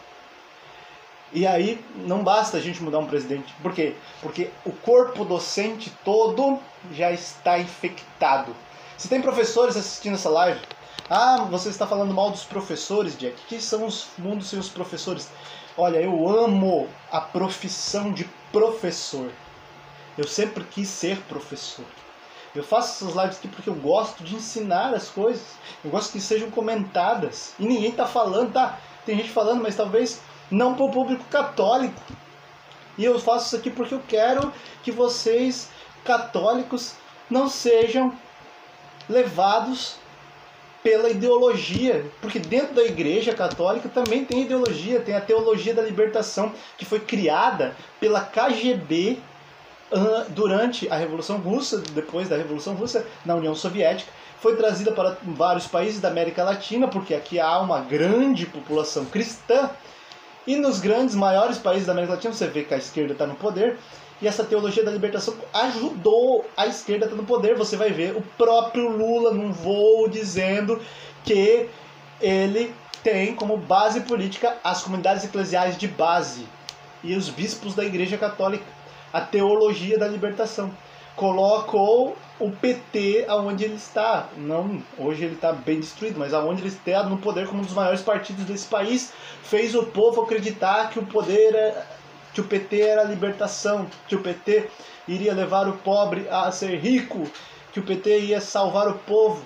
E aí não basta a gente mudar um presidente. Por quê? Porque o corpo docente todo já está infectado. Se tem professores assistindo essa live, você está falando mal dos professores, Jack. O que são os mundos sem os professores? Olha, eu amo a profissão de professor. Eu sempre quis ser professor. Eu faço essas lives aqui porque eu gosto de ensinar as coisas. Eu gosto que sejam comentadas. E ninguém está falando, tá? Tem gente falando, mas talvez não para o público católico. E eu faço isso aqui porque eu quero que vocês, católicos, não sejam levados pela ideologia. Porque dentro da Igreja Católica também tem ideologia. Tem a teologia da libertação, que foi criada pela KGB durante a Revolução Russa, depois da Revolução Russa, na União Soviética. Foi trazida para vários países da América Latina, porque aqui há uma grande população cristã. E nos grandes, maiores países da América Latina, você vê que a esquerda está no poder. E essa teologia da libertação ajudou a esquerda a estar no poder. Você vai ver o próprio Lula num voo dizendo que ele tem como base política as comunidades eclesiais de base e os bispos da Igreja Católica. A teologia da libertação. Colocou o PT aonde ele está. Não, hoje ele está bem destruído, mas aonde ele está no poder como um dos maiores partidos desse país. Fez o povo acreditar que que o PT era a libertação, que o PT iria levar o pobre a ser rico, que o PT ia salvar o povo.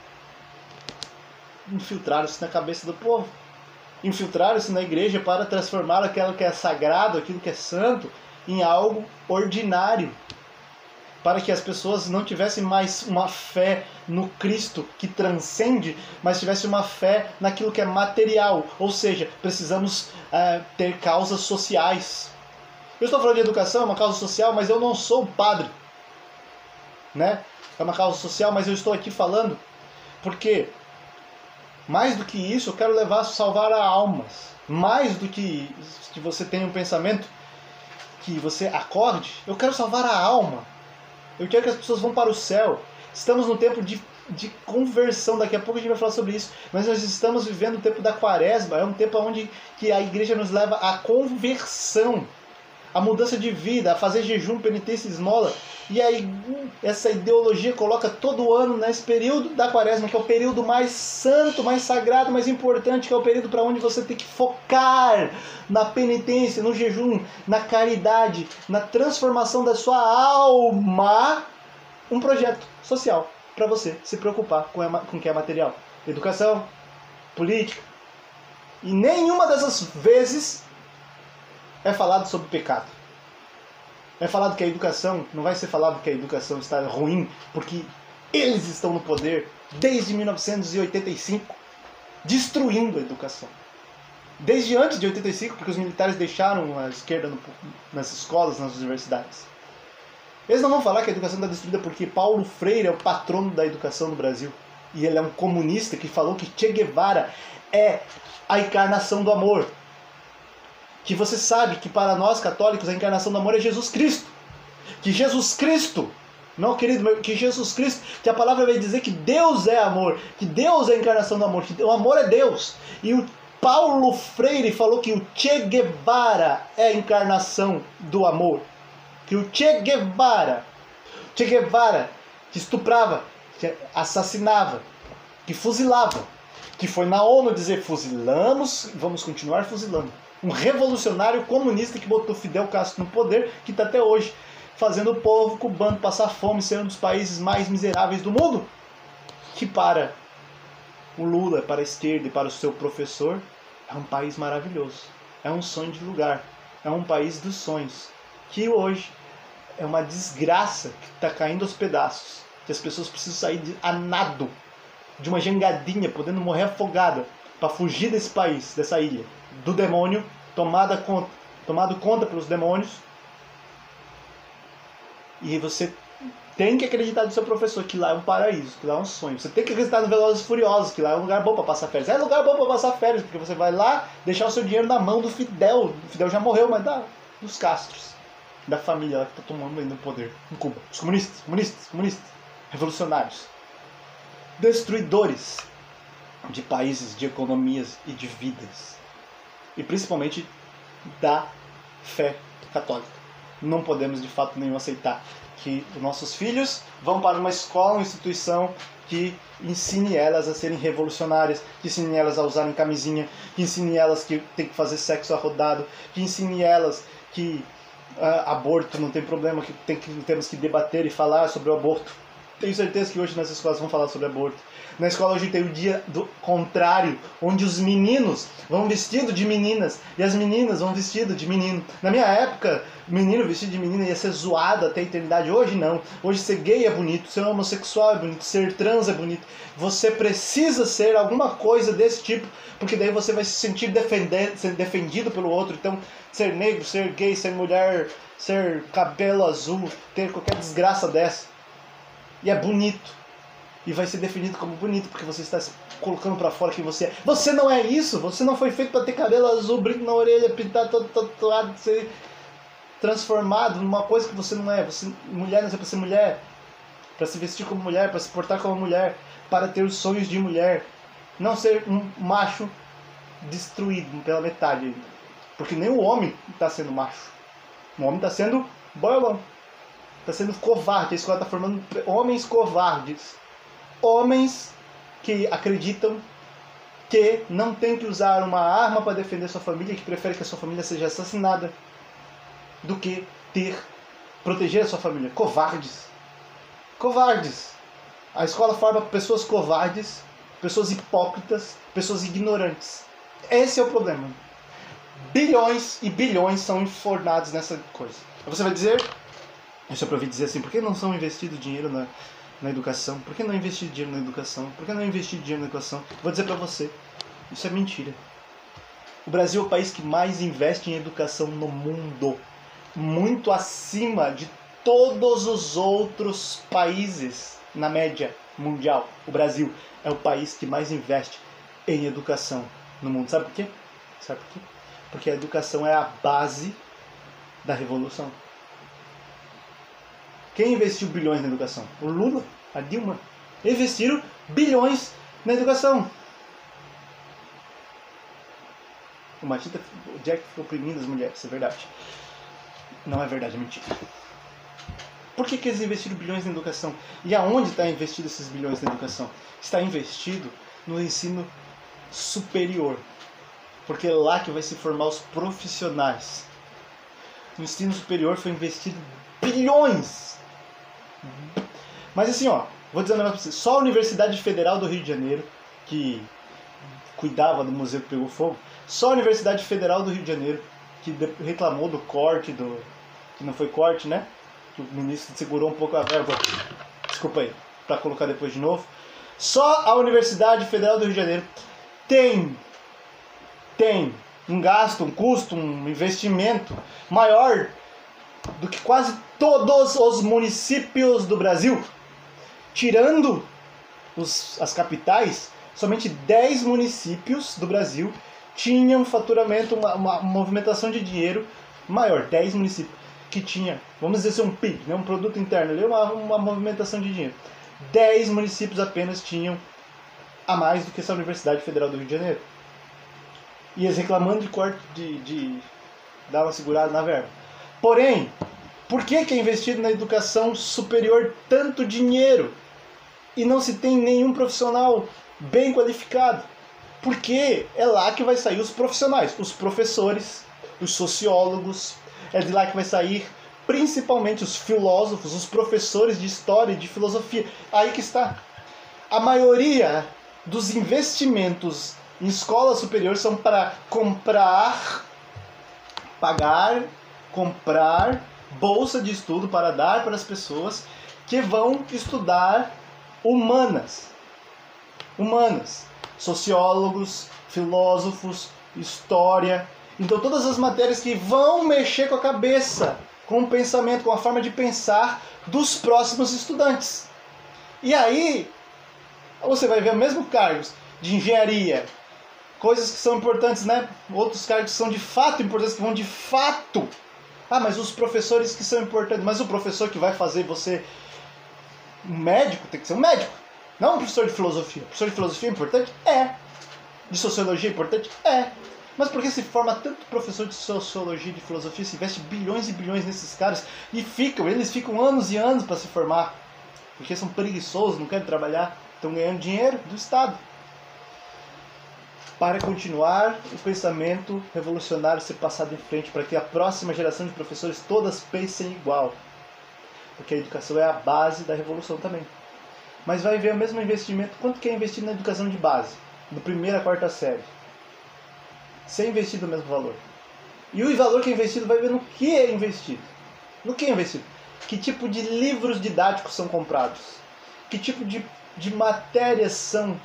Infiltraram-se na cabeça do povo. Infiltraram-se na igreja para transformar aquilo que é sagrado, aquilo que é santo, em algo ordinário, para que as pessoas não tivessem mais uma fé no Cristo que transcende, mas tivessem uma fé naquilo que é material. Ou seja, precisamos ter causas sociais. Eu estou falando de educação, é uma causa social, mas eu não sou um padre, né? É uma causa social, mas eu estou aqui falando porque mais do que isso, eu quero salvar almas. Mais do que você tenha um pensamento que você acorde, eu quero salvar a alma. Eu quero que as pessoas vão para o céu. Estamos num tempo de conversão. Daqui a pouco a gente vai falar sobre isso. Mas nós estamos vivendo o tempo da quaresma. É um tempo onde que a igreja nos leva à conversão, a mudança de vida, a fazer jejum, penitência e esmola. E aí essa ideologia coloca todo ano nesse período da quaresma, que é o período mais santo, mais sagrado, mais importante, que é o período para onde você tem que focar na penitência, no jejum, na caridade, na transformação da sua alma. Um projeto social para você se preocupar com o que é material. Educação, política. E nenhuma dessas vezes é falado sobre pecado. É falado que a educação, não vai ser falado que a educação está ruim, porque eles estão no poder desde 1985, destruindo a educação. Desde antes de 85, porque os militares deixaram a esquerda nas escolas, nas universidades. Eles não vão falar que a educação está destruída porque Paulo Freire é o patrono da educação no Brasil. E ele é um comunista que falou que Che Guevara é a encarnação do amor. Que você sabe que para nós católicos a encarnação do amor é Jesus Cristo. Que Jesus Cristo, não querido meu, que Jesus Cristo, que a palavra vai dizer que Deus é amor, que Deus é a encarnação do amor, que o amor é Deus. E o Paulo Freire falou que o Che Guevara é a encarnação do amor. Que o Che Guevara que estuprava, que assassinava, que fuzilava, que foi na ONU dizer fuzilamos, vamos continuar fuzilando. Um revolucionário comunista que botou Fidel Castro no poder, que está até hoje fazendo o povo cubano passar fome, ser um dos países mais miseráveis do mundo. Que para o Lula, para a esquerda e para o seu professor, é um país maravilhoso. É um sonho de lugar. É um país dos sonhos. Que hoje é uma desgraça que está caindo aos pedaços. Que as pessoas precisam sair a nado de uma jangadinha, podendo morrer afogada, para fugir desse país, dessa ilha, do demônio, tomado conta pelos demônios. E você tem que acreditar no seu professor que lá é um paraíso, que lá é um sonho. Você tem que acreditar no Velozes e Furiosos, que lá é um lugar bom para passar férias. É lugar bom para passar férias, porque você vai lá deixar o seu dinheiro na mão do Fidel. O Fidel já morreu, mas dos Castros, da família lá que está tomando ainda o poder em Cuba. Os comunistas, revolucionários, destruidores de países, de economias e de vidas. E principalmente da fé católica. Não podemos de fato nenhum aceitar que os nossos filhos vão para uma escola, uma instituição que ensine elas a serem revolucionárias, que ensine elas a usarem camisinha, que ensine elas que tem que fazer sexo arrodado, que ensine elas que aborto não tem problema, que temos que debater e falar sobre o aborto. Tenho certeza que hoje nas escolas vão falar sobre aborto. Na escola hoje tem o dia do contrário, onde os meninos vão vestidos de meninas e as meninas vão vestidas de menino. Na minha época, menino vestido de menina ia ser zoado até a eternidade. Hoje não. Hoje ser gay é bonito, ser homossexual é bonito, ser trans é bonito. Você precisa ser alguma coisa desse tipo, porque daí você vai se sentir sendo defendido pelo outro. Então, ser negro, ser gay, ser mulher, ser cabelo azul, ter qualquer desgraça dessa. E é bonito. E vai ser definido como bonito, porque você está se colocando pra fora quem você é. Você não é isso! Você não foi feito pra ter cabelo azul, brinco na orelha, pintar todo tatuado, ser transformado numa coisa que você não é. Você, mulher não é pra ser mulher, pra se vestir como mulher, pra se portar como mulher, para ter os sonhos de mulher. Não ser um macho destruído pela metade. Porque nem o homem está sendo macho. O homem está sendo boiolão. Está sendo covarde. A escola está formando homens covardes. Homens que acreditam que não tem que usar uma arma para defender sua família, que preferem que a sua família seja assassinada do que proteger a sua família. Covardes. Covardes. A escola forma pessoas covardes, pessoas hipócritas, pessoas ignorantes. Esse é o problema. Bilhões e bilhões são enfornados nessa coisa. Você vai dizer, isso é para ouvir dizer assim, por que não são investidos dinheiro na educação? Por que não investir dinheiro na educação? Por que não investir dinheiro na educação? Vou dizer para você, isso é mentira. O Brasil é o país que mais investe em educação no mundo. Muito acima de todos os outros países na média mundial. O Brasil é o país que mais investe em educação no mundo. Sabe por quê? Sabe por quê? Porque a educação é a base da revolução. Quem investiu bilhões na educação? O Lula, a Dilma. Investiram bilhões na educação. O Jack ficou oprimindo as mulheres, isso é verdade. Não é verdade, é mentira. Por que eles investiram bilhões na educação? E aonde está investido esses bilhões na educação? Está investido no ensino superior. Porque é lá que vai se formar os profissionais. No ensino superior foi investido bilhões. Mas assim, ó, vou dizer um negócio pra você. Só a Universidade Federal do Rio de Janeiro, que cuidava do museu que pegou fogo, só a Universidade Federal do Rio de Janeiro, que reclamou do corte, que não foi corte, né? Que o ministro segurou um pouco a verba, desculpa aí, pra colocar depois de novo. Só a Universidade Federal do Rio de Janeiro tem um gasto, um custo, um investimento maior do que quase todos os municípios do Brasil. Tirando as capitais, somente 10 municípios do Brasil tinham faturamento, uma movimentação de dinheiro maior. 10 municípios que tinha, vamos dizer assim, um PIB, né, um produto interno ali, uma movimentação de dinheiro. 10 municípios apenas tinham a mais do que essa Universidade Federal do Rio de Janeiro. E eles reclamando de corte, de dar uma segurada na verba. Porém, por que é investido na educação superior tanto dinheiro e não se tem nenhum profissional bem qualificado? Porque é lá que vai sair os profissionais, os professores, os sociólogos, é de lá que vai sair principalmente os filósofos, os professores de história e de filosofia. Aí que está. A maioria dos investimentos em escola superior são para comprar bolsa de estudo para dar para as pessoas que vão estudar humanas, sociólogos, filósofos, história. Então todas as matérias que vão mexer com a cabeça, com o pensamento, com a forma de pensar dos próximos estudantes. E aí você vai ver os mesmos cargos de engenharia, coisas que são importantes, né? Outros cargos que são de fato importantes, que vão de fato. Ah, mas os professores que são importantes. Mas o professor que vai fazer você um médico tem que ser um médico, não um professor de filosofia. O professor de filosofia é importante? É. De sociologia é importante? É. Mas por que se forma tanto professor de sociologia e de filosofia, se investe bilhões e bilhões nesses caras e eles ficam anos e anos para se formar? Porque são preguiçosos, não querem trabalhar, estão ganhando dinheiro do Estado. Para continuar o pensamento revolucionário ser passado em frente, para que a próxima geração de professores todas pensem igual. Porque a educação é a base da revolução também. Mas vai ver o mesmo investimento, quanto que é investido na educação de base, do primeira à quarta série. Ser investido o mesmo valor. E o valor que é investido vai ver no que é investido. No que é investido? Que tipo de livros didáticos são comprados? Que tipo de matérias são,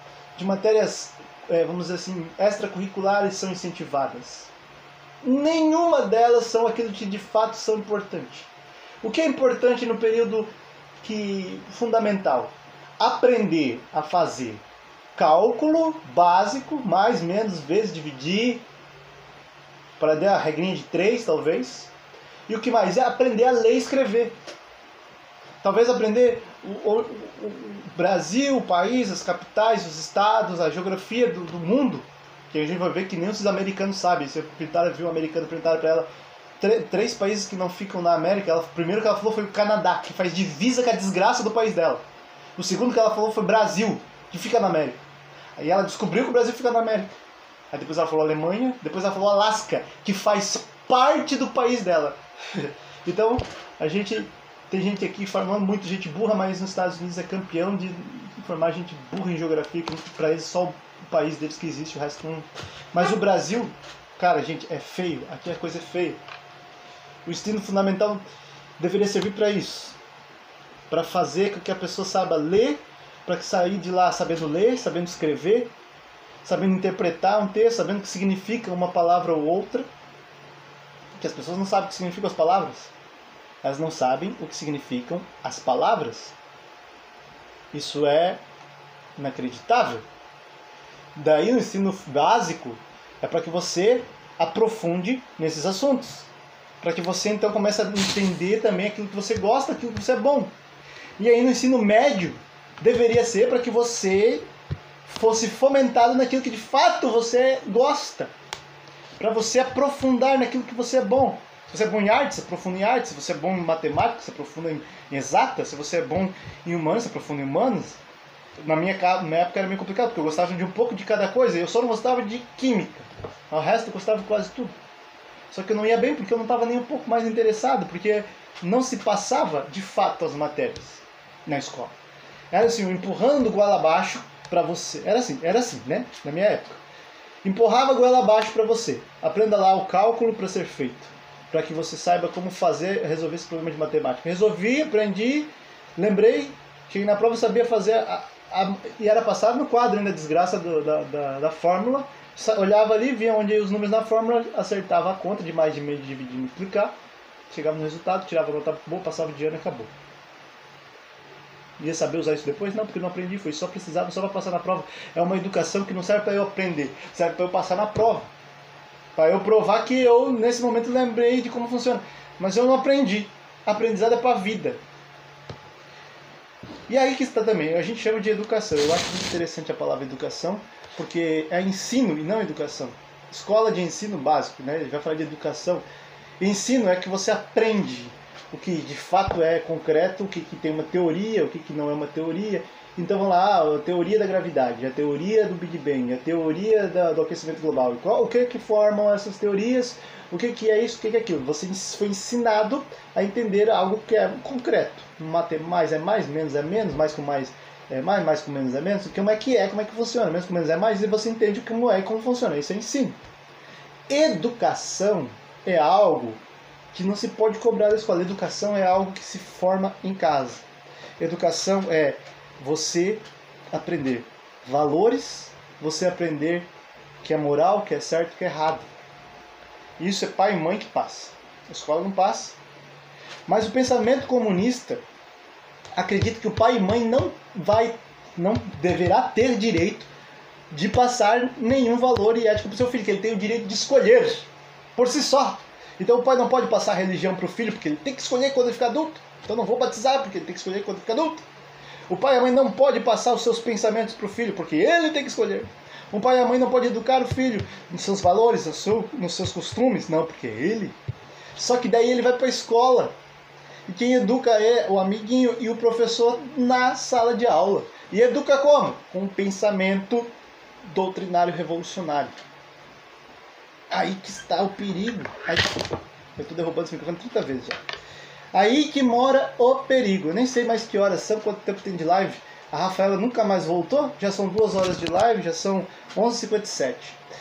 vamos dizer assim, extracurriculares são incentivadas? Nenhuma delas são aquilo que de fato são importantes. O que é importante no período fundamental? Aprender a fazer cálculo básico, mais, menos, vezes, dividir, para dar a regrinha de 3, talvez. E o que mais? É aprender a ler e escrever. Talvez aprender o Brasil, o país, as capitais, os estados, a geografia do mundo, que a gente vai ver que nem os americanos sabem. Se viu um americano, perguntaram para ela 3 países que não ficam na América. O primeiro que ela falou foi o Canadá, que faz divisa com a desgraça do país dela. O segundo que ela falou foi Brasil, que fica na América. Aí ela descobriu que o Brasil fica na América. Aí depois ela falou Alemanha, depois ela falou Alasca, que faz parte do país dela. Então, tem gente aqui formando muito gente burra, mas nos Estados Unidos é campeão de formar gente burra em geografia, que para eles só o país deles que existe, o resto não. Mas o Brasil, cara, gente, é feio. Aqui a coisa é feia. O ensino fundamental deveria servir para isso. Para fazer com que a pessoa saiba ler, para que sair de lá sabendo ler, sabendo escrever, sabendo interpretar um texto, sabendo o que significa uma palavra ou outra. Porque as pessoas não sabem o que significam as palavras. Elas não sabem o que significam as palavras. Isso é inacreditável. Daí o ensino básico é para que você aprofunde nesses assuntos. Para que você então comece a entender também aquilo que você gosta, aquilo que você é bom. E aí no ensino médio deveria ser para que você fosse fomentado naquilo que de fato você gosta. Para você aprofundar naquilo que você é bom. Se você é bom em artes, você aprofunda em artes. Se você é bom em matemática, você aprofunda em exatas. Se você é bom em humanas, você aprofunda em humanas. Na minha época era meio complicado, porque eu gostava de um pouco de cada coisa. Eu só não gostava de química. O resto eu gostava de quase tudo. Só que eu não ia bem porque eu não estava nem um pouco mais interessado. Porque não se passava de fato as matérias na escola. Era assim, empurrando goela abaixo para você. Era assim, né? Na minha época. Empurrava a goela abaixo para você. Aprenda lá o cálculo para ser feito. Para que você saiba como resolver esse problema de matemática. Resolvi, aprendi, lembrei, cheguei na prova, sabia fazer, e era passado no quadro ainda a desgraça da fórmula, Olhava ali, via onde iam os números na fórmula, acertava a conta de mais de meio, de dividir e multiplicar, chegava no resultado, tirava a nota boa, passava de ano e acabou. Ia saber usar isso depois? Não, porque não aprendi, foi só precisava, só para passar na prova. É uma educação que não serve para eu aprender, serve para eu passar na prova. Para eu provar que eu, nesse momento, lembrei de como funciona. Mas eu não aprendi. Aprendizado é para a vida. E aí que está também, a gente chama de educação. Eu acho muito interessante a palavra educação, porque é ensino e não educação. Escola de ensino básico, né? Ele vai falar de educação. Ensino é que você aprende o que de fato é concreto, o que tem uma teoria, o que não é uma teoria. Então vamos lá, a teoria da gravidade, a teoria do Big Bang, a teoria do aquecimento global. O que formam essas teorias? O que é isso? O que é aquilo? Você foi ensinado a entender algo que é concreto. Mais é mais, menos é menos, mais com mais é mais com menos é menos. Como é que funciona? Menos com menos é mais, e você entende como é e como funciona. Isso é ensino. Educação é algo que não se pode cobrar da escola. Educação é algo que se forma em casa. Educação é você aprender valores, você aprender que é moral, que é certo, que é errado. Isso é pai e mãe que passa. A escola não passa. Mas o pensamento comunista acredita que o pai e mãe não deverá ter direito de passar nenhum valor e ética para o seu filho, que ele tem o direito de escolher por si só. Então o pai não pode passar religião para o filho, porque ele tem que escolher quando ele ficar adulto. Então não vou batizar, porque ele tem que escolher quando ele ficar adulto. O pai e a mãe não pode passar os seus pensamentos para o filho, porque ele tem que escolher. O pai e a mãe não pode educar o filho nos seus valores, nos seus costumes, não, porque é ele. Só que daí ele vai para a escola. E quem educa é o amiguinho e o professor na sala de aula. E educa como? Com um pensamento doutrinário revolucionário. Aí que está o perigo. Eu estou derrubando esse microfone 30 vezes já. Aí que mora o perigo. Eu nem sei mais que horas são, quanto tempo tem de live. A Rafaela nunca mais voltou. Já são 2 horas de live, já são 11h57.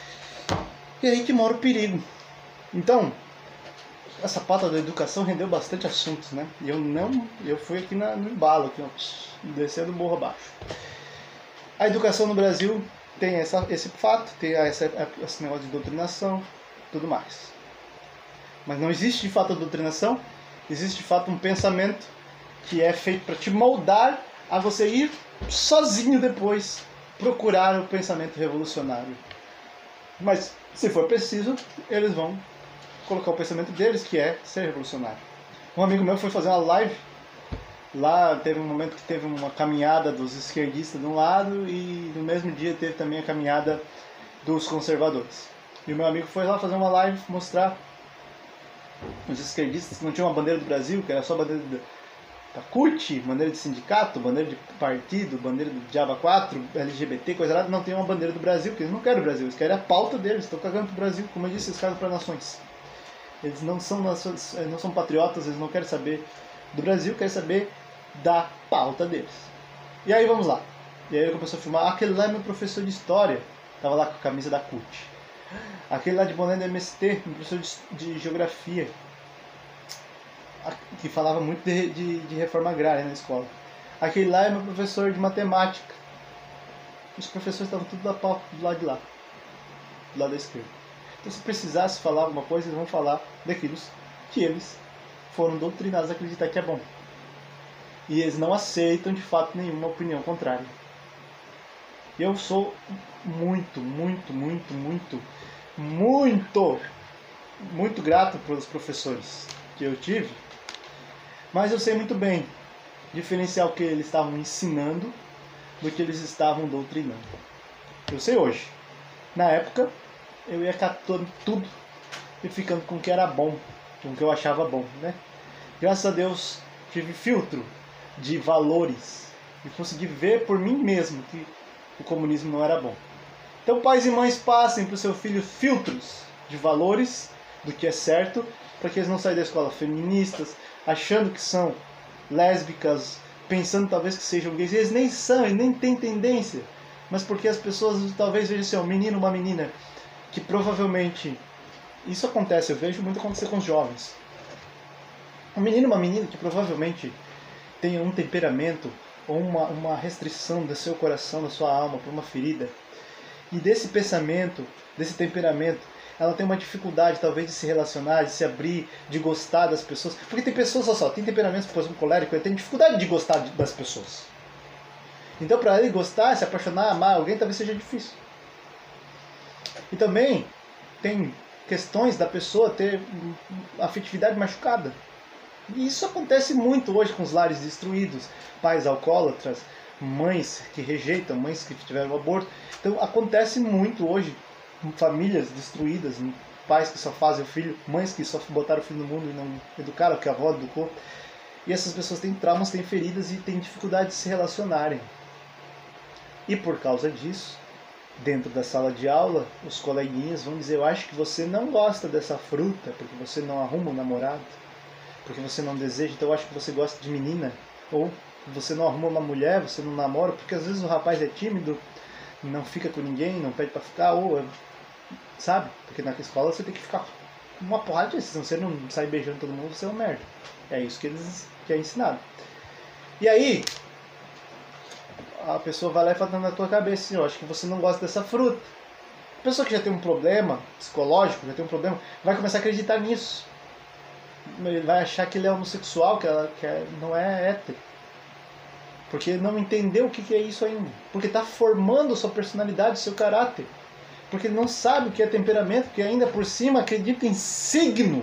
E aí que mora o perigo. Então, essa pauta da educação rendeu bastante assuntos, né? E eu fui aqui no embalo, aqui, ó, descendo o morro abaixo. A educação no Brasil tem esse fato, tem esse negócio de doutrinação, tudo mais. Mas não existe de fato a doutrinação, existe de fato um pensamento que é feito para te moldar a você ir sozinho depois procurar o pensamento revolucionário. Mas se for preciso, eles vão colocar o pensamento deles, que é ser revolucionário. Um amigo meu foi fazer uma live. Lá teve um momento que teve uma caminhada dos esquerdistas de um lado e no mesmo dia teve também a caminhada dos conservadores. E o meu amigo foi lá fazer uma live mostrar os esquerdistas que não tinham uma bandeira do Brasil, que era só bandeira da CUT, bandeira de sindicato, bandeira de partido, bandeira do Diaba 4, LGBT, coisa lá, não tem uma bandeira do Brasil, porque eles não querem o Brasil, eles querem a pauta deles, estão cagando pro Brasil, como eu disse, eles cagam para nações. Eles não são patriotas, eles não querem saber do Brasil, querem saber da pauta deles. E aí vamos lá. E aí eu comecei a filmar. Aquele lá é meu professor de história. Tava lá com a camisa da CUT. Aquele lá de boné do MST, meu professor de geografia. Que falava muito de reforma agrária na escola. Aquele lá é meu professor de matemática. Os professores estavam tudo do lado de lá. Do lado da esquerda. Então, se precisasse falar alguma coisa, eles vão falar daquilo que eles foram doutrinados a acreditar que é bom. E eles não aceitam, de fato, nenhuma opinião contrária. Eu sou muito grato pelos professores que eu tive, mas eu sei muito bem diferenciar o que eles estavam ensinando do que eles estavam doutrinando. Eu sei hoje. Na época, eu ia catando tudo e ficando com o que era bom, com o que eu achava bom, né? Graças a Deus, tive filtro de valores e consegui ver por mim mesmo que o comunismo não era bom. Então, pais e mães, passem para o seu filho filtros de valores do que é certo, para que eles não saiam da escola feministas, achando que são lésbicas, pensando talvez que sejam gays. Eles nem são, eles nem têm tendência, mas porque as pessoas talvez vejam assim, um menino, uma menina, que provavelmente, isso acontece, eu vejo muito acontecer com os jovens. Um menino, uma menina que provavelmente tenha um temperamento ou uma restrição do seu coração, da sua alma, por uma ferida. E desse pensamento, desse temperamento, ela tem uma dificuldade talvez de se relacionar, de se abrir, de gostar das pessoas. Porque tem pessoas, olha só, tem temperamentos, por exemplo, colérico, ele tem dificuldade de gostar das pessoas. Então para ele gostar, se apaixonar, amar alguém, talvez seja difícil. E também tem questões da pessoa ter afetividade machucada. E isso acontece muito hoje com os lares destruídos, pais alcoólatras, mães que rejeitam, mães que tiveram aborto. Então acontece muito hoje com famílias destruídas, pais que só fazem o filho, mães que só botaram o filho no mundo e não educaram, que a avó educou. E essas pessoas têm traumas, têm feridas e têm dificuldade de se relacionarem. E por causa disso, dentro da sala de aula, os coleguinhas vão dizer: eu acho que você não gosta dessa fruta, porque você não arruma um namorado, porque você não deseja, então eu acho que você gosta de menina. Ou você não arruma uma mulher, você não namora, porque às vezes o rapaz é tímido, não fica com ninguém, não pede pra ficar, ou sabe? Porque na escola você tem que ficar uma porrada disso, se você não sai beijando todo mundo, você é um merda. É isso que é ensinado. E aí, a pessoa vai lá e fala na tua cabeça assim: eu acho que você não gosta dessa fruta. A pessoa que já tem um problema psicológico, já tem um problema, vai começar a acreditar nisso. Ele vai achar que ele é homossexual, não é hétero. Porque não entendeu o que é isso ainda. Porque está formando sua personalidade, seu caráter. Porque ele não sabe o que é temperamento, porque ainda por cima acredita em signo.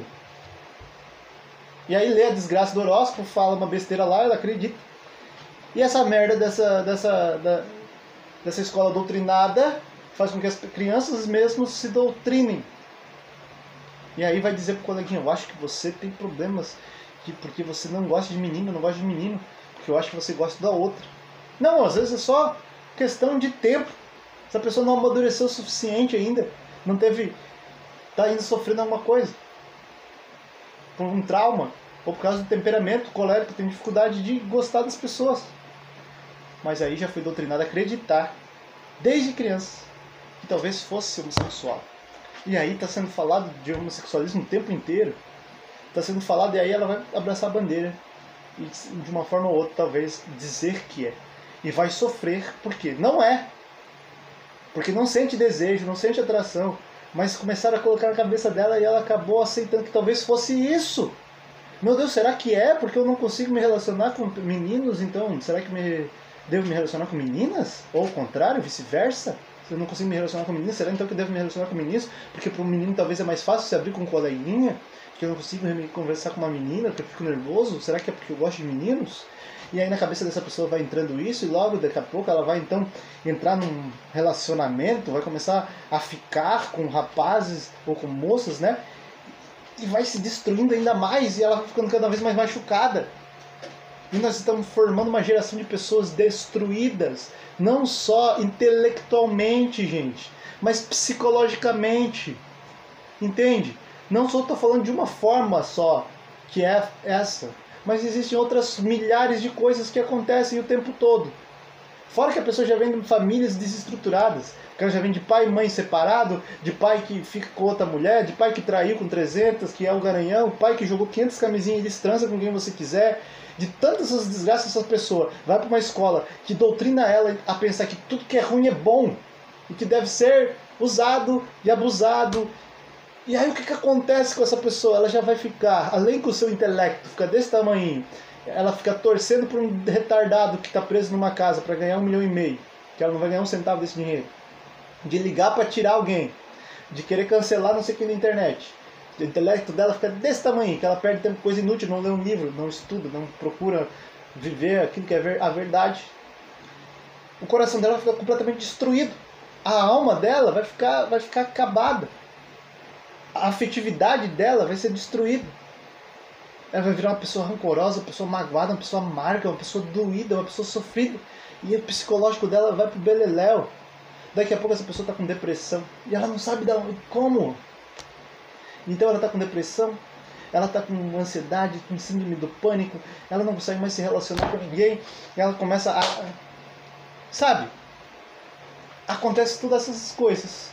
E aí lê a desgraça do horóscopo, fala uma besteira lá, ela acredita. E essa merda dessa escola doutrinada faz com que as crianças mesmo se doutrinem. E aí vai dizer pro coleguinha: eu acho que você tem problemas porque você não gosta de menino, não gosta de menino, porque eu acho que você gosta da outra. Não, às vezes é só questão de tempo. Essa pessoa não amadureceu o suficiente ainda, não teve, tá ainda sofrendo alguma coisa, por um trauma, ou por causa do temperamento colérico, tem dificuldade de gostar das pessoas. Mas aí já foi doutrinado a acreditar, desde criança, que talvez fosse homossexual. E aí está sendo falado de homossexualismo o tempo inteiro. Está sendo falado e aí ela vai abraçar a bandeira. E de uma forma ou outra talvez dizer que é. E vai sofrer porque não é. Porque não sente desejo, não sente atração. Mas começaram a colocar na cabeça dela e ela acabou aceitando que talvez fosse isso. Meu Deus, será que é? Porque eu não consigo me relacionar com meninos, então será que devo me relacionar com meninas? Ou ao contrário, vice-versa? Se eu não consigo me relacionar com meninas, será então que eu devo me relacionar com meninos? Porque para um menino talvez é mais fácil se abrir com um coleguinha, que eu não consigo conversar com uma menina, porque eu fico nervoso. Será que é porque eu gosto de meninos? E aí na cabeça dessa pessoa vai entrando isso, e logo daqui a pouco ela vai então entrar num relacionamento, vai começar a ficar com rapazes ou com moças, né? E vai se destruindo ainda mais, e ela vai ficando cada vez mais machucada. E nós estamos formando uma geração de pessoas destruídas, não só intelectualmente, gente, mas psicologicamente. Entende? Não só estou falando de uma forma só, que é essa, mas existem outras milhares de coisas que acontecem o tempo todo. Fora que a pessoa já vem de famílias desestruturadas, que ela já vem de pai e mãe separado, de pai que fica com outra mulher, de pai que traiu com 300, que é o garanhão, pai que jogou 500 camisinhas e diz transa com quem você quiser. De tantas essas desgraças, essa pessoa vai para uma escola que doutrina ela a pensar que tudo que é ruim é bom e que deve ser usado e abusado. E aí o que acontece com essa pessoa? Ela já vai ficar, além que o seu intelecto fica desse tamanho, ela fica torcendo por um retardado que está preso numa casa para ganhar 1,5 milhão, que ela não vai ganhar um centavo desse dinheiro, de ligar para tirar alguém, de querer cancelar não sei o que na internet. O intelecto dela fica desse tamanho, que ela perde tempo com coisa inútil, não lê um livro, não estuda, não procura viver aquilo que é a verdade. O coração dela fica completamente destruído. A alma dela vai ficar acabada. A afetividade dela vai ser destruída. Ela vai virar uma pessoa rancorosa, uma pessoa magoada, uma pessoa amarga, uma pessoa doída, uma pessoa sofrida. E o psicológico dela vai pro beleléu. Daqui a pouco essa pessoa está com depressão. E ela não sabe como. Então ela está com depressão, ela está com ansiedade, com síndrome do pânico, ela não consegue mais se relacionar com ninguém, ela começa a... Sabe? Acontece todas essas coisas.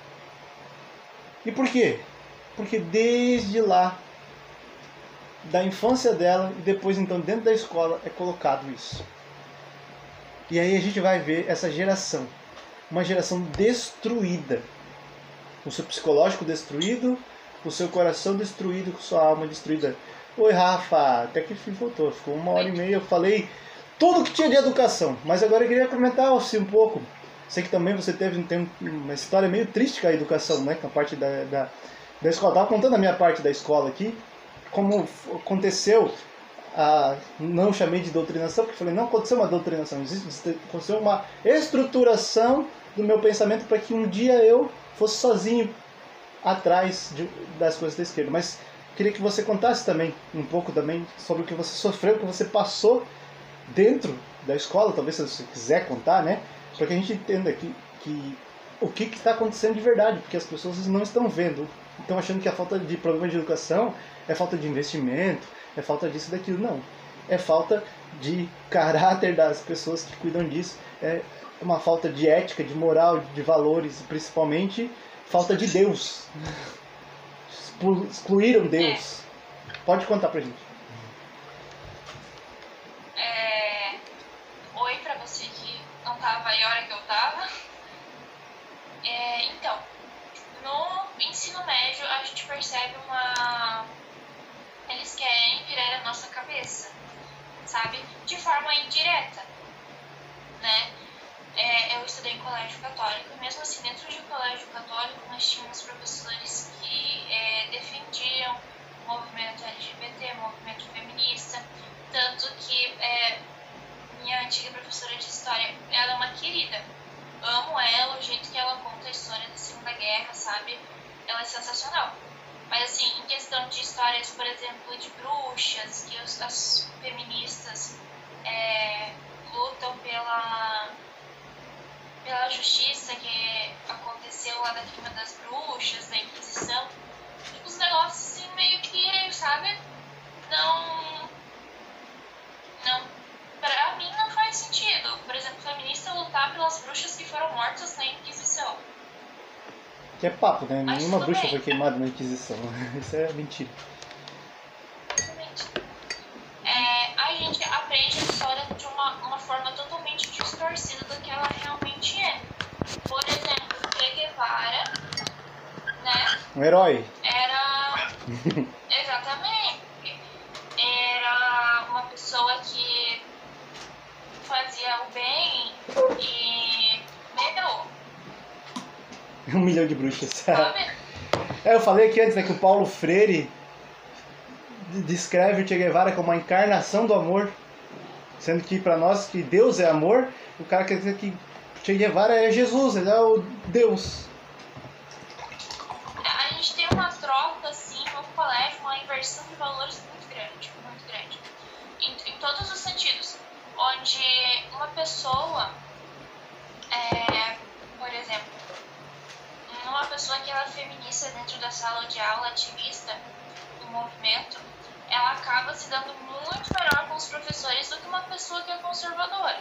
E por quê? Porque desde lá, da infância dela, e depois então dentro da escola, é colocado isso. E aí a gente vai ver essa geração uma geração destruída. O seu psicológico destruído, o seu coração destruído, com sua alma destruída. Oi, Rafa, até que voltou, ficou 1h30, eu falei tudo que tinha de educação, mas agora eu queria comentar assim, um pouco. Sei que também você tem uma história meio triste com a educação, né, com a parte da escola. Estava contando a minha parte da escola aqui, como aconteceu, não chamei de doutrinação, porque falei, não aconteceu uma doutrinação, aconteceu uma estruturação do meu pensamento para que um dia eu fosse sozinho atrás das coisas da esquerda. Mas queria que você contasse também, um pouco também, sobre o que você sofreu, o que você passou dentro da escola, talvez se você quiser contar, né? Para que a gente entenda o que está acontecendo de verdade, porque as pessoas não estão vendo, estão achando que a falta de programa de educação é falta de investimento, é falta disso e daquilo. Não, é falta de caráter das pessoas que cuidam disso, é uma falta de ética, de moral, de valores, principalmente falta de Deus. Excluíram Deus. Pode contar pra gente. Oi pra você que não tava aí a hora que eu tava. Então, no ensino médio a gente percebe eles querem virar a nossa cabeça, sabe? De forma indireta, né? Eu estudei em colégio católico, e mesmo assim, dentro de colégio católico, nós tínhamos professores que defendiam o movimento LGBT, o movimento feminista, tanto que minha antiga professora de história, ela é uma querida. Amo ela, o jeito que ela conta a história da Segunda Guerra, sabe? Ela é sensacional. Mas assim, em questão de histórias, por exemplo, de bruxas, que as feministas lutam pela justiça que aconteceu lá da queima das bruxas, da Inquisição, tipo, os negócios assim meio que, sabe, não, pra mim não faz sentido. Por exemplo, feminista lutar pelas bruxas que foram mortas na Inquisição. Que é papo, né? Mas Nenhuma bruxa bem. foi queimada na Inquisição. Isso é mentira. Exatamente. A gente aprende a história de uma forma totalmente distorcida do que ela realmente é. Por exemplo, Che Guevara, né? Um herói. Era... Exatamente. Era uma pessoa que fazia o bem e... Um milhão de bruxas. Sabe? Eu falei aqui antes, né, que o Paulo Freire descreve o Che Guevara como uma encarnação do amor, sendo que para nós que Deus é amor, o cara quer dizer que Che Guevara é Jesus, ele é o Deus. A gente tem uma troca assim no colégio, uma inversão de valores muito grande, em todos os sentidos, onde uma pessoa, por exemplo, uma pessoa que ela é feminista dentro da sala de aula, ativista do movimento, ela acaba se dando muito melhor com os professores do que uma pessoa que é conservadora.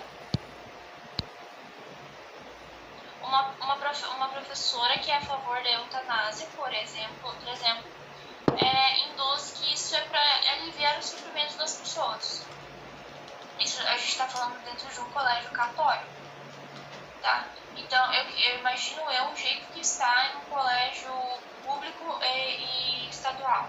Uma professora que é a favor da eutanásia, por exemplo, induz que isso é para aliviar o sofrimento das pessoas. Isso a gente está falando dentro de um colégio católico, tá? Então, eu imagino o jeito que está em um colégio público e estadual.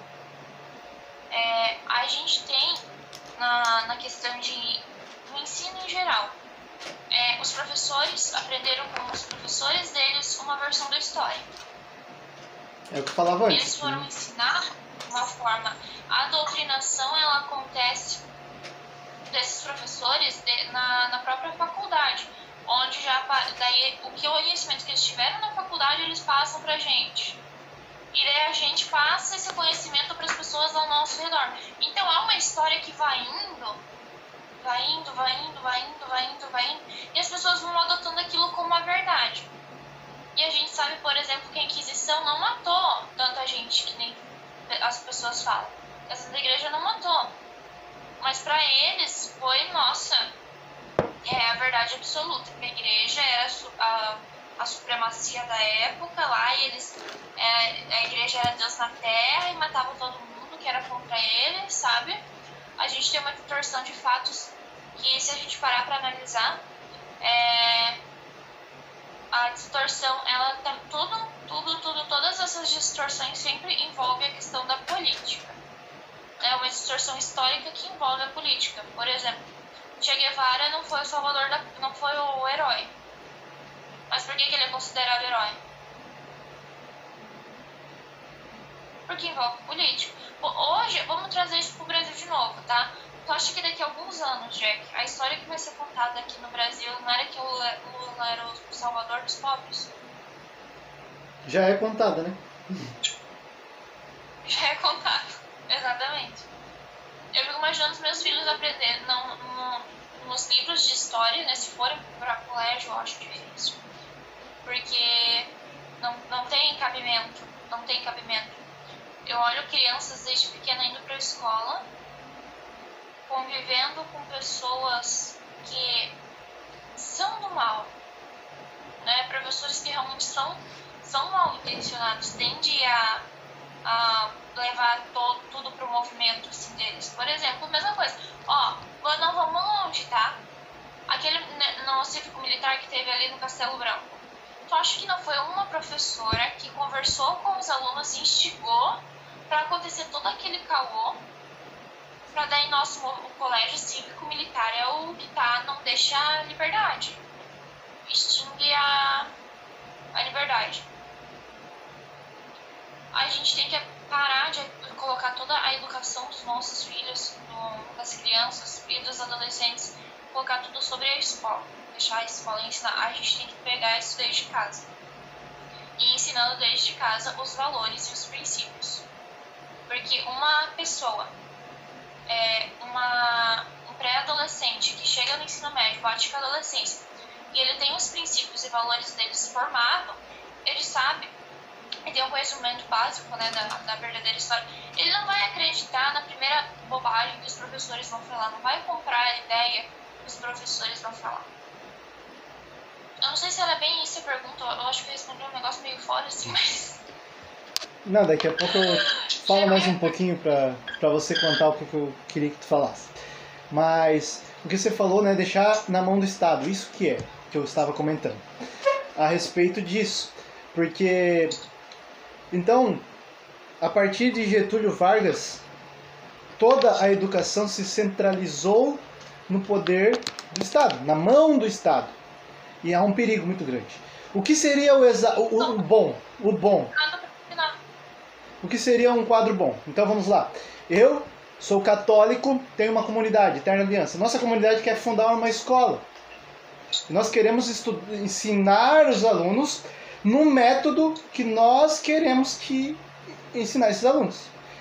A gente tem, na questão no ensino em geral, os professores aprenderam com os professores deles uma versão da história. É o que eu falava antes. Eles foram ensinar de uma forma. A doutrinação, ela acontece desses professores na própria faculdade, onde daí o conhecimento que eles tiveram na faculdade eles passam pra gente. E daí a gente passa esse conhecimento para as pessoas ao nosso redor. Então é uma história que vai indo, e as pessoas vão adotando aquilo como uma verdade. E a gente sabe, por exemplo, que a Inquisição não matou tanta gente que nem as pessoas falam. A Santa Igreja não matou. Mas para eles foi, a verdade absoluta. A igreja era a supremacia da época lá, e a igreja era Deus na terra e matava todo mundo que era contra ele, sabe? A gente tem uma distorção de fatos que, se a gente parar para analisar, a distorção, ela tá todas essas distorções sempre envolvem a questão da política. É uma distorção histórica que envolve a política. Por exemplo, Che Guevara não foi o salvador não foi o herói. Mas por que ele é considerado herói? Porque envolve política. Hoje, vamos trazer isso pro Brasil de novo, tá? Tu acha que daqui a alguns anos, Jack, a história que vai ser contada aqui no Brasil não era que o Lula era o salvador dos pobres? Já é contada, né? Já é contado, exatamente. Eu fico imaginando os meus filhos aprendendo nos livros de história, né? Se forem para colégio, eu acho difícil. Porque não tem cabimento, não tem cabimento. Eu olho crianças desde pequena indo para a escola, convivendo com pessoas que são do mal, né? Professores que realmente são mal intencionados, tendem a levar tudo pro movimento assim, deles. Por exemplo, mesma coisa, não vamos longe, tá? Aquele no cívico-militar que teve ali no Castelo Branco. Tu acha que não foi uma professora que conversou com os alunos e instigou para acontecer todo aquele caô? Para daí o colégio cívico-militar é o que não deixa a liberdade. Extingue a liberdade. A gente tem que parar de colocar toda a educação dos nossos filhos, das crianças e dos adolescentes, colocar tudo sobre a escola. Deixar a escola ensinar. A gente tem que pegar isso desde casa. E ensinando desde casa os valores e os princípios. Porque uma pessoa, um pré-adolescente que chega no ensino médio, bate com a adolescência, e ele tem os princípios e valores deles formados, ele sabe, ele tem um conhecimento básico, né, da verdadeira história, ele não vai acreditar na primeira bobagem que os professores vão falar, não vai comprar a ideia que os professores vão falar. Eu não sei se era bem isso a pergunta, eu acho que eu respondi um negócio meio fora, assim, mas... Não, daqui a pouco eu falo mais um pouquinho pra você contar o que eu queria que tu falasse. Mas o que você falou, né, deixar na mão do Estado, isso que eu estava comentando. A respeito disso, porque... Então, a partir de Getúlio Vargas, toda a educação se centralizou no poder do Estado, na mão do Estado. E há um perigo muito grande. O que seria o bom? O que seria um quadro bom? Então vamos lá. Eu sou católico, tenho uma comunidade, Eterna Aliança. Nossa comunidade quer fundar uma escola. Nós queremos ensinar os alunos no método que nós queremos ensinar esses alunos.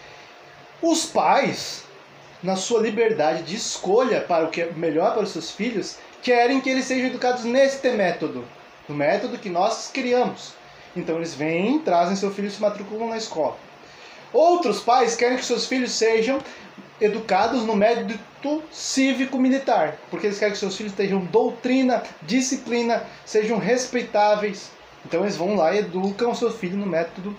Os pais, na sua liberdade de escolha para o que é melhor para os seus filhos, querem que eles sejam educados neste método, no método que nós criamos. Então eles vêm, trazem seu filho e se matriculam na escola. Outros pais querem que seus filhos sejam educados no método cívico-militar, porque eles querem que seus filhos tenham doutrina, disciplina, sejam respeitáveis. Então eles vão lá e educam o seu filho no método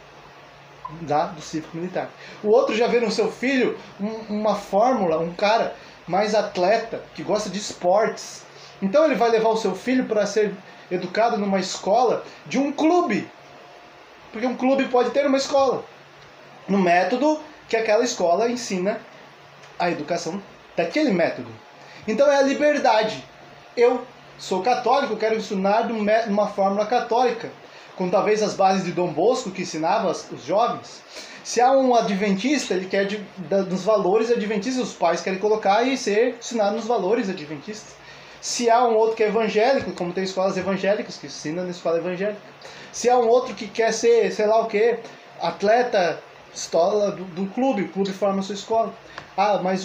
do cívico-militar. O outro já vê no seu filho uma fórmula, um cara mais atleta, que gosta de esportes. Então ele vai levar o seu filho para ser educado numa escola de um clube. Porque um clube pode ter uma escola. No método que aquela escola ensina a educação daquele método. Então é a liberdade. Eu sou católico, quero ensinar de uma fórmula católica, com talvez as bases de Dom Bosco, que ensinava os jovens. Se há um adventista, ele quer dos valores adventistas, os pais querem colocar e ser ensinado nos valores adventistas. Se há um outro que é evangélico, como tem escolas evangélicas que ensinam na escola evangélica. Se há um outro que quer ser, sei lá o que, atleta, escola do clube, o clube forma a sua escola. Mas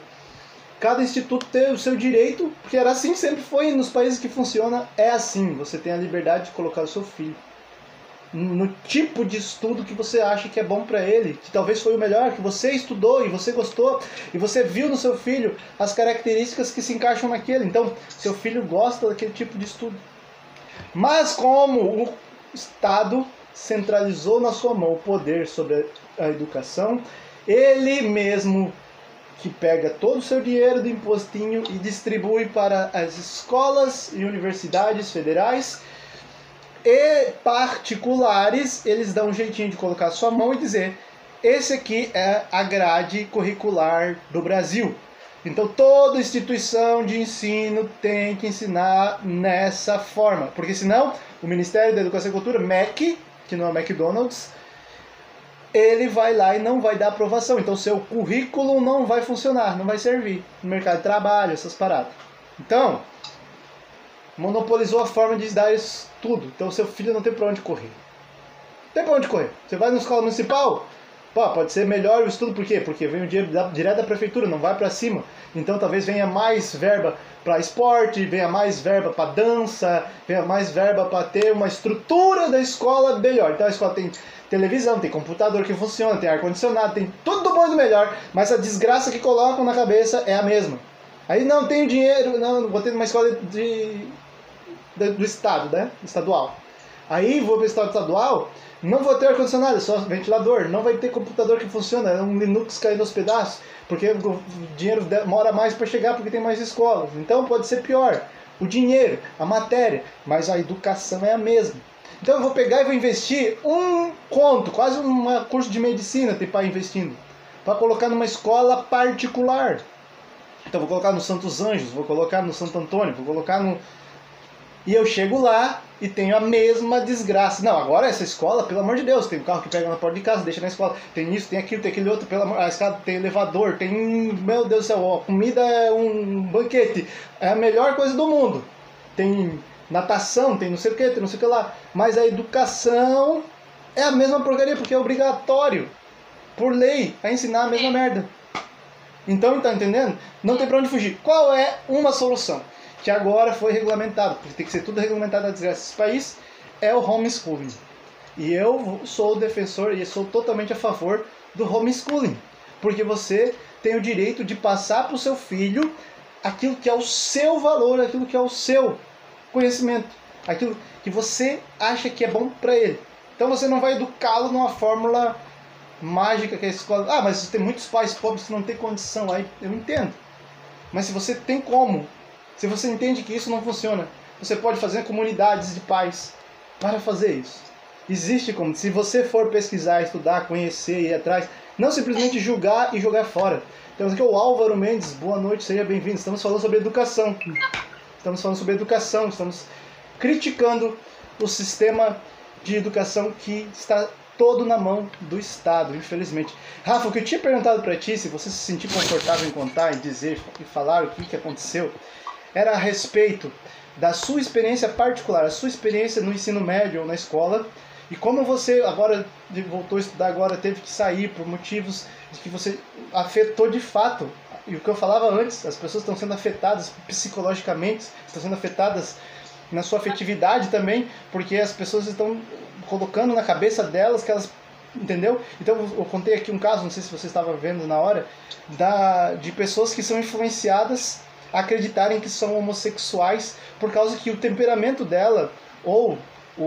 cada instituto tem o seu direito, porque era assim, sempre foi, nos países que funciona, é assim. Você tem a liberdade de colocar o seu filho no tipo de estudo que você acha que é bom para ele, que talvez foi o melhor, que você estudou e você gostou, e você viu no seu filho as características que se encaixam naquele. Então, seu filho gosta daquele tipo de estudo. Mas como o Estado centralizou na sua mão o poder sobre a educação, ele mesmo que pega todo o seu dinheiro do impostinho e distribui para as escolas e universidades federais, E particulares, eles dão um jeitinho de colocar a sua mão e dizer: esse aqui é a grade curricular do Brasil. Então toda instituição de ensino tem que ensinar nessa forma. Porque senão o Ministério da Educação e Cultura, MEC, que não é McDonald's, ele vai lá e não vai dar aprovação. Então seu currículo não vai funcionar, não vai servir no mercado de trabalho, essas paradas. Então, monopolizou a forma de dar isso tudo. Então seu filho não tem pra onde correr. Não tem pra onde correr. Você vai na escola municipal, pode ser melhor o estudo, por quê? Porque vem o dinheiro direto da prefeitura, não vai para cima. Então talvez venha mais verba para esporte, venha mais verba para dança, venha mais verba para ter uma estrutura da escola melhor. Então a escola tem televisão, tem computador que funciona, tem ar-condicionado, tem tudo bom e do melhor, mas a desgraça que colocam na cabeça é a mesma. Aí não tenho dinheiro, não, vou ter uma escola do estado, né? Estadual. Aí vou para o estado estadual, não vou ter ar-condicionado, é só ventilador, não vai ter computador que funciona, é um Linux caindo aos pedaços, porque o dinheiro demora mais para chegar porque tem mais escolas. Então pode ser pior. O dinheiro, a matéria, mas a educação é a mesma. Então eu vou pegar e vou investir um conto, quase um curso de medicina tem pai investindo, para colocar numa escola particular. Então vou colocar no Santos Anjos, vou colocar no Santo Antônio, vou colocar no... E eu chego lá e tenho a mesma desgraça. Não, agora essa escola, pelo amor de Deus, tem um carro que pega na porta de casa, deixa na escola. Tem isso, tem aquilo, tem aquele outro, pelo amor... a escada tem elevador, tem... Meu Deus do céu, a comida é um banquete. É a melhor coisa do mundo. Tem natação, tem não sei o que, tem não sei o que lá. Mas a educação é a mesma porcaria, porque é obrigatório, por lei, a ensinar a mesma merda. Então, tá entendendo? Não tem pra onde fugir. Qual é uma solução? Que agora foi regulamentado, porque tem que ser tudo regulamentado na desgraça desse país, é o homeschooling. E eu sou defensor e sou totalmente a favor do homeschooling, porque você tem o direito de passar para o seu filho aquilo que é o seu valor, aquilo que é o seu conhecimento, aquilo que você acha que é bom para ele. Então você não vai educá-lo numa fórmula mágica que a escola... Ah, mas tem muitos pais pobres que não têm condição, aí eu entendo. Mas se você tem como, se você entende que isso não funciona, você pode fazer comunidades de pais para fazer isso. Existe como. Se você for pesquisar, estudar, conhecer, ir atrás, não simplesmente julgar e jogar fora. Temos aqui o Álvaro Mendes, boa noite, seja bem-vindo. Estamos falando sobre educação. Estamos criticando o sistema de educação que está todo na mão do Estado, infelizmente. Rafa, o que eu tinha perguntado para ti, se você se sentir confortável em contar e dizer e falar o que aconteceu, era a respeito da sua experiência particular, a sua experiência no ensino médio ou na escola, e como você agora voltou a estudar, agora teve que sair por motivos que você afetou de fato. E o que eu falava antes, as pessoas estão sendo afetadas psicologicamente, estão sendo afetadas na sua afetividade também, porque as pessoas estão colocando na cabeça delas que elas... Entendeu? Então eu contei aqui um caso, não sei se você estava vendo na hora, de pessoas que são influenciadas a acreditarem que são homossexuais por causa que o temperamento dela, ou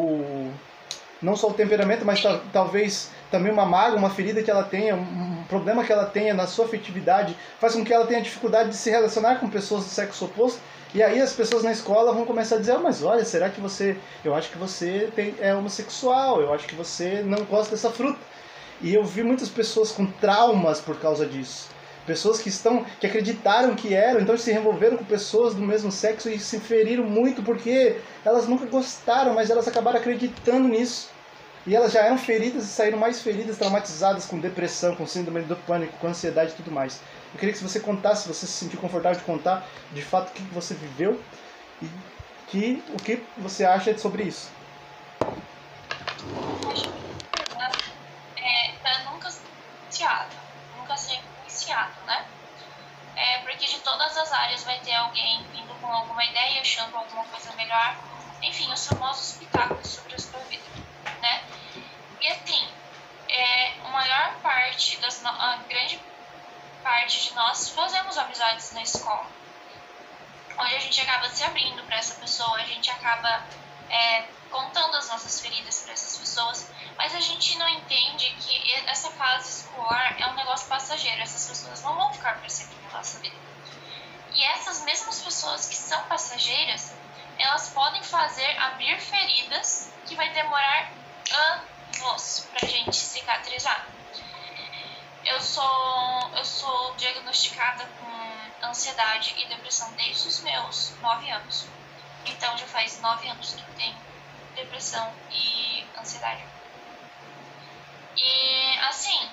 não só o temperamento, mas talvez também uma mágoa, uma ferida que ela tenha, um problema que ela tenha na sua afetividade, faz com que ela tenha dificuldade de se relacionar com pessoas do sexo oposto. E aí as pessoas na escola vão começar a dizer: mas olha, será que você... Eu acho que você é homossexual, eu acho que você não gosta dessa fruta. E eu vi muitas pessoas com traumas por causa disso. Pessoas que acreditaram que eram, então se envolveram com pessoas do mesmo sexo e se feriram muito porque elas nunca gostaram, mas elas acabaram acreditando nisso. E elas já eram feridas e saíram mais feridas, traumatizadas, com depressão, com síndrome do pânico, com ansiedade e tudo mais. Eu queria que você contasse, se você se sentir confortável de contar, de fato, o que você viveu e o que você acha sobre isso. Nunca ser iniciado, né? Porque de todas as áreas vai ter alguém vindo com alguma ideia, achando alguma coisa melhor. Enfim, os famosos pitacos sobre a sua vida, né? E assim, a grande parte de nós fazemos amizades na escola, onde a gente acaba se abrindo para essa pessoa, a gente acaba contando as nossas feridas para essas pessoas, mas a gente não entende que essa fase escolar é um negócio passageiro, essas pessoas não vão ficar para sempre na nossa vida. E essas mesmas pessoas que são passageiras, elas podem fazer abrir feridas que vai demorar anos pra gente cicatrizar. Eu sou diagnosticada com ansiedade e depressão desde os meus 9 anos. Então já faz 9 anos que eu tenho depressão e ansiedade. E assim,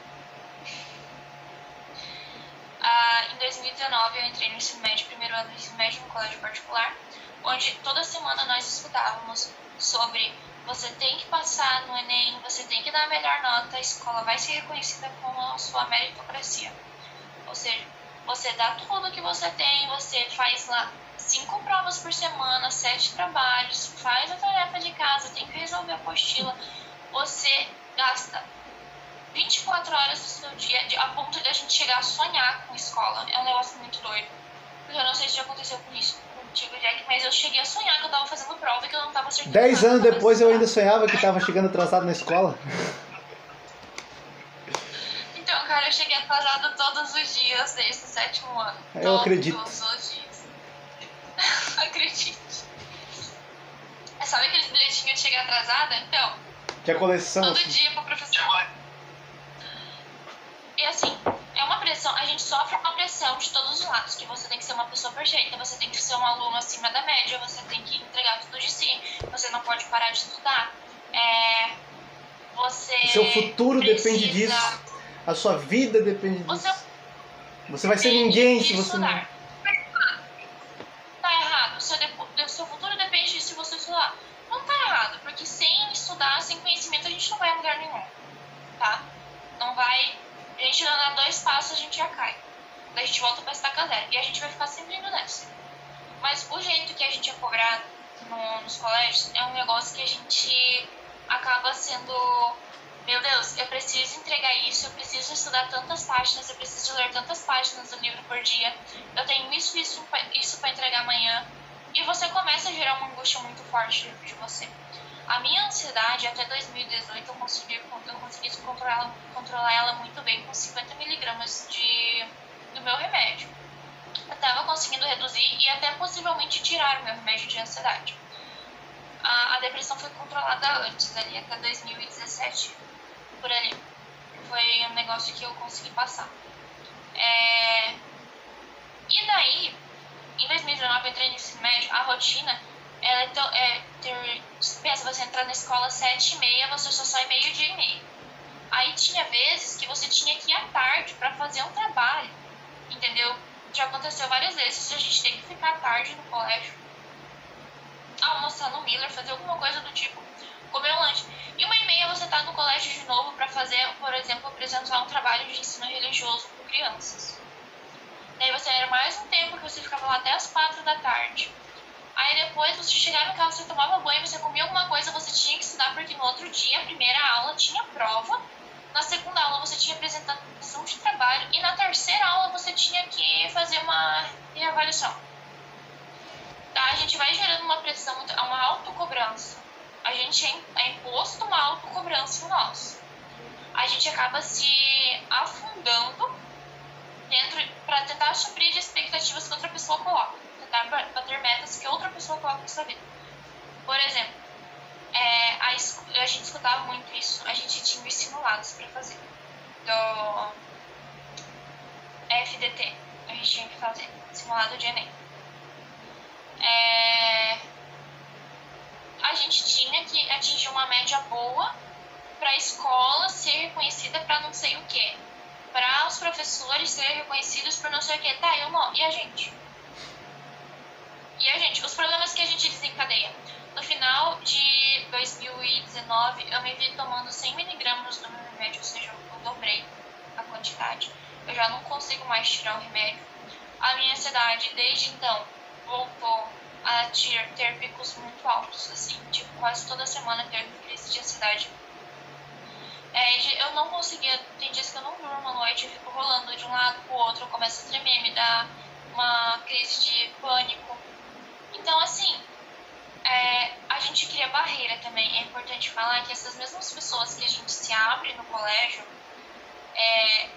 em 2019 eu entrei no ensino médio, primeiro ano do ensino médio no colégio particular, onde toda semana nós escutávamos sobre você tem que passar no Enem, você tem que dar a melhor nota, a escola vai ser reconhecida como a sua meritocracia. Ou seja, você dá tudo que você tem, você faz lá 5 provas por semana, 7 trabalhos, faz a tarefa de casa, tem que resolver a apostila, você gasta 24 horas do seu dia a ponto de a gente chegar a sonhar com escola. É um negócio muito doido. Eu não sei se já aconteceu com isso contigo, Jack, mas eu cheguei a sonhar que eu tava fazendo prova e que eu não tava acertando. 10 anos depois eu ainda sonhava que tava chegando atrasado na escola. Então, cara, eu cheguei atrasado todos os dias desde o 7º ano. Eu acredito. Todos os dias. Acredite. Sabe aqueles bilhetinhos de chegar atrasada? Então, que a coleção todo assim. dia pro professor. E assim, é uma pressão, a gente sofre uma pressão de todos os lados, que você tem que ser uma pessoa perfeita, você tem que ser um aluno acima da média, você tem que entregar tudo de si, você não pode parar de estudar, você seu futuro depende disso, a sua vida depende disso. Você vai ser ninguém se você não... Tá errado, seu futuro depende disso se você estudar. Não tá errado, porque sem estudar, sem conhecimento, a gente não vai a lugar nenhum, tá? Não vai... A gente não dá 2 passos, a gente já cai. Daí a gente volta pra estaca zero. E a gente vai ficar sempre indo nessa. Mas o jeito que a gente é cobrado nos colégios é um negócio que a gente acaba sendo... Meu Deus, eu preciso entregar isso, eu preciso estudar tantas páginas, eu preciso ler tantas páginas do livro por dia, eu tenho isso pra entregar amanhã. E você começa a gerar uma angústia muito forte dentro de você. A minha ansiedade, até 2018, eu consegui controlar ela muito bem com 50 miligramas do meu remédio. Eu estava conseguindo reduzir e até possivelmente tirar o meu remédio de ansiedade. A depressão foi controlada antes, ali até 2017, por ali. Foi um negócio que eu consegui passar. E daí, em 2019, eu entrei no ensino médio, a rotina... pensa, você entrar na escola às 7h30, você só sai 12h30. Aí tinha vezes que você tinha que ir à tarde pra fazer um trabalho, entendeu? Já aconteceu várias vezes, a gente tem que ficar à tarde no colégio, almoçar no Miller, fazer alguma coisa do tipo, comer um lanche. E 1h30 você tá no colégio de novo pra fazer, por exemplo, apresentar um trabalho de ensino religioso com crianças. Daí você era mais um tempo que você ficava lá até as 4 da tarde. Aí depois você chegava em casa, você tomava banho, você comia alguma coisa, você tinha que estudar porque no outro dia, a primeira aula tinha prova, na segunda aula você tinha apresentação de trabalho e na terceira aula você tinha que fazer uma reavaliação. Tá? A gente vai gerando uma pressão, uma autocobrança. A gente é imposto uma autocobrança em nós. A gente acaba se afundando para tentar suprir as expectativas que outra pessoa coloca. Para ter metas que outra pessoa coloca na sua vida. Por exemplo, a gente escutava muito isso. A gente tinha os simulados para fazer do FDT. A gente tinha que fazer simulado de Enem. A gente tinha que atingir uma média boa para a escola ser reconhecida para não sei o que, para os professores serem reconhecidos por não sei o que. Tá, eu não. E a gente? Os problemas que a gente desencadeia. No final de 2019, eu me vi tomando 100 miligramas do meu remédio, ou seja, eu dobrei a quantidade. Eu já não consigo mais tirar o remédio. A minha ansiedade, desde então, voltou a ter picos muito altos, assim, tipo, quase toda semana ter crise de ansiedade. Eu não conseguia, tem dias que eu não durmo à noite, eu fico rolando de um lado pro outro, eu começo a tremer, me dá uma crise de pânico. Então, assim, a gente cria barreira também. É importante falar que essas mesmas pessoas que a gente se abre no colégio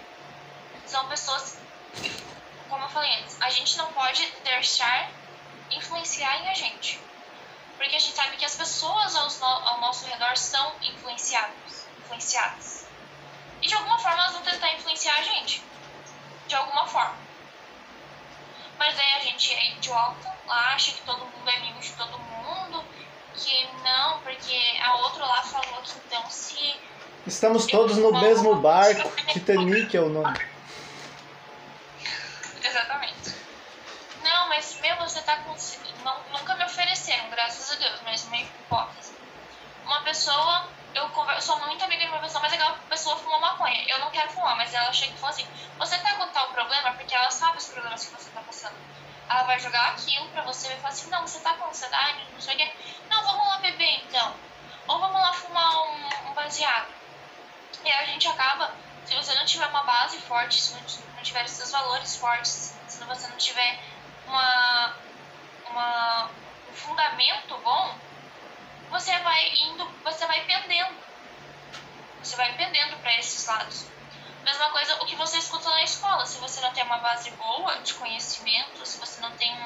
são pessoas, como eu falei antes, a gente não pode deixar influenciarem a gente. Porque a gente sabe que as pessoas ao nosso redor são influenciadas. E de alguma forma elas vão tentar influenciar a gente. De alguma forma. Mas aí a gente é idiota, acha que todo mundo é amigo de todo mundo, que não, porque a outra lá falou que então se... Estamos todos no mesmo barco, Titanic é o nome. Exatamente. Não, mas você tá com... Nunca me ofereceram, graças a Deus, mas uma hipótese. Uma pessoa, eu sou muito amiga de uma pessoa, mas aquela pessoa fuma maconha. Eu não quero fumar, mas ela chega e fala assim, você tá com tal problema? Porque ela sabe os problemas que você tá passando. Ela vai jogar aquilo pra você e vai falar assim, não, você tá com ansiedade, não sei o quê. Não, vamos lá beber então. Ou vamos lá fumar um baseado. E aí a gente acaba, se você não tiver uma base forte, se não tiver os seus valores fortes, se você não tiver um fundamento bom, você vai pendendo. Você vai pendendo para esses lados. Mesma coisa o que você escuta na escola. Se você não tem uma base boa de conhecimento, se você não tem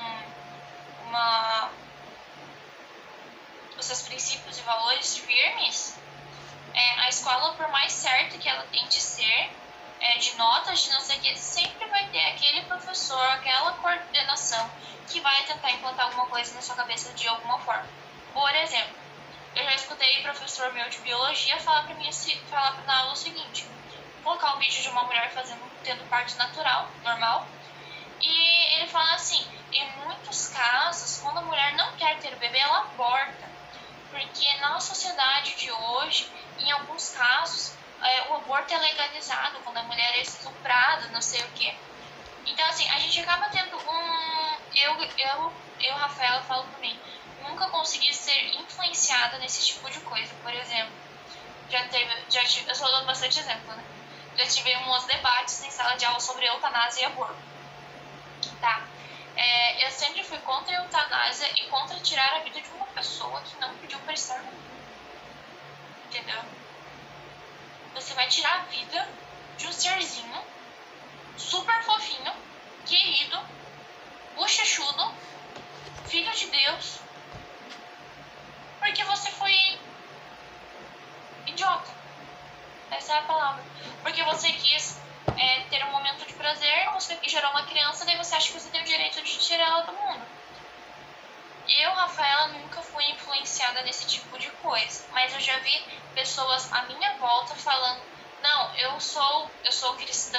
os seus princípios e valores firmes, a escola, por mais certa que ela tente ser, de notas, de não sei o que, sempre vai ter aquele professor, aquela coordenação que vai tentar implantar alguma coisa na sua cabeça de alguma forma. Por exemplo, eu já escutei professor meu de biologia falar na aula o seguinte: colocar um vídeo de uma mulher tendo parto natural, normal, e ele fala assim, em muitos casos, quando a mulher não quer ter o bebê, ela aborta, porque na sociedade de hoje, em alguns casos, o aborto é legalizado, quando a mulher é estuprada, não sei o que. Então, assim, a gente acaba tendo eu Rafaela, falo por mim, nunca consegui ser influenciada nesse tipo de coisa. Por exemplo, eu estou dando bastante exemplo, né? Já tive uns debates em sala de aula sobre eutanásia e aborto. Tá? Eu sempre fui contra a eutanásia e contra tirar a vida de uma pessoa que não pediu para estar no mundo. Entendeu? Você vai tirar a vida de um serzinho super fofinho, querido, bochechudo, filho de Deus, porque você foi idiota. Essa é a palavra. Porque você quis ter um momento de prazer, você gerou uma criança, daí você acha que você tem o direito de tirar ela do mundo. Eu, Rafaela, nunca fui influenciada nesse tipo de coisa, mas eu já vi pessoas à minha volta falando, não, eu sou cristã,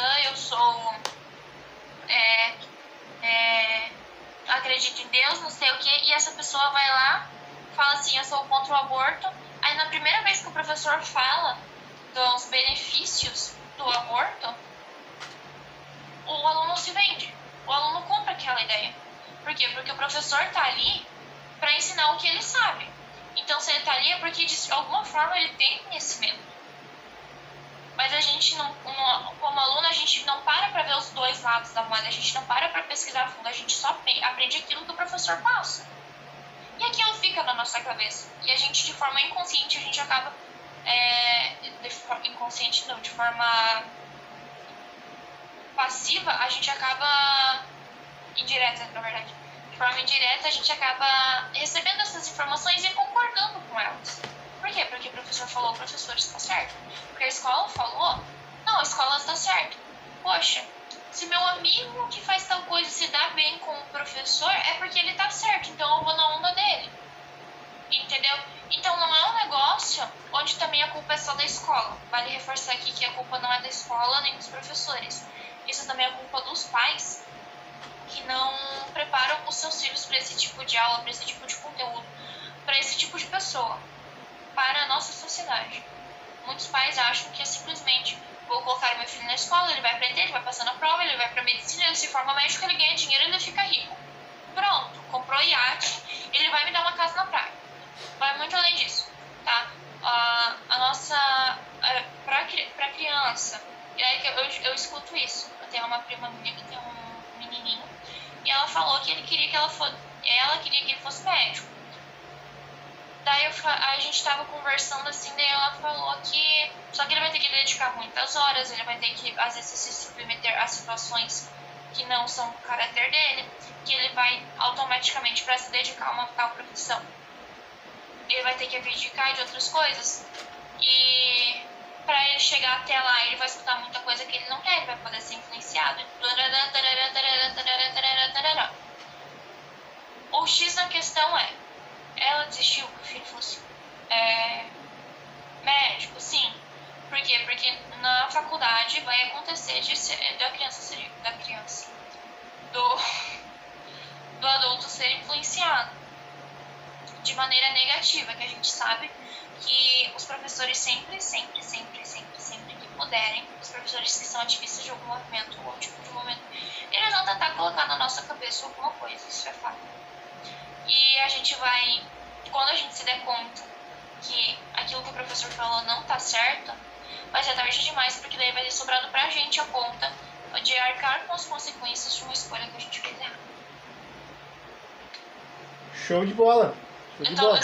acredito em Deus, não sei o que, e essa pessoa vai lá, fala assim, eu sou contra o aborto, aí na primeira vez que o professor fala dos benefícios do aborto, o aluno se vende, o aluno compra aquela ideia. Por quê? Porque o professor tá ali para ensinar o que ele sabe. Então, se ele tá ali é porque de alguma forma ele tem conhecimento. Mas a gente não, como aluno, a gente não para ver os dois lados da moeda, a gente não para pesquisar a fundo, a gente só aprende aquilo que o professor passa. E aquilo fica na nossa cabeça. E a gente, de forma inconsciente, a gente acaba... de forma passiva, a gente acaba... indireta, na verdade. De forma indireta, a gente acaba recebendo essas informações e concordando com elas. Por quê? Porque o professor falou, o professor está certo. Porque a escola falou, não, a escola está certa. Poxa, se meu amigo que faz tal coisa se dá bem com o professor, é porque ele está certo, então eu vou na onda dele. Entendeu? Então não é um negócio onde também a culpa é só da escola. Vale reforçar aqui que a culpa não é da escola nem dos professores. Isso também é culpa dos pais, que não preparam os seus filhos para esse tipo de aula, para esse tipo de conteúdo, para esse tipo de pessoa, para a nossa sociedade. Muitos pais acham que é simplesmente, vou colocar o meu filho na escola, ele vai aprender, ele vai passar na prova, ele vai para medicina, ele se forma médico, ele ganha dinheiro e ele fica rico. Pronto, comprou iate, ele vai me dar uma casa na praia. Vai muito além disso, tá? A nossa... Pra criança, e aí eu escuto isso. Eu tenho uma prima minha que tem um menininho, e ela falou que ela queria que ele fosse médico. Daí a gente tava conversando assim, daí ela falou que só que ele vai ter que dedicar muitas horas, ele vai ter que às vezes se submeter a situações que não são o caráter dele, que ele vai automaticamente, para se dedicar a uma tal profissão, ele vai ter que abdicar de outras coisas. E para ele chegar até lá, ele vai escutar muita coisa que ele não quer, ele vai poder ser influenciado. O X da questão é, ela desistiu que o filho fosse médico? Sim. Por quê? Porque na faculdade vai acontecer do adulto ser influenciado de maneira negativa, que a gente sabe que os professores sempre que puderem, os professores que são ativistas de algum movimento ou tipo de movimento, eles vão tentar colocar na nossa cabeça alguma coisa, isso é fato. E a gente vai, quando a gente se der conta que aquilo que o professor falou não tá certo, vai ser tarde demais, porque daí vai ter sobrado pra gente a conta de arcar com as consequências de uma escolha que a gente fez errado. Show de bola! Eu tô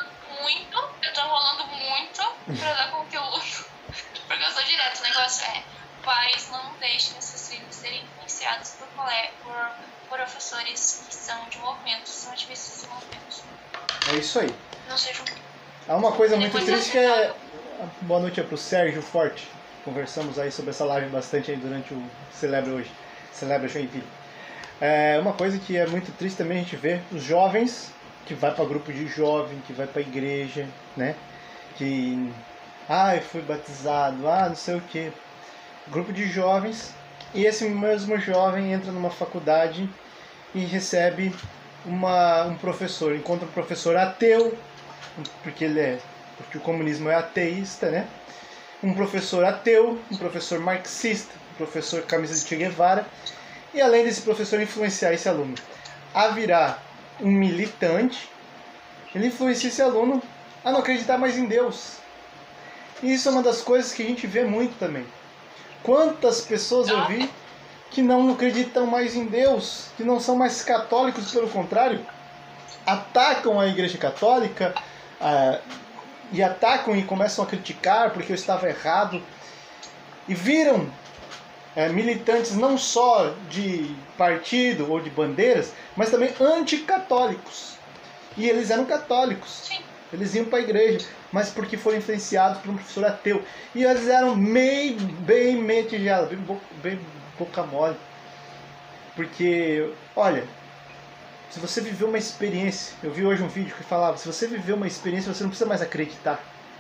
falando muito pra dar conteúdo, porque eu sou direto. O negócio é, pais, não deixem seus filhos serem influenciados por professores que são de movimentos, são ativistas de movimentos. É isso aí. Não sejam... Há uma coisa muito triste que é... Boa noite pro Sérgio Forte. Conversamos aí sobre essa live bastante aí durante o Celebra Joinville. Uma coisa que é muito triste também a gente ver os jovens que vai para grupo de jovem, que vai para igreja, né? Que eu fui batizado, não sei o que. Grupo de jovens, e esse mesmo jovem entra numa faculdade e recebe um professor, encontra um professor ateu, porque o comunismo é ateísta, né? Um professor ateu, um professor marxista, um professor camisa de Che Guevara, e além desse professor influenciar esse aluno a virar um militante, ele influencia esse aluno a não acreditar mais em Deus. E isso é uma das coisas que a gente vê muito também. Quantas pessoas eu vi que não acreditam mais em Deus, que não são mais católicos, pelo contrário, atacam a Igreja Católica, e atacam e começam a criticar porque eu estava errado, e viram militantes não só de partido ou de bandeiras, mas também anticatólicos. E eles eram católicos. Sim. Eles iam para a igreja, mas porque foram influenciados por um professor ateu. E eles eram bem metijados, bem boca mole. Porque, olha, se você viveu uma experiência, eu vi hoje um vídeo que falava, se você viveu uma experiência, você não precisa mais acreditar.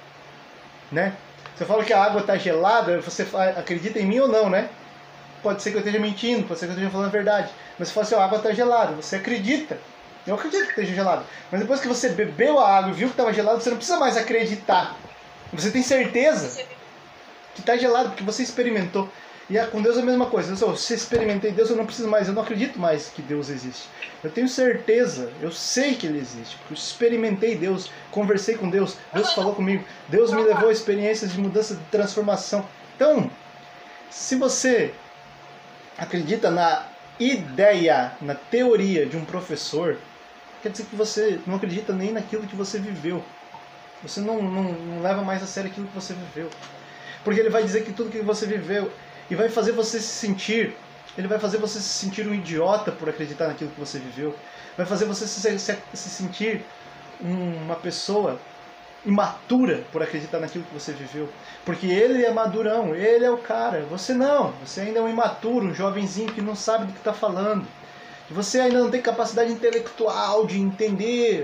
Né? Você fala que a água está gelada, você acredita em mim ou não, né? Pode ser que eu esteja mentindo, pode ser que eu esteja falando a verdade. Mas você fala assim, a água está gelada, você acredita. Eu acredito que esteja gelado. Mas depois que você bebeu a água e viu que estava gelado, você não precisa mais acreditar. Você tem certeza que está gelado, porque você experimentou. E com Deus é a mesma coisa. Se eu experimentei Deus, eu não preciso mais, eu não acredito mais que Deus existe. Eu tenho certeza, eu sei que Ele existe. Porque eu experimentei Deus, conversei com Deus, Deus falou comigo, Deus me levou a experiências de mudança, de transformação. Então, se você acredita na ideia, na teoria de um professor, quer dizer que você não acredita nem naquilo que você viveu. Você não leva mais a sério aquilo que você viveu. Porque ele vai dizer que tudo que você viveu, e vai fazer você se sentir, ele vai fazer você se sentir um idiota por acreditar naquilo que você viveu. Vai fazer você se sentir uma pessoa imatura por acreditar naquilo que você viveu. Porque ele é madurão, ele é o cara. Você não, você ainda é um imaturo, um jovenzinho que não sabe do que está falando. Você ainda não tem capacidade intelectual de entender.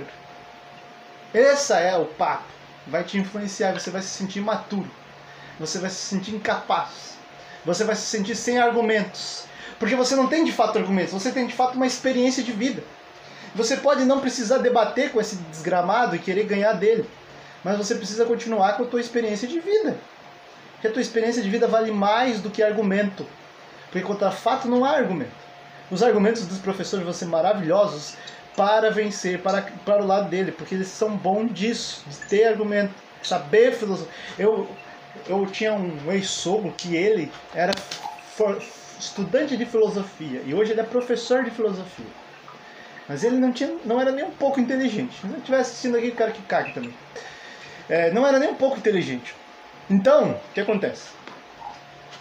Essa é o papo. Vai te influenciar, você vai se sentir imaturo. Você vai se sentir incapaz. Você vai se sentir sem argumentos. Porque você não tem de fato argumentos, você tem de fato uma experiência de vida. Você pode não precisar debater com esse desgramado e querer ganhar dele. Mas você precisa continuar com a tua experiência de vida. Porque a tua experiência de vida vale mais do que argumento. Porque contra fato não há argumento. Os argumentos dos professores vão ser maravilhosos para vencer, para o lado dele. Porque eles são bons disso, de ter argumento, saber filosofia. Eu tinha um ex-sogro que ele era estudante de filosofia. E hoje ele é professor de filosofia. Mas ele não era nem um pouco inteligente. Se eu estiver assistindo aqui, o cara que caga também. Não era nem um pouco inteligente. Então, o que acontece?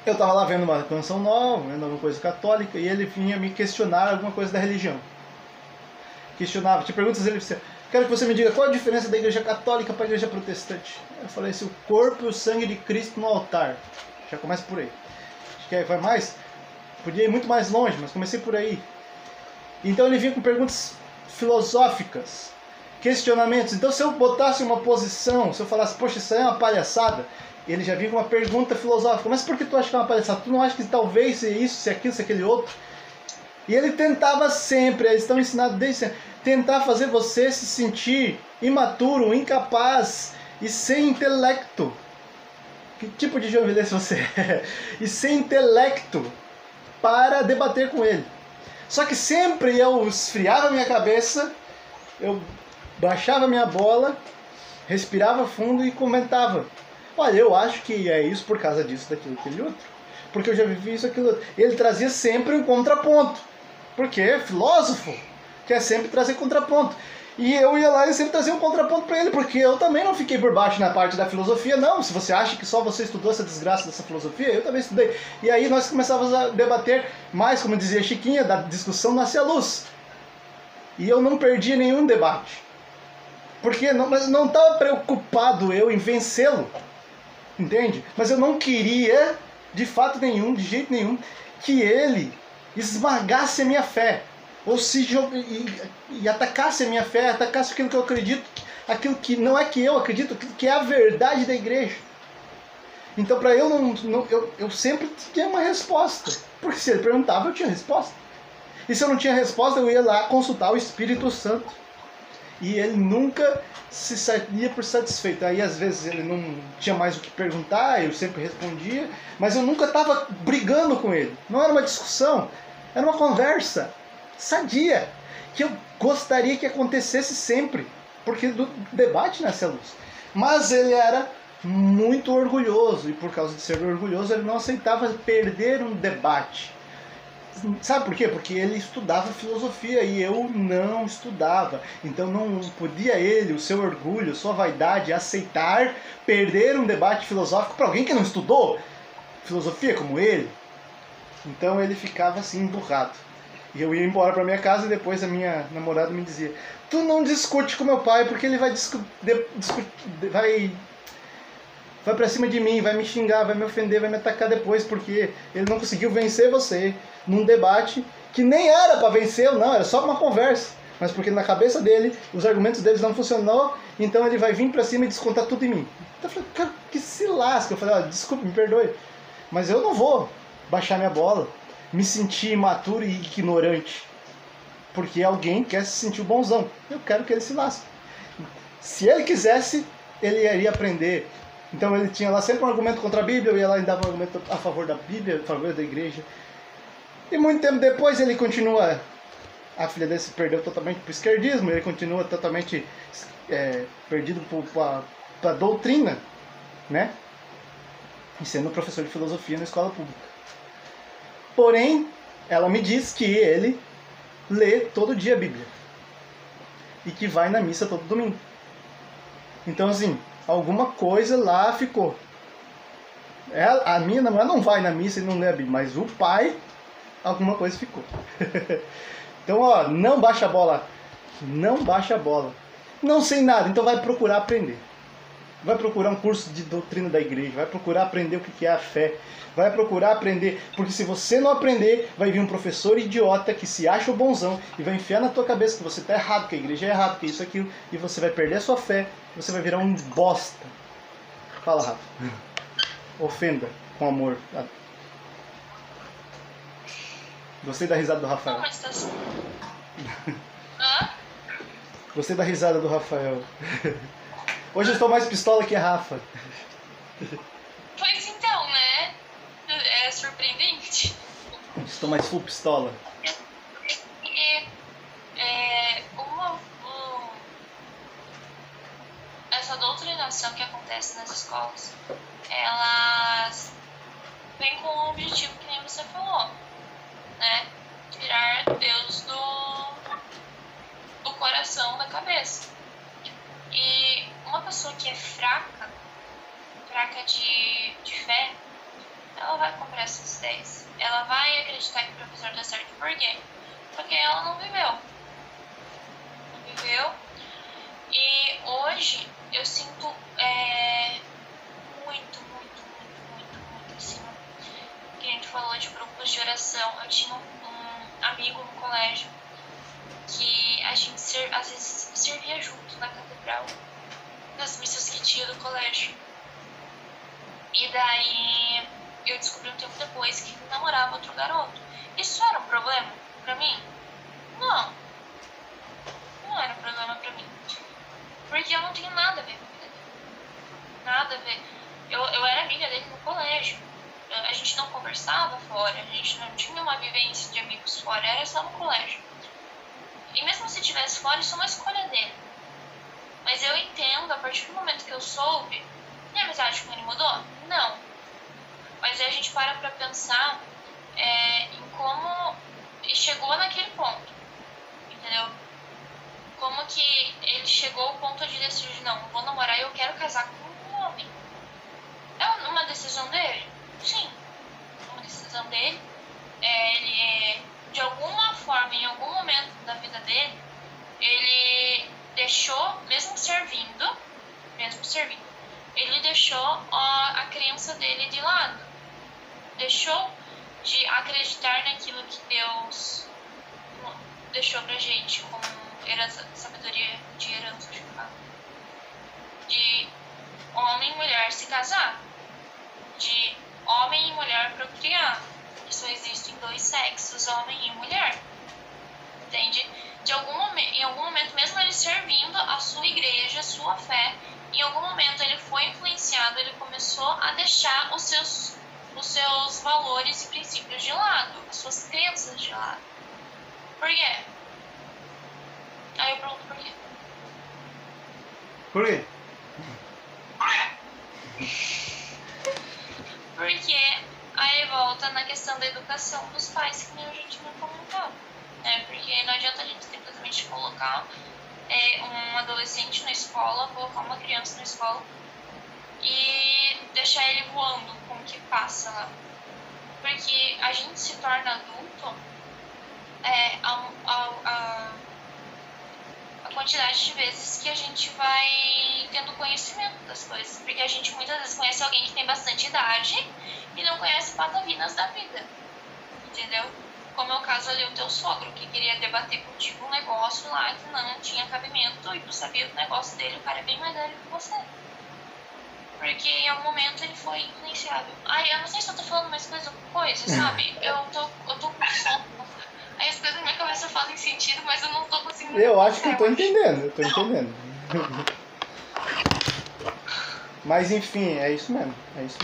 eu estava lá vendo uma canção nova, vendo alguma coisa católica, e ele vinha me questionar alguma coisa da religião. Questionava, te perguntas, ele disse, quero que você me diga qual a diferença da igreja católica para a igreja protestante. Eu falei assim, o corpo e o sangue de Cristo no altar. Já começa por aí. Acho que vai mais, podia ir muito mais longe, mas comecei por aí. Então ele vinha com perguntas filosóficas, questionamentos. Então se eu botasse uma posição, se eu falasse, poxa, isso aí é uma palhaçada, ele já vinha com uma pergunta filosófica. Mas por que tu acha que é uma palhaçada? Tu não acha que talvez seja isso, se aquilo, se aquele outro? E ele tentava sempre, eles estão ensinados desde sempre, tentar fazer você se sentir imaturo, incapaz e sem intelecto. Que tipo de jovenilce você é? E sem intelecto para debater com ele. Só que sempre eu esfriava a minha cabeça, eu baixava a minha bola, respirava fundo e comentava. Olha, eu acho que é isso por causa disso, daquilo, aquele outro. Porque eu já vivi isso, aquilo outro. Ele trazia sempre um contraponto. Porque filósofo quer sempre trazer contraponto. E eu ia lá e sempre trazia um contraponto para ele, porque eu também não fiquei por baixo na parte da filosofia, não. Se você acha que só você estudou essa desgraça dessa filosofia, eu também estudei. E aí nós começávamos a debater mais, como dizia Chiquinha, da discussão nasce a luz. E eu não perdia nenhum debate. Porque não estava preocupado eu em vencê-lo. Entende? Mas eu não queria, de fato nenhum, de jeito nenhum, que ele esmagasse a minha fé, ou se e atacasse a minha fé, atacasse aquilo que eu acredito, aquilo que não é que eu acredito, aquilo que é a verdade da igreja. Então para eu eu sempre tinha uma resposta, porque se ele perguntava eu tinha resposta, e se eu não tinha resposta eu ia lá consultar o Espírito Santo, e ele nunca se saía por satisfeito. Aí às vezes ele não tinha mais o que perguntar, eu sempre respondia, mas eu nunca estava brigando com ele. Não era uma discussão, era uma conversa sadia, que eu gostaria que acontecesse sempre, porque do debate nasce a luz. Mas ele era muito orgulhoso, e por causa de ser orgulhoso ele não aceitava perder um debate. Sabe por quê? Porque ele estudava filosofia e eu não estudava. Então não podia ele, o seu orgulho, sua vaidade, aceitar perder um debate filosófico para alguém que não estudou filosofia como ele. Então ele ficava assim emburrado. E eu ia embora para minha casa e depois a minha namorada me dizia: tu não discute com meu pai porque ele vai pra cima de mim, vai me xingar, vai me ofender, vai me atacar depois, porque ele não conseguiu vencer você num debate que nem era para vencer, não, era só uma conversa. Mas porque na cabeça dele, os argumentos deles não funcionou, então ele vai vir pra cima e descontar tudo em mim. Então eu falei, cara, que se lasca. Eu falei, desculpa, me perdoe, mas eu não vou baixar minha bola, me sentir imaturo e ignorante, porque alguém quer se sentir o bonzão. Eu quero que ele se lasque. Se ele quisesse, ele iria aprender. Então ele tinha lá sempre um argumento contra a Bíblia, eu ia lá e dava um argumento a favor da Bíblia, a favor da igreja. E muito tempo depois ele continua, a filha dele se perdeu totalmente para o esquerdismo, ele continua totalmente perdido para a doutrina, né? E sendo professor de filosofia na escola pública. Porém, ela me diz que ele lê todo dia a Bíblia. E que vai na missa todo domingo. Então assim, alguma coisa lá ficou. A minha namorada não vai na missa e não lê a Bíblia, mas o pai, alguma coisa ficou. Então, ó, não baixa a bola. Não baixa a bola. Não sei nada, então vai procurar aprender. Vai procurar um curso de doutrina da igreja, vai procurar aprender o que é a fé, vai procurar aprender, porque se você não aprender, vai vir um professor idiota que se acha o bonzão e vai enfiar na tua cabeça que você está errado, que a igreja é errado, que isso, aquilo, e você vai perder a sua fé, você vai virar um bosta. Fala, Rafa. Ofenda com amor. Gostei da risada do Rafael. Não, mas tá assim. Hã? Gostei da risada do Rafael. Hoje eu estou mais pistola que a Rafa. Pois então, né? É surpreendente. Estou mais full pistola. E essa doutrinação que acontece nas escolas, elas vêm com um objetivo que nem você falou, né? Tirar Deus do coração, da cabeça. E uma pessoa que é fraca de fé, ela vai comprar essas ideias. Ela vai acreditar que o professor dá certo. Por quê? Porque ela não viveu. Não viveu. E hoje eu sinto muito assim. Que a gente falou de grupos de oração. Eu tinha um amigo no colégio que a gente às vezes servia junto na catedral, nas missas que tinha do colégio. E daí eu descobri um tempo depois que ele namorava outro garoto. Isso era um problema pra mim? Não. Não era um problema pra mim. Porque eu não tinha nada a ver com a vida dele. Nada a ver. Eu era amiga dele no colégio. A gente não conversava fora, a gente não tinha uma vivência de amigos fora, era só no colégio. E mesmo se tivesse fora, isso é uma escolha dele. Mas eu entendo, a partir do momento que eu soube, minha amizade com ele mudou? Não. Mas aí a gente para pra pensar em como ele chegou naquele ponto. Entendeu? Como que ele chegou ao ponto de decidir, não, vou namorar e eu quero casar com um homem. É uma decisão dele? Sim. É uma decisão dele. Ele, de alguma forma, em algum momento da vida dele, ele deixou, mesmo servindo, ele deixou a crença dele de lado. Deixou de acreditar naquilo que Deus deixou pra gente como sabedoria de herança, de homem e mulher se casar, de homem e mulher procriar. Só existem dois sexos, homem e mulher. Entende? Em algum momento, mesmo ele servindo a sua igreja, a sua fé, em algum momento ele foi influenciado, ele começou a deixar os seus valores e princípios de lado, as suas crenças de lado. Por quê? Aí eu pergunto por quê? Por quê? Porque aí volta na questão da educação dos pais, que nem a gente não comentou. Porque não adianta a gente simplesmente colocar um adolescente na escola, colocar uma criança na escola e deixar ele voando com o que passa lá. Porque a gente se torna adulto a quantidade de vezes que a gente vai tendo conhecimento das coisas. Porque a gente muitas vezes conhece alguém que tem bastante idade e não conhece patavinas da vida. Entendeu? Como é o caso ali, o teu sogro, que queria debater contigo um negócio lá que não tinha cabimento e tu sabia do negócio dele, o cara é bem mais velho que você. Porque em algum momento ele foi influenciável. Ai, eu não sei se eu tô falando mais coisa, sabe? Eu tô com sono. Aí as coisas na minha cabeça fazem sentido, mas eu não tô conseguindo. Eu acho que eu tô entendendo. Mas enfim, é isso mesmo.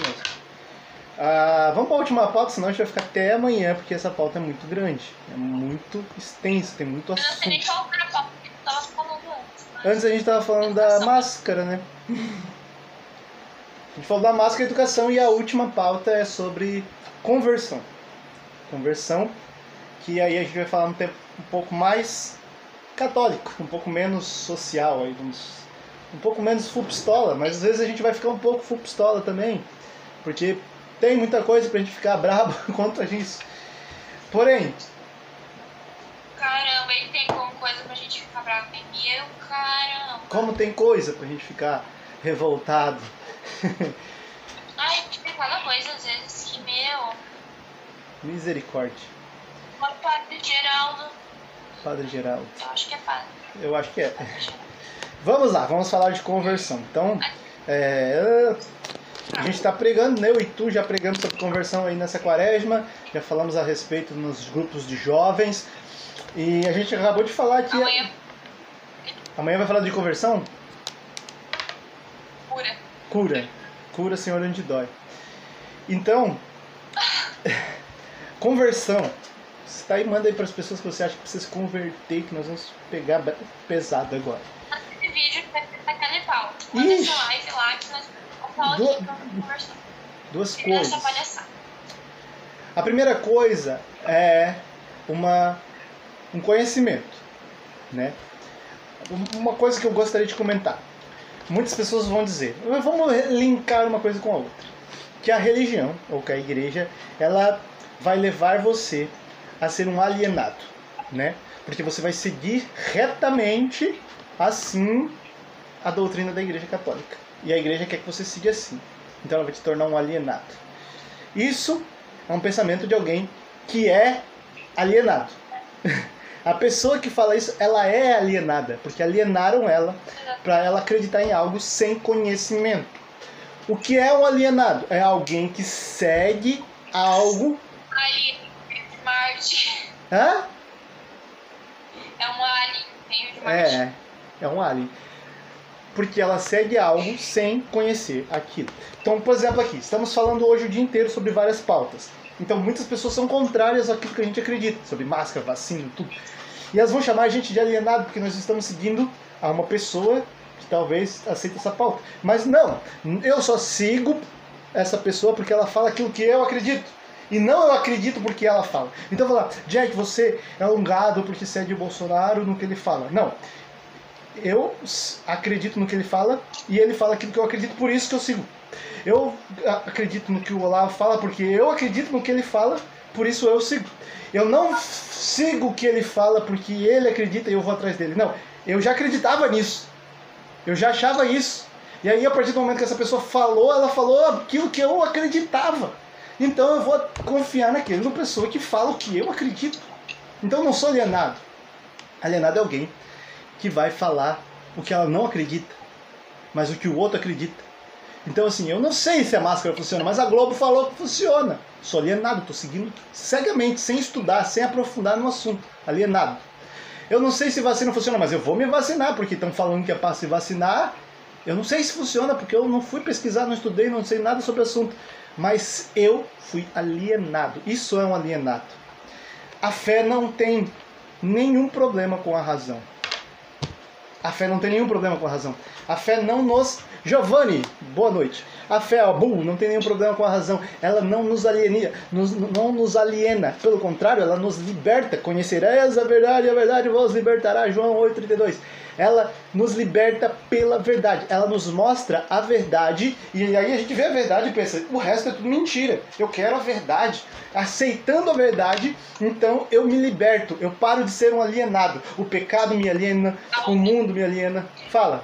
Vamos para a última pauta, senão a gente vai ficar até amanhã, porque essa pauta é muito grande. É muito extensa, tem muito assunto. Eu não sei nem qual era a pauta que tu tava falando antes. Antes a gente tava falando da máscara, né? A gente falou da máscara e educação, e a última pauta é sobre conversão. Conversão, que aí a gente vai falar um pouco mais católico, um pouco menos social, aí, um pouco menos full pistola, mas às vezes a gente vai ficar um pouco full pistola também, porque tem muita coisa pra gente ficar brabo contra isso. Porém... Caramba, ele tem como coisa pra gente ficar bravo. Meu caramba. Como tem coisa pra gente ficar revoltado. Ai, tem cada coisa às vezes que, meu... Misericórdia. O Padre Geraldo. Padre Geraldo. Eu acho que é padre. Eu acho que é. Vamos lá, vamos falar de conversão. Então, a gente está pregando, né? Eu e tu já pregamos sobre conversão aí nessa quaresma, já falamos a respeito nos grupos de jovens, e a gente acabou de falar que... Amanhã vai falar de conversão? Cura, Senhor, onde dói. Então, conversão. Você tá aí, manda aí para as pessoas que você acha que precisa se converter, que nós vamos pegar pesado agora. Esse vídeo que vai ser tacar pau. Manda essa live lá que nós vamos falar aqui pra conversar. Duas coisas. A primeira coisa é um conhecimento, né? Uma coisa que eu gostaria de comentar. Muitas pessoas vão dizer, vamos linkar uma coisa com a outra. que a religião, ou que a igreja, ela vai levar você a ser um alienado, né? Porque você vai seguir retamente, assim, a doutrina da Igreja Católica. E a igreja quer que você siga assim. Então ela vai te tornar um alienado. Isso é um pensamento de alguém que é alienado. A pessoa que fala isso, ela é alienada, porque alienaram ela para ela acreditar em algo sem conhecimento. O que é um alienado? É alguém que segue algo... Alien de Marte. Hã? É um alien veio de Marte. É um alien. Porque ela segue algo sem conhecer aquilo. Então, por exemplo, aqui, estamos falando hoje o dia inteiro sobre várias pautas. Então, muitas pessoas são contrárias àquilo que a gente acredita, sobre máscara, vacina, tudo. E elas vão chamar a gente de alienado porque nós estamos seguindo a uma pessoa que talvez aceite essa pauta. Mas não, eu só sigo essa pessoa porque ela fala aquilo que eu acredito. E não eu acredito porque ela fala. Então, eu vou falar, Jack, você é um gado porque segue o Bolsonaro no que ele fala. Não. Eu acredito no que ele fala e ele fala aquilo que eu acredito, por isso que eu sigo. Eu acredito no que o Olavo fala porque eu acredito no que ele fala, por isso eu sigo. Eu não sigo o que ele fala porque ele acredita e eu vou atrás dele. Não, eu já acreditava nisso. Eu já achava isso. E aí, a partir do momento que essa pessoa falou, ela falou aquilo que eu acreditava. Então eu vou confiar naquela pessoa que fala o que eu acredito. Então eu não sou alienado. Alienado é alguém que vai falar o que ela não acredita, mas o que o outro acredita. Então, assim, eu não sei se a máscara funciona, mas a Globo falou que funciona. Sou alienado, estou seguindo cegamente, sem estudar, sem aprofundar no assunto. Alienado. Eu não sei se vacina funciona, mas eu vou me vacinar, porque estão falando que é para se vacinar. Eu não sei se funciona, porque eu não fui pesquisar, não estudei, não sei nada sobre o assunto. Mas eu fui alienado. Isso é um alienado. A fé não tem nenhum problema com a razão. A fé não tem nenhum problema com a razão. A fé não nos... Giovanni, boa noite. A fé, não tem nenhum problema com a razão. Ela não nos aliena, não nos aliena. Pelo contrário, ela nos liberta. Conhecerás a verdade vos libertará. João 8,32. Ela nos liberta pela verdade. Ela nos mostra a verdade. E aí a gente vê a verdade e pensa, o resto é tudo mentira. Eu quero a verdade. Aceitando a verdade, então eu me liberto. Eu paro de ser um alienado. O pecado me aliena, o mundo me aliena. Fala.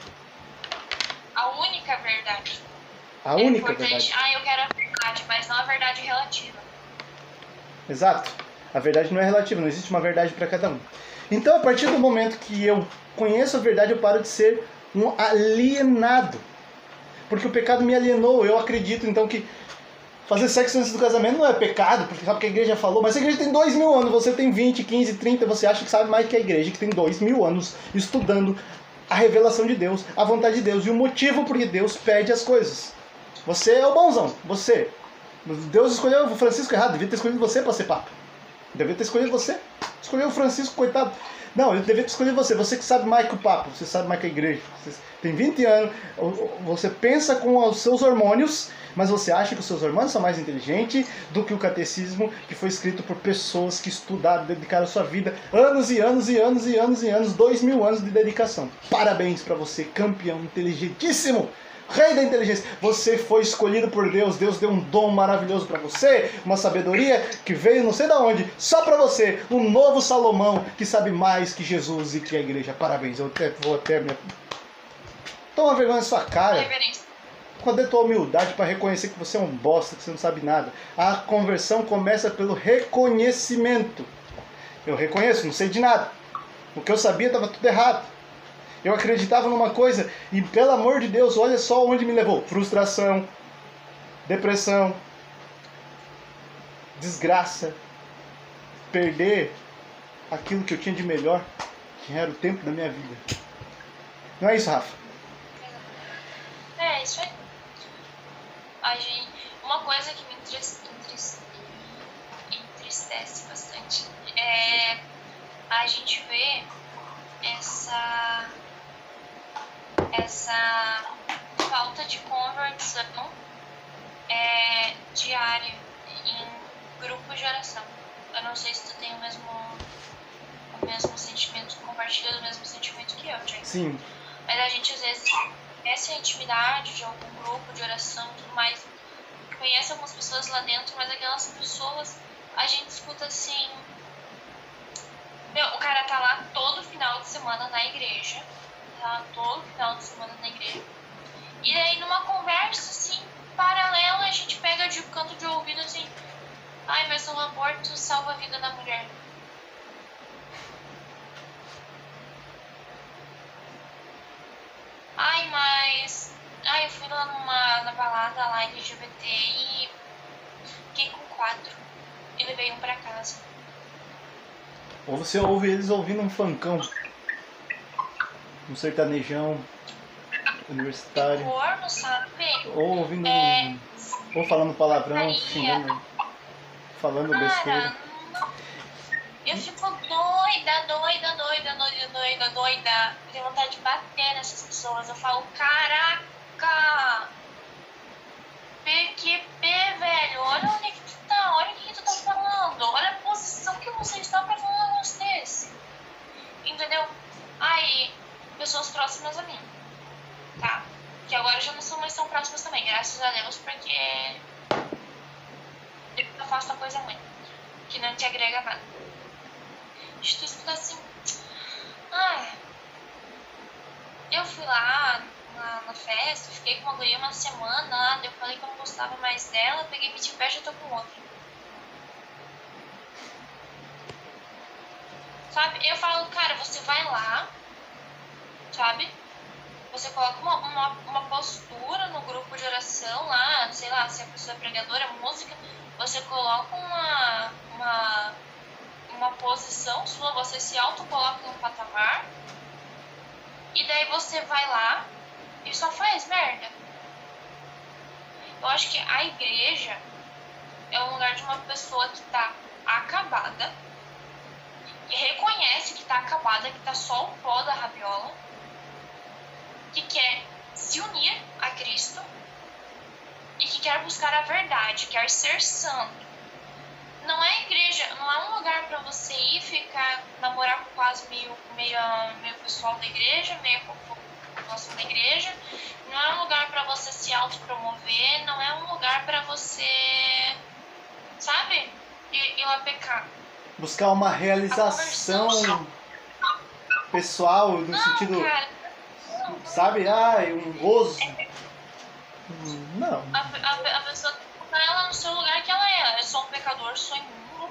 A única verdade. A única verdade. Eu quero a verdade, mas não a verdade relativa. Exato. A verdade não é relativa, não existe uma verdade para cada um. Então, a partir do momento que eu conheço a verdade, eu paro de ser um alienado. Porque o pecado me alienou. Eu acredito, então, que fazer sexo antes do casamento não é pecado, porque sabe que a igreja falou. Mas a igreja tem 2000 anos, você tem 20, 15, 30, você acha que sabe mais que a igreja, que tem 2000 anos estudando a revelação de Deus, a vontade de Deus e o motivo por que Deus pede as coisas. Você é o bonzão, você. Deus escolheu o Francisco errado, devia ter escolhido você para ser papa. Devia ter escolhido você. Escolheu o Francisco, coitado. Não, ele devia ter escolhido você. Você que sabe mais que o papa, você sabe mais que a igreja. Você tem 20 anos, você pensa com os seus hormônios, mas você acha que os seus hormônios são mais inteligentes do que o catecismo que foi escrito por pessoas que estudaram, dedicaram a sua vida anos e anos e anos e anos e anos, 2000 anos de dedicação. Parabéns para você, campeão inteligentíssimo! Rei da inteligência, você foi escolhido por Deus. Deus deu um dom maravilhoso para você, uma sabedoria que veio não sei de onde, só para você, um novo Salomão que sabe mais que Jesus e que a igreja. Parabéns, vou até me... Toma vergonha na sua cara. Cadê a tua humildade para reconhecer que você é um bosta, que você não sabe nada? A conversão começa pelo reconhecimento. Eu reconheço, não sei de nada. O que eu sabia estava tudo errado. Eu acreditava numa coisa e, pelo amor de Deus, olha só onde me levou. Frustração, depressão, desgraça, perder aquilo que eu tinha de melhor, que era o tempo da minha vida. Não é isso, Rafa? É, isso aí. Uma coisa que me entristece bastante é a gente ver essa falta de conversão diária em grupos de oração. Eu não sei se tu tem o mesmo sentimento, compartilha do mesmo sentimento que eu, Jay. Sim. Mas a gente às vezes essa intimidade de algum grupo de oração e tudo mais, conhece algumas pessoas lá dentro, mas aquelas pessoas a gente escuta assim. Meu, o cara tá lá todo final de semana na igreja. Tá todo final de semana na igreja. E aí numa conversa assim, paralela, a gente pega de canto de ouvido assim. Ai, mas o aborto salva a vida da mulher. Ai, mas... Ai, eu fui lá na balada lá LGBT e fiquei com 4. E levei um pra casa. Ou você ouve eles ouvindo um funkão, um sertanejão universitário, Corno, sabe? ou ouvindo ou falando palavrão, xingando, falando besteira. Eu fico doida. Tenho vontade de bater nessas pessoas. Eu falo, caraca! PQP, velho, olha onde é que tu tá, olha o que tu tá falando, olha a posição que você está pra falar um negócio desse. Entendeu? Aí, pessoas próximas a mim, tá? Que agora já não são mais tão próximas também, graças a Deus, porque eu faço coisa ruim, que não te agrega nada. Tu escuta assim, eu fui lá na festa, fiquei com uma guria uma semana, eu falei que eu não gostava mais dela, peguei meti pé e já tô com outra. Sabe? Eu falo, cara, você vai lá, sabe? Você coloca uma postura no grupo de oração lá, sei lá, se a pessoa é pregadora, música, você coloca uma posição sua, você se autocoloca em um patamar, e daí você vai lá e só faz merda. Eu acho que a igreja é um lugar de uma pessoa que tá acabada, que reconhece que tá acabada, que tá só o pó da rabiola, que quer se unir a Cristo e que quer buscar a verdade, quer ser santo. Não é igreja, não é um lugar pra você ir ficar, namorar com quase meio pessoal da igreja, meio população da igreja. Não é um lugar pra você se autopromover, não é um lugar pra você, sabe, ir lá pecar. Buscar uma realização pessoal, no não, sentido, cara, não. Sabe, um gozo. Não. A pessoa tá ela no seu lugar que ela é. Eu sou um pecador, sou imundo,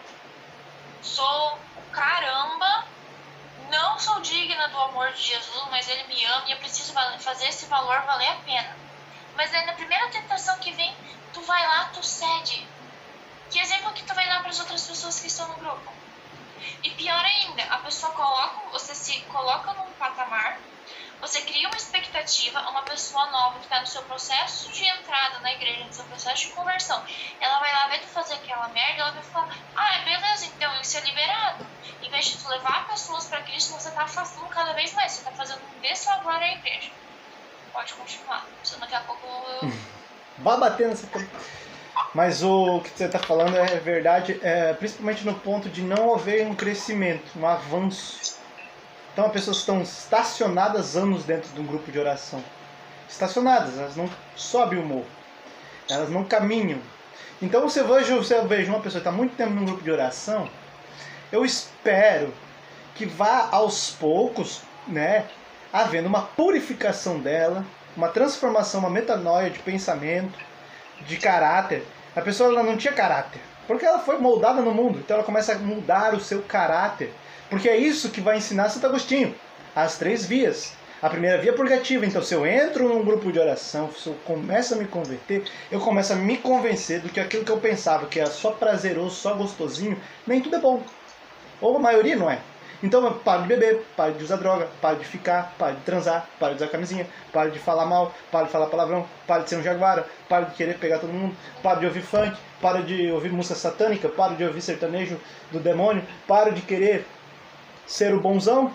sou o caramba, não sou digna do amor de Jesus, mas ele me ama e eu preciso fazer esse valor valer a pena. Mas aí na primeira tentação que vem, tu vai lá, tu cede. Que exemplo que tu vai dar para as outras pessoas que estão no grupo? E pior ainda, a pessoa você se coloca num patamar, você cria uma expectativa, uma pessoa nova que está no seu processo de entrada na igreja, no seu processo de conversão, ela vai lá ver tu fazer aquela merda, ela vai falar, beleza, então isso é liberado. Em vez de tu levar pessoas para Cristo, você está afastando cada vez mais, você está fazendo um desfavor à igreja. Pode continuar, senão daqui a pouco eu... Vai bater nessa coisa. Mas o que você está falando é verdade, principalmente no ponto de não haver um crescimento, um avanço. Então as pessoas estão estacionadas anos dentro de um grupo de oração. Estacionadas, elas não sobem o morro. Elas não caminham. Então você veja uma pessoa que está muito tempo num grupo de oração, eu espero que vá aos poucos, né, havendo uma purificação dela, uma transformação, uma metanoia de pensamento, de caráter. A pessoa ela não tinha caráter, porque ela foi moldada no mundo, então ela começa a mudar o seu caráter. Porque é isso que vai ensinar Santo Agostinho, as 3 vias. A primeira via é purgativa, então se eu entro num grupo de oração, se eu começo a me converter, eu começo a me convencer do que aquilo que eu pensava que era só prazeroso, só gostosinho, nem tudo é bom. Ou a maioria não é. Então eu paro de beber, paro de usar droga, paro de ficar, paro de transar, paro de usar camisinha, paro de falar mal, paro de falar palavrão, paro de ser um jaguara, paro de querer pegar todo mundo, paro de ouvir funk, paro de ouvir música satânica, paro de ouvir sertanejo do demônio, paro de querer ser o bonzão.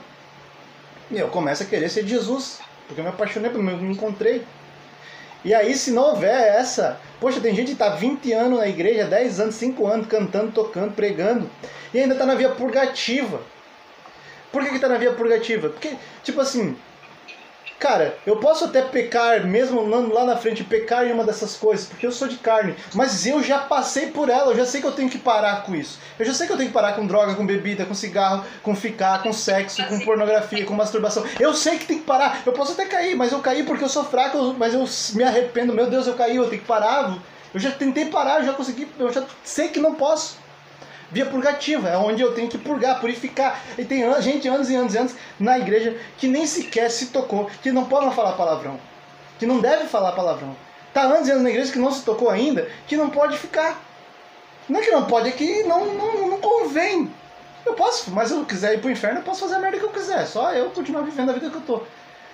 E eu começo a querer ser Jesus, porque eu me apaixonei, porque eu me encontrei. E aí, se não houver essa... Poxa, tem gente que está 20 anos na igreja, 10 anos, 5 anos, cantando, tocando, pregando, e ainda está na via purgativa. Por que está na via purgativa? Porque, tipo assim, Cara, eu posso até pecar, mesmo lá na frente, pecar em uma dessas coisas, porque eu sou de carne, mas eu já passei por ela, eu já sei que eu tenho que parar com isso. Eu já sei que eu tenho que parar com droga, com bebida, com cigarro, com ficar, com sexo, com pornografia, com masturbação. Eu sei que tem que parar, eu posso até cair, mas eu caí porque eu sou fraco, mas eu me arrependo, meu Deus, eu caí, eu tenho que parar. Eu já tentei parar, eu já consegui, eu já sei que não posso. Via purgativa, é onde eu tenho que purgar, purificar. E tem gente anos e anos e anos na igreja que nem sequer se tocou, que não pode falar palavrão, que não deve falar palavrão. Tá anos e anos na igreja que não se tocou ainda, que não pode ficar. Não é que não pode, é que não convém. Eu posso, mas se eu quiser ir pro inferno, eu posso fazer a merda que eu quiser. Só eu continuar vivendo a vida que eu tô.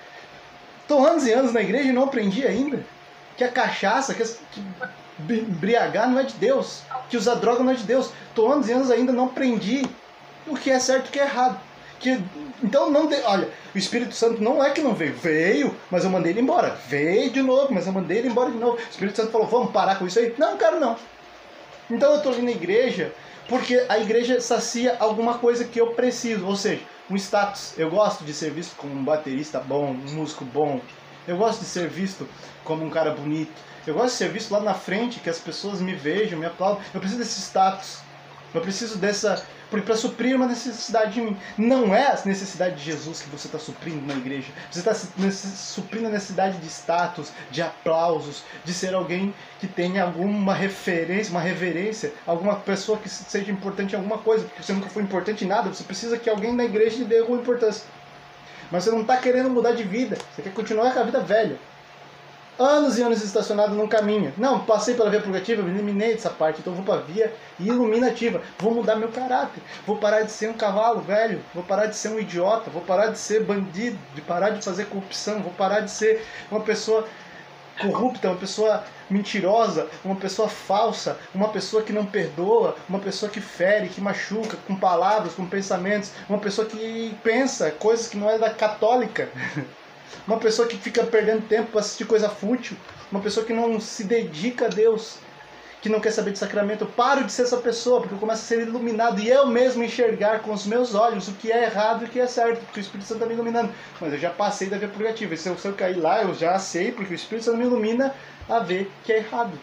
Tô anos e anos na igreja e não aprendi ainda que a cachaça, que embriagar não é de Deus, que usar droga não é de Deus. Tô anos e anos ainda não aprendi o que é certo e o que é errado. Então não olha, o Espírito Santo não é que não veio, mas eu mandei ele embora. Veio de novo, mas eu mandei ele embora de novo. O Espírito Santo falou, vamos parar com isso aí? Não, quero não. Então eu tô ali na igreja porque a igreja sacia alguma coisa que eu preciso, ou seja, um status. Eu gosto de ser visto como um baterista bom, um músico bom. Eu gosto de ser visto como um cara bonito. Eu gosto de ser visto lá na frente, que as pessoas me vejam, me aplaudam. Eu preciso desse status. Eu preciso dessa... para suprir uma necessidade de mim. Não é a necessidade de Jesus que você está suprindo na igreja. Você está suprindo a necessidade de status, de aplausos, de ser alguém que tenha alguma referência, uma reverência, alguma pessoa que seja importante em alguma coisa, porque você nunca foi importante em nada. Você precisa que alguém na igreja lhe dê alguma importância. Mas você não está querendo mudar de vida. Você quer continuar com a vida velha. Anos e anos estacionado num caminho. Não, passei pela via purgativa, me eliminei dessa parte, então vou para a via iluminativa. Vou mudar meu caráter. Vou parar de ser um cavalo velho. Vou parar de ser um idiota. Vou parar de ser bandido. De parar de fazer corrupção. Vou parar de ser uma pessoa corrupta, uma pessoa mentirosa, uma pessoa falsa, uma pessoa que não perdoa, uma pessoa que fere, que machuca, com palavras, com pensamentos, uma pessoa que pensa coisas que não é da católica. Uma pessoa que fica perdendo tempo para assistir coisa fútil. Uma pessoa que não se dedica a Deus. Que não quer saber de sacramento. Eu paro de ser essa pessoa, porque eu começo a ser iluminado. E eu mesmo enxergar com os meus olhos o que é errado e o que é certo. Porque o Espírito Santo está me iluminando. Mas eu já passei da via purgativa. E se eu cair lá, eu já sei, porque o Espírito Santo me ilumina a ver que é errado.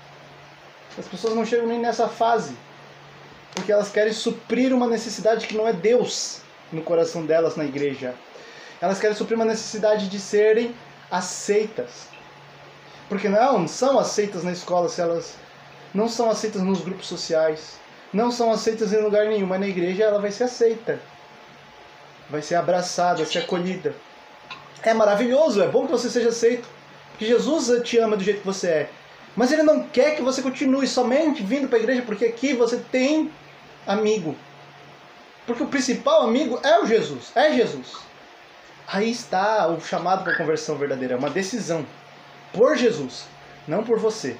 As pessoas não chegam nem nessa fase. Porque elas querem suprir uma necessidade que não é Deus no coração delas na igreja. Elas querem suprir uma necessidade de serem aceitas. Porque não são aceitas na escola, se elas não são aceitas nos grupos sociais, não são aceitas em lugar nenhum, mas na igreja ela vai ser aceita. Vai ser abraçada, vai ser acolhida. É maravilhoso, é bom que você seja aceito. Porque Jesus te ama do jeito que você é. Mas Ele não quer que você continue somente vindo para a igreja, porque aqui você tem amigo. Porque o principal amigo é o Jesus, é Jesus. Aí está o chamado para a conversão verdadeira, é uma decisão por Jesus, não por você.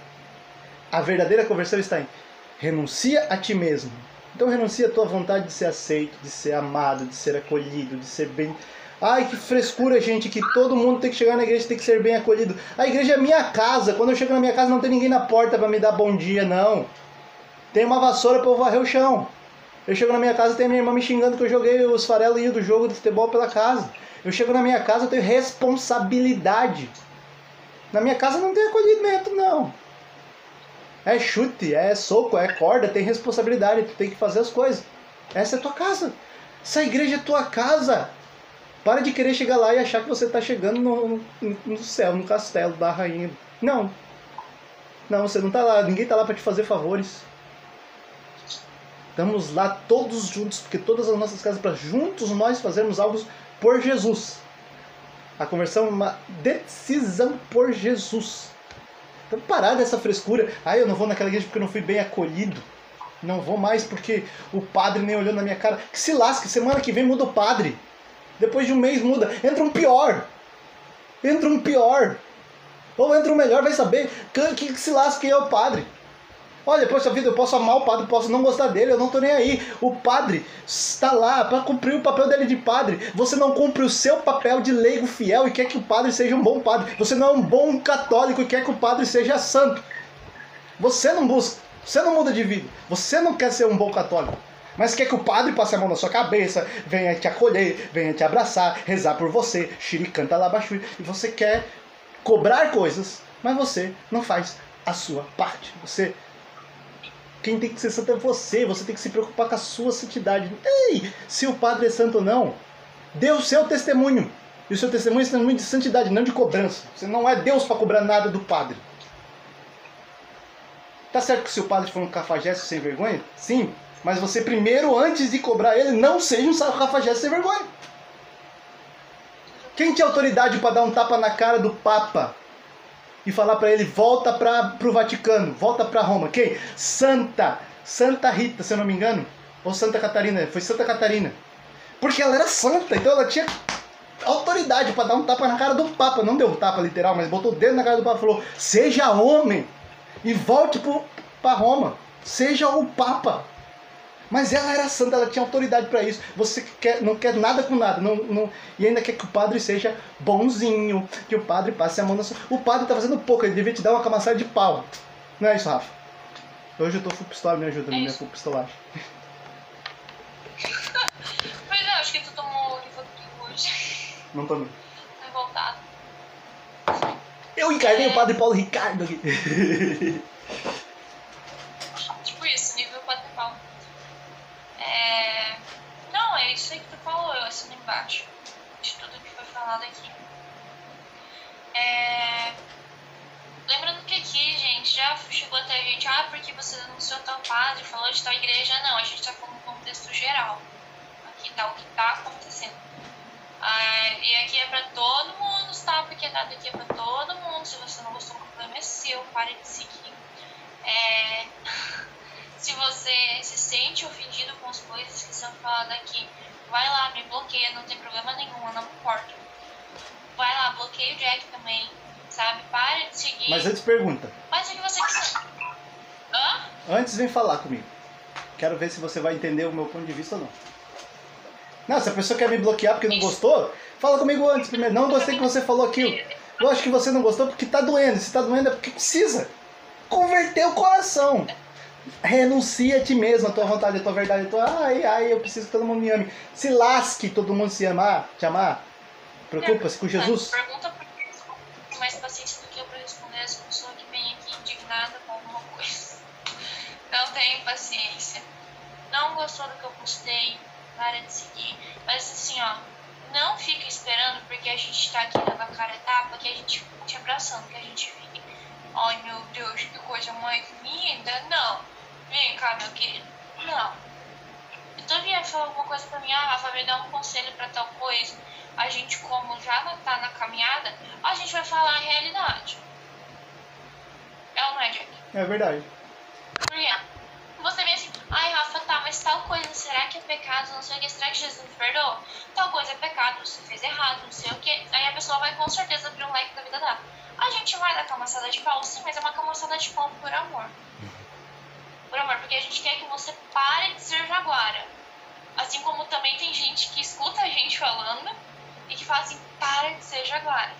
A verdadeira conversão está em renuncia a ti mesmo. Então renuncia a tua vontade de ser aceito, de ser amado, de ser acolhido, de ser bem... Ai, que frescura, gente, que todo mundo tem que chegar na igreja e tem que ser bem acolhido. A igreja é minha casa, quando eu chego na minha casa não tem ninguém na porta para me dar bom dia, não. Tem uma vassoura para eu varrer o chão. Eu chego na minha casa e tem minha irmã me xingando que eu joguei os farelos do jogo de futebol pela casa. Eu chego na minha casa e tenho responsabilidade. Na minha casa não tem acolhimento, não. É chute, é soco, é corda, tem responsabilidade, tu tem que fazer as coisas. Essa é a tua casa. Essa igreja é tua casa. Para de querer chegar lá e achar que você está chegando no céu, no castelo da rainha. Não. Não, você não está lá, ninguém está lá para te fazer favores. Estamos lá todos juntos, porque todas as nossas casas, para juntos nós fazermos algo por Jesus. A conversão é uma decisão por Jesus. Então parar dessa frescura. Eu não vou naquela igreja porque eu não fui bem acolhido. Não vou mais porque o padre nem olhou na minha cara. Que se lasque, semana que vem muda o padre. Depois de um mês muda. Entra um pior. Entra um pior. Ou entra um melhor, vai saber. Que se lasque quem é o padre. Olha, poxa vida, eu posso amar o padre, posso não gostar dele, eu não tô nem aí. O padre está lá para cumprir o papel dele de padre. Você não cumpre o seu papel de leigo fiel e quer que o padre seja um bom padre. Você não é um bom católico e quer que o padre seja santo. Você não busca, você não muda de vida. Você não quer ser um bom católico. Mas quer que o padre passe a mão na sua cabeça, venha te acolher, venha te abraçar, rezar por você, xiricanta labaxui, e você quer cobrar coisas, mas você não faz a sua parte. Quem tem que ser santo é você tem que se preocupar com a sua santidade. Ei, se o padre é santo ou não, dê o seu testemunho. E o seu testemunho é testemunho de santidade, não de cobrança. Você não é Deus para cobrar nada do padre. Tá certo que se o padre for um cafajeste sem vergonha? Sim. Mas você primeiro, antes de cobrar ele, não seja um cafajeste sem vergonha. Quem tinha autoridade para dar um tapa na cara do Papa e falar para ele, volta pro Vaticano, volta para Roma? Quem? Santa Rita, se eu não me engano. Ou Santa Catarina, foi Santa Catarina. Porque ela era santa, então ela tinha autoridade para dar um tapa na cara do Papa. Não deu um tapa literal, mas botou o dedo na cara do Papa e falou, seja homem e volte para Roma. Seja o Papa. Mas ela era santa, ela tinha autoridade para isso. Você não quer nada com nada. E ainda quer que o padre seja bonzinho. Que o padre passe a mão na sua... O padre tá fazendo pouco, ele devia te dar uma camaçada de pau. Não é isso, Rafa? Hoje eu tô full pistola, me ajuda, minha full pistolagem. Mas eu acho que tu tomou hoje. Não tomei. Revoltado. Eu encarnei o padre Paulo Ricardo aqui. Tipo isso, nível Padre Paulo. Não, é isso aí que tu falou, eu assino embaixo de tudo que foi falado aqui. Lembrando que aqui, gente, já chegou até a gente, porque você denunciou tal padre, falou de tal igreja. Não, a gente tá falando no contexto geral. Aqui tá o que tá acontecendo. E aqui é pra todo mundo, tá? Porque dado aqui é pra todo mundo. Se você não gostou, o problema é seu, pare de seguir. Se você se sente ofendido com as coisas que são faladas aqui, vai lá, me bloqueia, não tem problema nenhum, eu não me importo. Vai lá, bloqueia o Jack também, sabe? Para de seguir. Mas antes pergunta. Faz o que você quiser. Hã? Antes vem falar comigo. Quero ver se você vai entender o meu ponto de vista ou não. Não, se a pessoa quer me bloquear porque não gostou, fala comigo antes primeiro. Não gostei que você falou aquilo. Eu acho que você não gostou porque tá doendo. Se tá doendo é porque precisa converter o coração. Renuncia a ti mesmo, a tua vontade, a tua verdade, a tua... eu preciso que todo mundo me ame. Se lasque todo mundo te amar. Preocupa-se com Jesus. Pergunta por que tem mais paciência do que eu pra responder essa pessoa que vem aqui indignada com alguma coisa. Não tenho paciência. Não gostou do que eu postei, para de seguir. Mas assim, não fica esperando porque a gente tá aqui dando a cara e tapa, que a gente fica te abraçando, que a gente fique, ai meu Deus, que coisa mais linda. Não. Vem cá, meu querido. Não. Então vier falar alguma coisa pra mim, Rafa, me dá um conselho pra tal coisa. A gente, como já não tá na caminhada, a gente vai falar a realidade. É ou não é, Jack? É verdade. Por quê? Você vem assim, Rafa, tá, mas tal coisa, será que é pecado? Não sei o que, será que Jesus me perdoa? Tal coisa é pecado, você fez errado, não sei o que. Aí a pessoa vai com certeza abrir um leque da vida dela. A gente vai dar camaçada de pau, sim, mas é uma camaçada de pau por amor. Por amor, porque a gente quer que você pare de ser jaguara. Assim como também tem gente que escuta a gente falando e que fala assim, para de ser jaguara.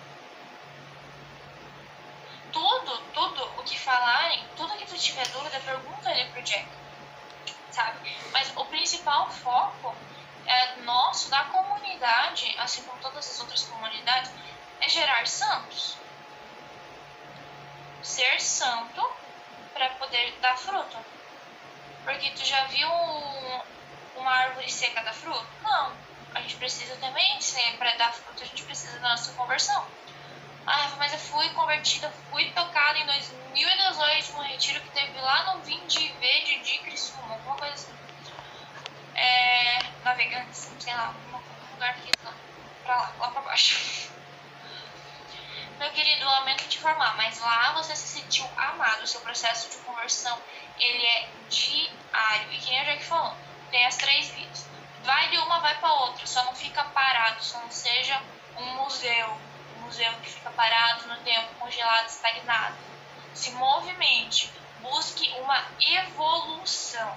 Tudo o que falarem, tudo que tu tiver dúvida, pergunta ali pro Jack, sabe? Mas o principal foco nosso, da comunidade, assim como todas as outras comunidades, é gerar santos. Ser santo para poder dar fruto. Porque tu já viu uma árvore seca dar fruto? Não. A gente precisa também, para dar fruto, a gente precisa da nossa conversão. Mas eu fui convertida, fui tocada em 2018 no retiro que teve lá no Vinde Verde de Criciúma, alguma coisa assim. Navegantes, sei lá, algum lugar aqui, lá pra baixo. Meu querido, lamento te informar, mas lá você se sentiu amado. O seu processo de conversão, ele é diário. E quem eu já que falou, tem as 3 vidas. Vai de uma, vai pra outra. Só não fica parado, só não seja um museu. Um museu que fica parado no tempo, congelado, estagnado. Se movimente. Busque uma evolução.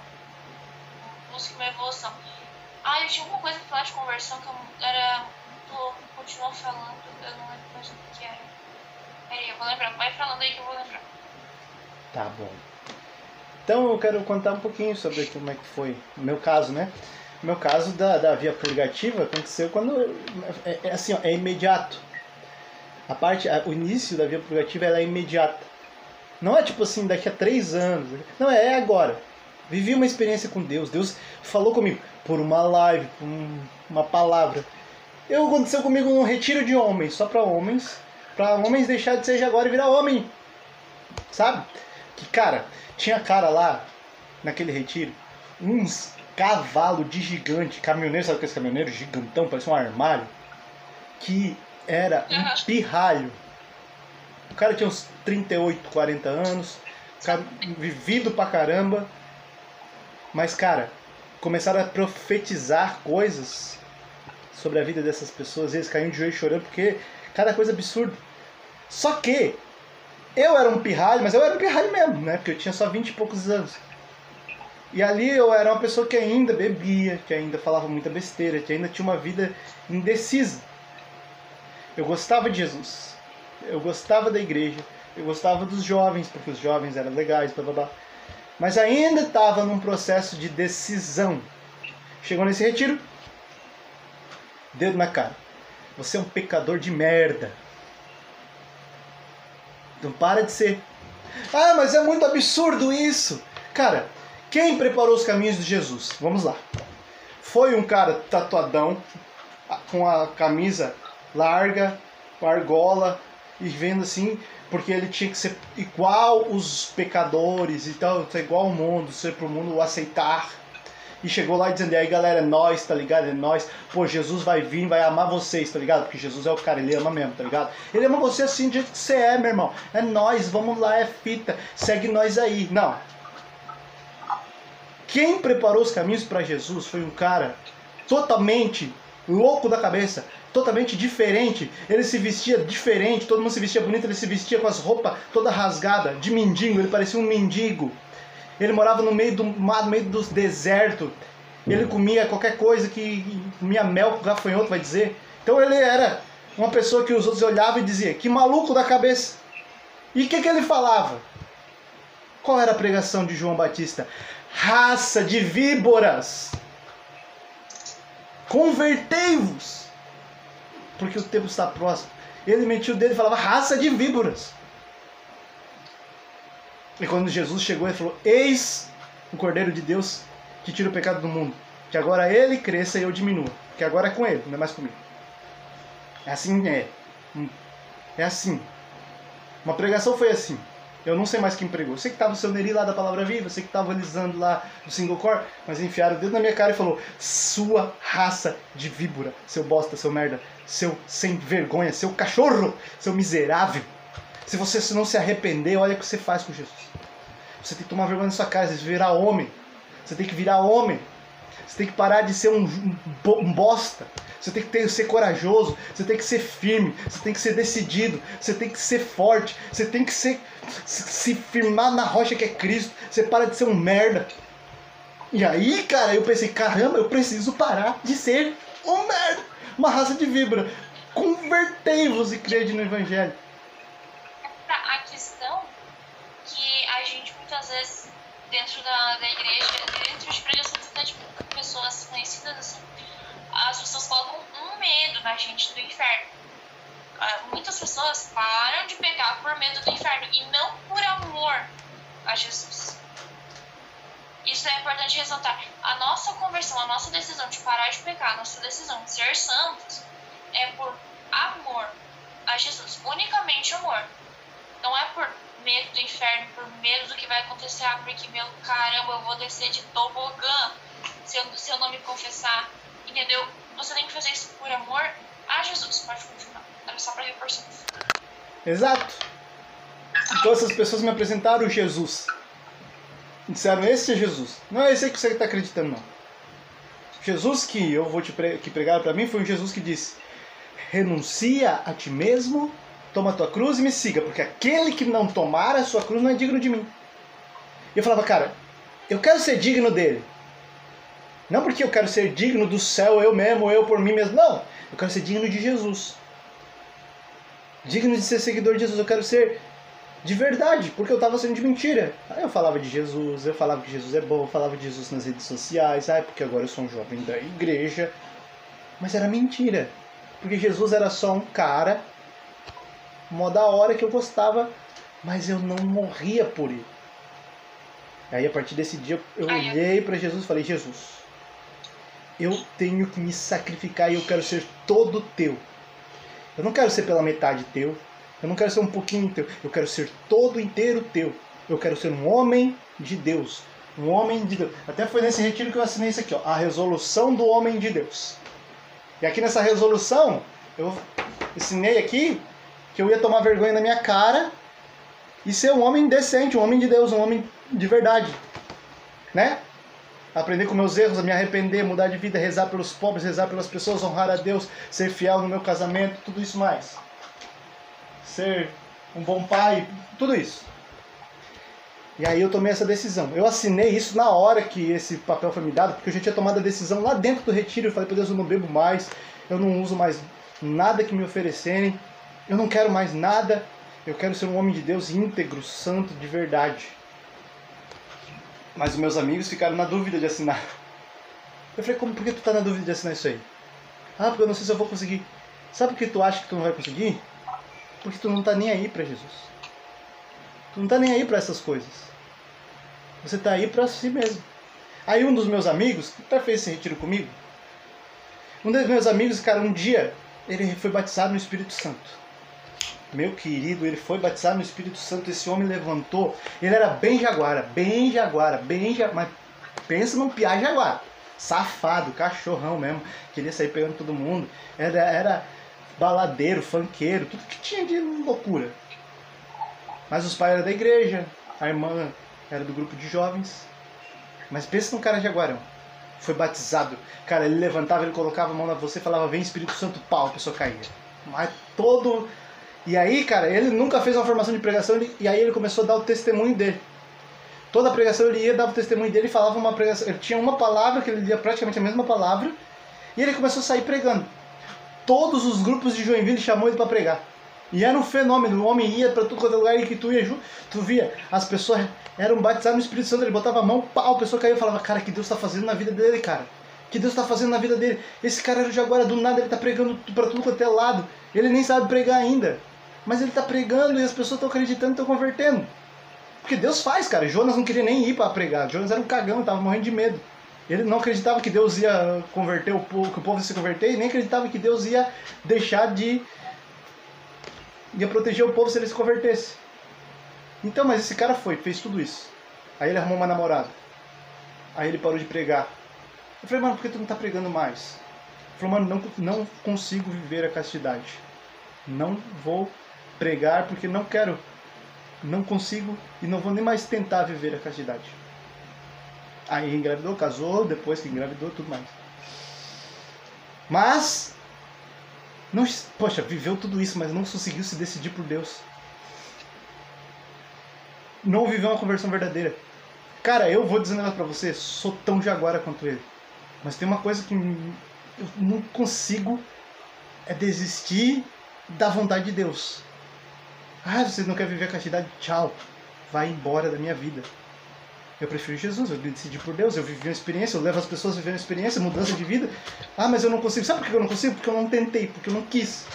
Eu tinha alguma coisa pra falar de conversão que tu continuou falando, eu não lembro mais o que era. Peraí, eu vou lembrar. Vai falando aí que eu vou lembrar. Tá bom. Então eu quero contar um pouquinho sobre como é que foi o meu caso, né? O meu caso da via purgativa aconteceu quando, assim, ó, é imediato. O início da via purgativa ela é imediata. Não é tipo assim, daqui a 3 anos. Não, é agora. Vivi uma experiência com Deus. Deus falou comigo por uma live, por uma palavra. Aconteceu comigo num retiro de homens, só para homens deixar de ser Jaguar e virar homem. Sabe? Que, cara, tinha cara lá, naquele retiro, uns cavalos de gigante, caminhoneiro, sabe aquele caminhoneiro gigantão, parecia um armário, que era um pirralho. O cara tinha uns 38, 40 anos, vivido pra caramba, mas, cara, começaram a profetizar coisas sobre a vida dessas pessoas, eles caíam de joelho chorando, porque cada coisa absurda. Só que eu era um pirralho, mas eu era um pirralho mesmo, né? Porque eu tinha só 20 e poucos anos. E ali eu era uma pessoa que ainda bebia, que ainda falava muita besteira, que ainda tinha uma vida indecisa. Eu gostava de Jesus, eu gostava da igreja, eu gostava dos jovens, porque os jovens eram legais, blá blá blá. Mas ainda estava num processo de decisão. Chegou nesse retiro, dedo na cara. Você é um pecador de merda. Não para de ser. Ah, mas é muito absurdo isso. Cara, quem preparou os caminhos de Jesus? Vamos lá. Foi um cara tatuadão, com a camisa larga, com a argola, e vendo assim, porque ele tinha que ser igual os pecadores, então ser igual ao mundo, ser pro mundo o aceitar. E chegou lá dizendo, e aí galera, é nóis, tá ligado? É nóis. Pô, Jesus vai vir, vai amar vocês, tá ligado? Porque Jesus é o cara, ele ama mesmo, tá ligado? Ele ama você assim, do jeito que você é, meu irmão. É nóis, vamos lá, é fita. Segue nós aí. Não. Quem preparou os caminhos para Jesus foi um cara totalmente louco da cabeça, totalmente diferente. Ele se vestia diferente, todo mundo se vestia bonito, ele se vestia com as roupas toda rasgada, de mendigo, ele parecia um mendigo. Ele morava no meio do mato, no meio do deserto. Ele comia qualquer coisa, comia mel com gafanhoto, vai dizer. Então ele era uma pessoa que os outros olhavam e diziam, que maluco da cabeça. E o que ele falava? Qual era a pregação de João Batista? Raça de víboras, convertei-vos, porque o tempo está próximo. Ele metia o dedo e falava, raça de víboras. E quando Jesus chegou, ele falou, eis o Cordeiro de Deus que tira o pecado do mundo. Que agora ele cresça e eu diminua. Que agora é com ele, não é mais comigo. É assim, é assim. Uma pregação foi assim. Eu não sei mais quem pregou. Eu sei que estava o seu Neri lá da Palavra Viva, eu sei que estava o Elisandro lá do Single Core, mas enfiaram o dedo na minha cara e falou, sua raça de víbora, seu bosta, seu merda, seu sem vergonha, seu cachorro, seu miserável. Se você não se arrepender, olha o que você faz com Jesus. Você tem que tomar vergonha na sua casa, virar homem. Você tem que virar homem. Você tem que parar de ser um bosta. Você tem que ser corajoso. Você tem que ser firme. Você tem que ser decidido. Você tem que ser forte. Você tem que se firmar na rocha que é Cristo. Você para de ser um merda. E aí, cara, eu pensei, caramba, eu preciso parar de ser um merda. Uma raça de víbora. Convertei-vos e crede no Evangelho. A questão que a gente muitas vezes dentro da igreja, dentro de pregações até de pessoas conhecidas assim, as pessoas colocam um medo na gente do inferno. Muitas pessoas param de pecar por medo do inferno e não por amor a Jesus. Isso é importante ressaltar. A nossa conversão, a nossa decisão de parar de pecar, a nossa decisão de ser santos é por amor a Jesus, unicamente amor. Não é por medo do inferno, por medo do que vai acontecer, porque, meu caramba, eu vou descer de tobogã se eu não me confessar, entendeu? Você tem que fazer isso por amor a Jesus. Pode continuar, era só para reforçar. Exato. Então essas pessoas me apresentaram o Jesus. Disseram, esse é Jesus. Não é esse aí que você está acreditando, não. Jesus que eu vou que pregaram para mim foi um Jesus que disse, renuncia a ti mesmo, toma a tua cruz e me siga, porque aquele que não tomar a sua cruz não é digno de mim. E eu falava, cara, eu quero ser digno dele. Não porque eu quero ser digno do céu, eu mesmo, eu por mim mesmo. Não, eu quero ser digno de Jesus. Digno de ser seguidor de Jesus. Eu quero ser de verdade, porque eu estava sendo de mentira. Aí eu falava de Jesus, eu falava que Jesus é bom, eu falava de Jesus nas redes sociais, porque agora eu sou um jovem da igreja. Mas era mentira, porque Jesus era só um cara, mó da hora que eu gostava, mas eu não morria por ele. Aí a partir desse dia eu olhei para Jesus e falei, Jesus, eu tenho que me sacrificar e eu quero ser todo teu. Eu não quero ser pela metade teu, eu não quero ser um pouquinho teu, eu quero ser todo inteiro teu. Eu quero ser um homem de Deus, um homem de Deus. Até foi nesse retiro que eu assinei isso aqui, ó, a resolução do homem de Deus. E aqui nessa resolução, eu assinei aqui que eu ia tomar vergonha na minha cara e ser um homem decente, um homem de Deus, um homem de verdade, né? Aprender com meus erros, a me arrepender, mudar de vida, rezar pelos pobres, rezar pelas pessoas, honrar a Deus, ser fiel no meu casamento, tudo isso mais. Ser um bom pai, tudo isso. E aí eu tomei essa decisão. Eu assinei isso na hora que esse papel foi me dado, porque eu já tinha tomado a decisão lá dentro do retiro. Eu falei, para Deus, eu não bebo mais, eu não uso mais nada que me oferecerem, eu não quero mais nada, eu quero ser um homem de Deus íntegro, santo, de verdade. Mas os meus amigos ficaram na dúvida de assinar. Eu falei, por que tu tá na dúvida de assinar isso aí? Porque eu não sei se eu vou conseguir. Sabe por que tu acha que tu não vai conseguir? Porque tu não tá nem aí para Jesus. Tu não tá nem aí para essas coisas. Você tá aí para si mesmo. Aí um dos meus amigos, que até fez esse retiro comigo, um dos meus amigos, cara, um dia, ele foi batizado no Espírito Santo. Meu querido, ele foi batizado no Espírito Santo, esse homem levantou, ele era bem jaguara, mas pensa num piá jaguara, safado, cachorrão mesmo, queria sair pegando todo mundo, era baladeiro, funkeiro, tudo que tinha de loucura. Mas os pais eram da igreja, a irmã era do grupo de jovens, mas pensa num cara jaguarão, foi batizado, cara, ele levantava, ele colocava a mão na você, falava, vem Espírito Santo, pau, a pessoa caía, mas todo... E aí, cara, ele nunca fez uma formação de pregação, e aí ele começou a dar o testemunho dele. Toda a pregação ele ia, dava o testemunho dele e falava uma pregação. Ele tinha uma palavra, que ele lia praticamente a mesma palavra, e ele começou a sair pregando. Todos os grupos de Joinville chamou ele para pregar. E era um fenômeno, o homem ia para tudo quanto é lugar e que tu ia, tu via, as pessoas eram batizadas no Espírito Santo, ele botava a mão, pau, a pessoa caiu e falava, cara, que Deus está fazendo na vida dele, cara. Que Deus está fazendo na vida dele. Esse cara era o jaguara, do nada ele está pregando para tudo quanto é lado. Ele nem sabe pregar ainda. Mas ele está pregando e as pessoas estão acreditando e estão convertendo. Porque Deus faz, cara. Jonas não queria nem ir para pregar. Jonas era um cagão, estava morrendo de medo. Ele não acreditava que Deus ia converter o povo, que o povo ia se converter, e nem acreditava que Deus ia deixar de... ia proteger o povo se ele se convertesse. Então, mas esse cara fez tudo isso. Aí ele arrumou uma namorada. Aí ele parou de pregar. Eu falei, mano, por que tu não está pregando mais? Ele falou, mano, não consigo viver a castidade. Não vou pregar porque não quero, não consigo e não vou nem mais tentar viver a castidade. Aí engravidou, casou, depois que engravidou, tudo mais. Mas, não, poxa, viveu tudo isso, mas não conseguiu se decidir por Deus. Não viveu uma conversão verdadeira. Cara, eu vou dizer um negócio pra você, sou tão jaguara quanto ele. Mas tem uma coisa que eu não consigo, é desistir da vontade de Deus. Você não quer viver a castidade? Tchau. Vai embora da minha vida. Eu prefiro Jesus, eu decidi por Deus, eu vivi uma experiência, eu levo as pessoas a viver uma experiência, mudança de vida. Mas eu não consigo. Sabe por que eu não consigo? Porque eu não tentei, porque eu não quis.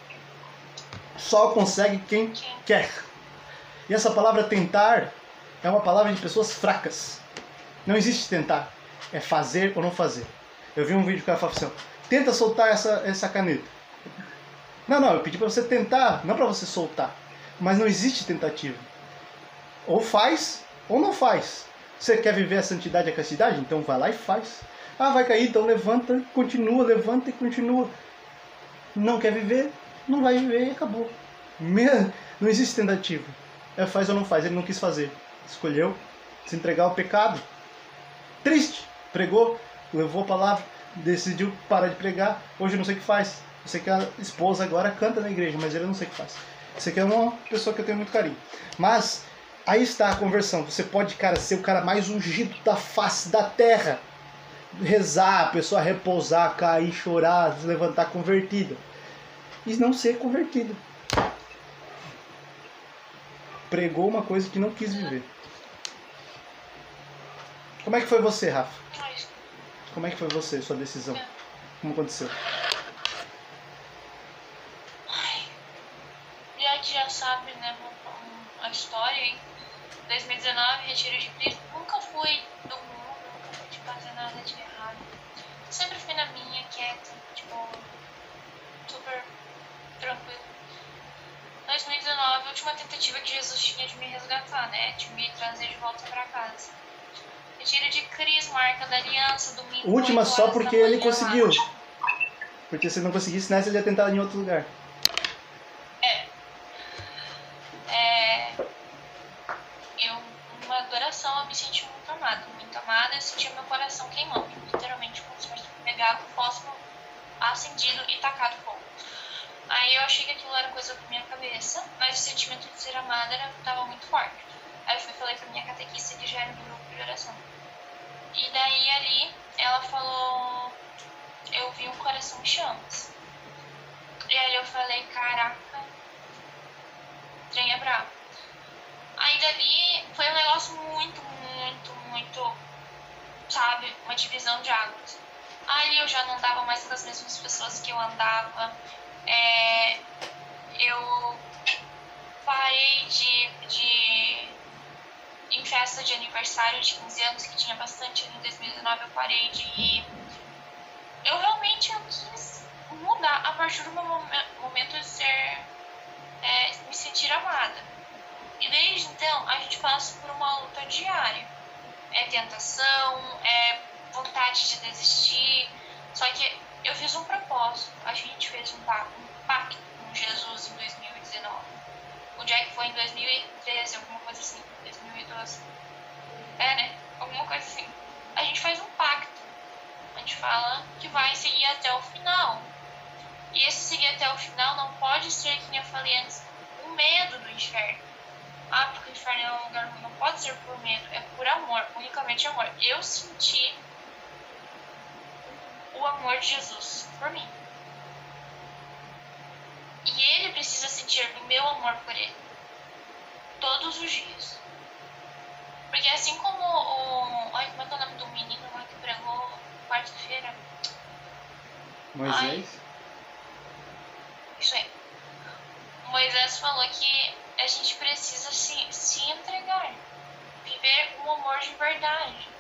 Só consegue quem quer. E essa palavra tentar é uma palavra de pessoas fracas. Não existe tentar. É fazer ou não fazer. Eu vi um vídeo que ela falava assim, tenta soltar essa caneta. Não, eu pedi para você tentar, não para você soltar. Mas não existe tentativa. Ou faz, ou não faz. Você quer viver a santidade e a castidade? Então vai lá e faz. Vai cair, então levanta, continua, levanta e continua. Não quer viver? Não vai viver e acabou. Não existe tentativa. É faz ou não faz, ele não quis fazer. Escolheu se entregar ao pecado. Triste. Pregou, levou a palavra, decidiu parar de pregar. Hoje eu não sei o que faz. Eu sei que a esposa agora canta na igreja, mas ele não sei o que faz. Isso aqui é uma pessoa que eu tenho muito carinho. Mas aí está a conversão. Você pode, cara, ser o cara mais ungido da face da terra. Rezar, a pessoa repousar, cair, chorar, se levantar convertida. E não ser convertido. pregou uma coisa que não quis viver. Como é que foi você, Rafa? Como é que foi você, sua decisão? Como aconteceu? Já que já sabe, né, a história, hein? 2019, retiro de Cristo. Nunca fui do mundo, nunca fui de fazer nada de errado. Sempre fui na minha, quieta, tipo, super tranquilo. 2019, a última tentativa que Jesus tinha de me resgatar, né? De me trazer de volta pra casa. Retiro de Cristo, marca da aliança, domingo. Última só porque ele conseguiu. Porque se não conseguisse nessa, ele ia tentar em outro lugar. Uma adoração, eu me senti muito amada, eu sentia meu coração queimando, literalmente como se fosse pegar o fósforo acendido e tacado fogo. Aí eu achei que aquilo era coisa da minha cabeça, mas o sentimento de ser amada estava muito forte. Aí eu falei pra minha catequista, que já era do grupo de oração. E daí ali, ela falou, eu vi um coração em chamas. E aí eu falei, caraca, trem é bravo. Aí dali foi um negócio muito, sabe, uma divisão de águas. Aí eu já não andava mais com as mesmas pessoas que eu andava. Eu parei de em festa de aniversário de 15 anos, que tinha bastante em 2019, eu parei de ir. Eu realmente quis mudar a partir do meu momento de me sentir amada. E desde então, a gente passa por uma luta diária. É tentação, é vontade de desistir. Só que eu fiz um propósito. A gente fez um pacto com Jesus em 2019. O Jack foi em 2013, alguma coisa assim. 2012. Né? Alguma coisa assim. A gente faz um pacto. A gente fala que vai seguir até o final. E esse seguir até o final não pode ser, como eu falei antes, o medo do inferno. Porque o inferno é um lugar, não pode ser por medo, é por amor, unicamente amor. Eu senti o amor de Jesus por mim. E ele precisa sentir o meu amor por ele. Todos os dias. Porque assim como Ai, como é que é o nome do menino lá que pregou quarta-feira? Moisés? Isso aí. Moisés falou que a gente precisa se entregar, viver um amor de verdade,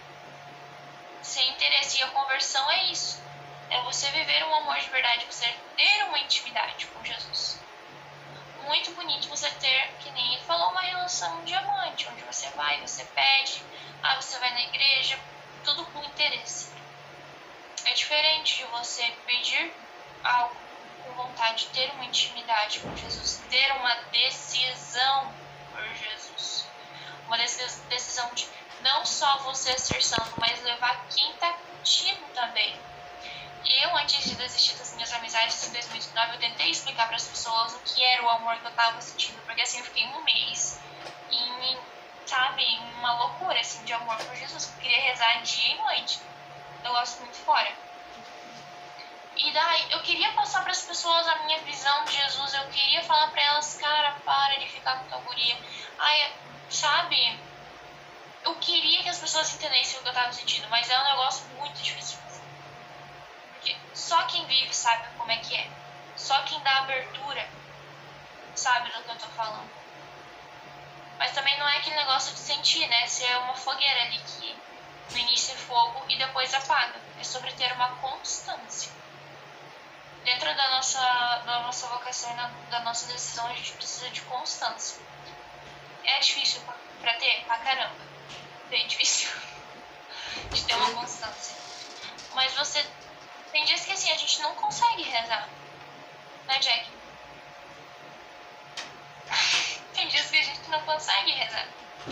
sem interesse. E a conversão é isso, é você viver um amor de verdade, você ter uma intimidade com Jesus. Muito bonito você ter, que nem ele falou, uma relação diamante, onde você vai, você pede, você vai na igreja, tudo com interesse. É diferente de você pedir algo com vontade de ter uma intimidade com Jesus, ter uma decisão por Jesus, uma decisão de não só você ser santo, mas levar quem está contigo também. E eu, antes de desistir das minhas amizades em 2019, eu tentei explicar para as pessoas o que era o amor que eu estava sentindo, porque assim eu fiquei um mês em uma loucura assim, de amor por Jesus, eu queria rezar dia e noite. Eu gosto muito fora. E daí, eu queria passar para as pessoas a minha visão de Jesus, eu queria falar para elas, cara, para de ficar com tua guria. Sabe, eu queria que as pessoas entendessem o que eu tava sentindo, mas é um negócio muito difícil. Porque só quem vive sabe como é que é. Só quem dá abertura sabe do que eu tô falando. Mas também não é aquele negócio de sentir, né? Se é uma fogueira ali que no início é fogo e depois apaga. É sobre ter uma constância. Dentro da nossa vocação e da nossa decisão, a gente precisa de constância. É difícil pra ter? Pra caramba. Bem difícil de ter uma constância. Mas tem dias que assim, a gente não consegue rezar. Né, Jack? Tem dias que a gente não consegue rezar.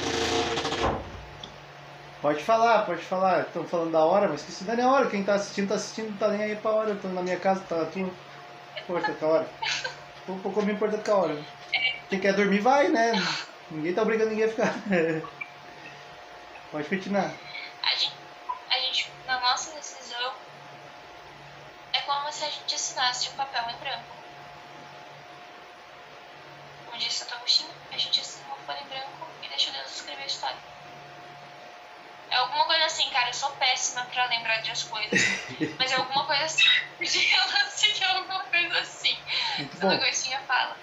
Pode falar. Estão falando da hora, mas que se dane a hora. Quem tá assistindo, não tá nem aí pra hora. Eu tô na minha casa, tá tudo. Importa com a hora. Um pouco me importa com a hora. Quem quer dormir, vai, né? Ninguém tá obrigando ninguém a ficar. Pode continuar. A gente, na nossa decisão, é como se a gente assinasse um papel em branco. Como disse Santo Agostinho, a gente assina uma folha em branco escrever a história. É alguma coisa assim, cara, eu sou péssima pra lembrar de as coisas. Mas é alguma coisa assim. Eu não sei que é alguma coisa assim. Toda coisinha fala.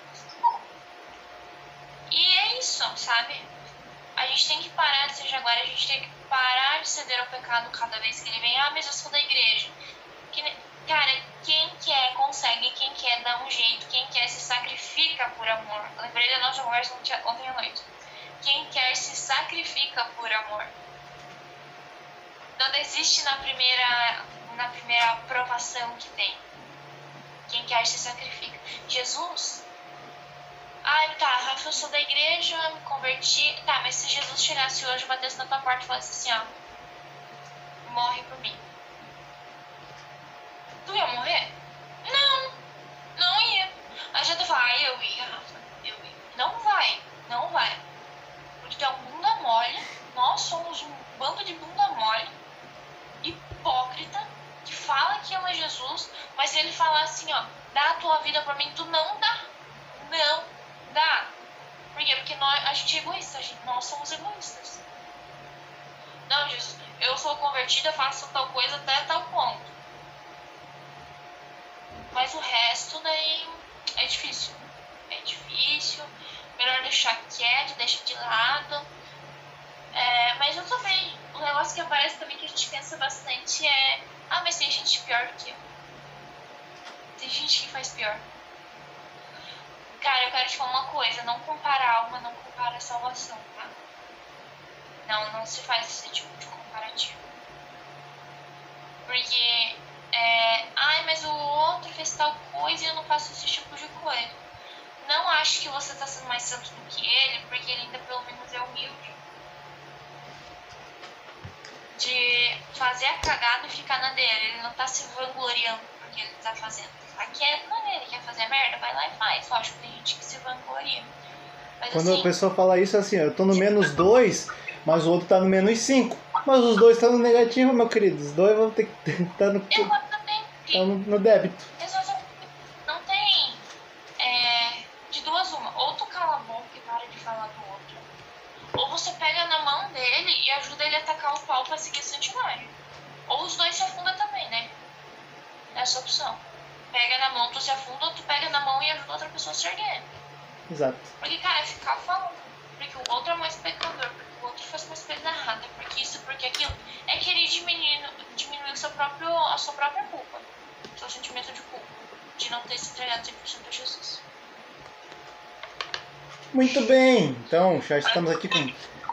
E é isso, sabe? A gente tem que parar de ser jaguar, a gente tem que parar de ceder ao pecado cada vez que ele vem. Ah, mas eu sou da igreja. Cara, quem quer consegue, quem quer dá um jeito, quem quer se sacrifica por amor. Lembrei da nossa conversa ontem à noite. Quem quer se sacrifica por amor. Não desiste na primeira aprovação que tem. Quem quer se sacrifica. Jesus... Ah, tá, Rafa, eu sou da igreja, me converti. Tá, mas se Jesus chegasse hoje, batesse na tua porta e falasse assim, ó, morre por mim. Tu ia morrer? Não ia. A gente fala, eu ia, Rafa, eu ia. Não vai. Porque tu é um bunda mole, nós somos um bando de bunda mole, hipócrita, que fala que ama Jesus, mas se ele falar assim, ó, dá a tua vida pra mim, tu não dá. Não dá. Por quê? Porque a gente é egoísta, nós somos egoístas. Não, Jesus, eu sou convertida, faço tal coisa até tal ponto. Mas o resto daí é difícil. Melhor deixar quieto, deixa de lado. Mas eu também, um negócio que aparece também que a gente pensa bastante é... Ah, mas tem gente pior do que eu. Tem gente que faz pior. Cara, eu quero te falar uma coisa, não compara a alma, não compara a salvação, tá? Não se faz esse tipo de comparativo. Porque, ai, mas o outro fez tal coisa e eu não faço esse tipo de coisa. Não acho que você tá sendo mais santo do que ele, porque ele ainda pelo menos é humilde. De fazer a cagada e ficar na dele, ele não tá se vangloriando porque ele tá fazendo. Aqui é maneira, quer fazer merda, vai lá e faz. Lógico, tem gente que se vangloria. Mas, quando assim, a pessoa fala isso assim, eu tô no -2, mas o outro tá no -5. Mas os dois estão no negativo, meu querido. Os dois vão ter que estar no débito. Exatamente. Não tem de duas uma. Ou tu cala a boca e para de falar do outro. Ou você pega na mão dele e ajuda ele a tacar o pau pra seguir a santidade. Ou os dois se afundam também, né? Essa opção. Pega na mão, tu se afunda, ou tu pega na mão e ajuda outra pessoa a se erguer. Exato. Porque, cara, é ficar falando. Porque o outro é mais pecador, porque o outro faz mais coisa errada, porque isso, porque aquilo. É querer diminuir a sua própria culpa. Seu sentimento de culpa. De não ter se entregado 100% a Jesus. Muito bem. Então, já estamos aqui com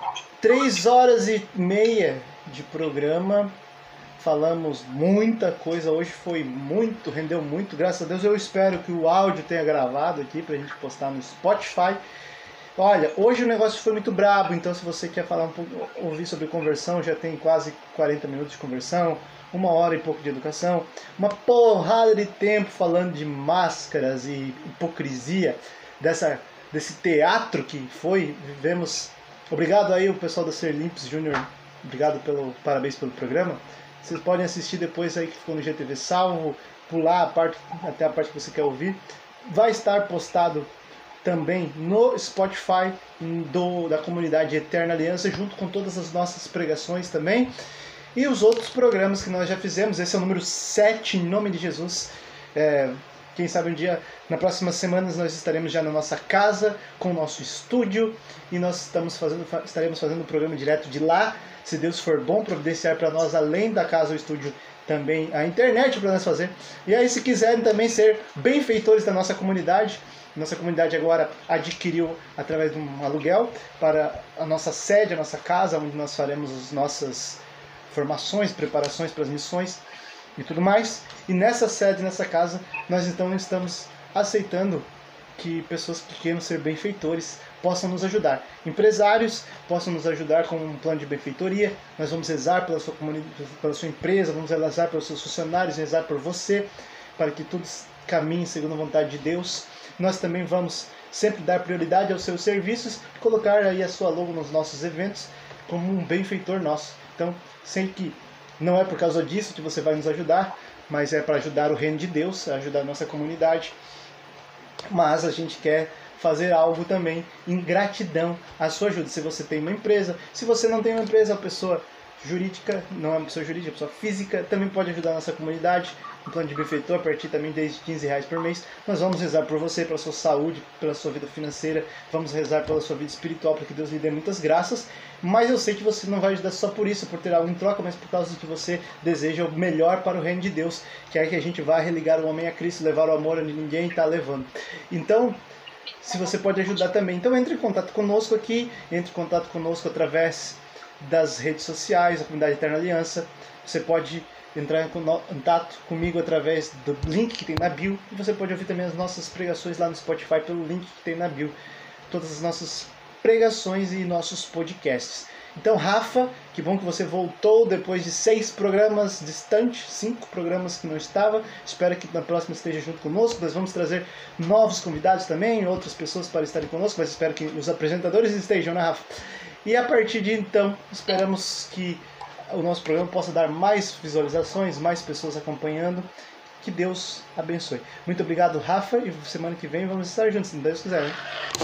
3h30 de programa. Falamos muita coisa, hoje rendeu muito, graças a Deus. Eu espero que o áudio tenha gravado aqui pra gente postar no Spotify. Olha, hoje o negócio foi muito brabo, então se você quer falar um pouco, ouvir sobre conversão, já tem quase 40 minutos de conversão, 1h e pouco de educação, uma porrada de tempo falando de máscaras e hipocrisia, desse teatro que vivemos. Obrigado aí o pessoal da Ser Limpos Júnior, parabéns pelo programa. Vocês podem assistir depois aí que ficou no GTV salvo, pular até a parte que você quer ouvir. Vai estar postado também no Spotify da comunidade Eterna Aliança, junto com todas as nossas pregações também. E os outros programas que nós já fizemos. Esse é o número 7, em nome de Jesus. Quem sabe um dia, nas próximas semanas, nós estaremos já na nossa casa, com o nosso estúdio, e nós estaremos fazendo o programa direto de lá. Se Deus for bom, providenciar para nós, além da casa, o estúdio, também a internet para nós fazer. E aí, se quiserem também ser benfeitores da nossa comunidade agora adquiriu, através de um aluguel, para a nossa sede, a nossa casa, onde nós faremos as nossas formações, preparações para as missões e tudo mais. E nessa sede, nessa casa, nós então estamos aceitando que pessoas que queiram ser benfeitores possam nos ajudar. Empresários possam nos ajudar com um plano de benfeitoria. Nós vamos rezar pela sua comunidade, pela sua empresa, vamos rezar pelos seus funcionários, rezar por você, para que tudo caminhe segundo a vontade de Deus. Nós também vamos sempre dar prioridade aos seus serviços, colocar aí a sua logo nos nossos eventos como um benfeitor nosso. Então, sei que não é por causa disso que você vai nos ajudar, mas é para ajudar o reino de Deus, ajudar a nossa comunidade. Mas a gente quer fazer algo também em gratidão à sua ajuda. Se você tem uma empresa, se você não tem uma empresa, a pessoa jurídica, não é uma pessoa jurídica, é uma pessoa física, também pode ajudar a nossa comunidade. Um plano de benfeitor a partir também desde R$15 por mês. Nós vamos rezar por você, pela sua saúde, pela sua vida financeira, vamos rezar pela sua vida espiritual, para que Deus lhe dê muitas graças. Mas eu sei que você não vai ajudar só por isso, por ter algo em troca, mas por causa de que você deseja o melhor para o reino de Deus, que é que a gente vá religar o homem a Cristo, levar o amor onde ninguém está levando. Então, se você pode ajudar também, então entre em contato conosco aqui, entre em contato conosco através das redes sociais, a Comunidade Eterna Aliança. Você pode entrar em contato comigo através do link que tem na bio, e você pode ouvir também as nossas pregações lá no Spotify pelo link que tem na bio, todas as nossas pregações e nossos podcasts. Então, Rafa, que bom que você voltou depois de 6 programas distantes, 5 programas que não estava. Espero que na próxima esteja junto conosco. Nós vamos trazer novos convidados também, outras pessoas para estarem conosco, mas espero que os apresentadores estejam, né, Rafa? E a partir de então, esperamos que o nosso programa possa dar mais visualizações, mais pessoas acompanhando. Que Deus abençoe. Muito obrigado, Rafa, e semana que vem vamos estar juntos, se Deus quiser, né?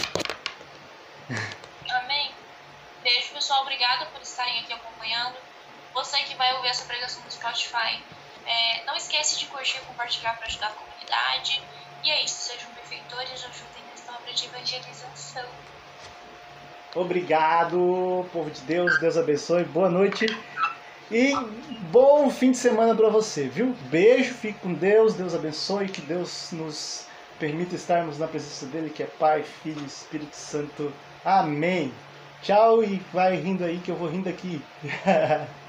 Amém. Beijo, pessoal. Obrigada por estarem aqui acompanhando. Você que vai ouvir essa pregação no Spotify, não esquece de curtir e compartilhar para ajudar a comunidade. E é isso. Sejam benfeitores, ajudem nessa obra de evangelização. Obrigado, povo de Deus. Deus abençoe. Boa noite. E bom fim de semana para você, viu? Beijo, fique com Deus. Deus abençoe. Que Deus nos permita estarmos na presença dele, que é Pai, Filho e Espírito Santo. Amém. Tchau e vai rindo aí que eu vou rindo aqui.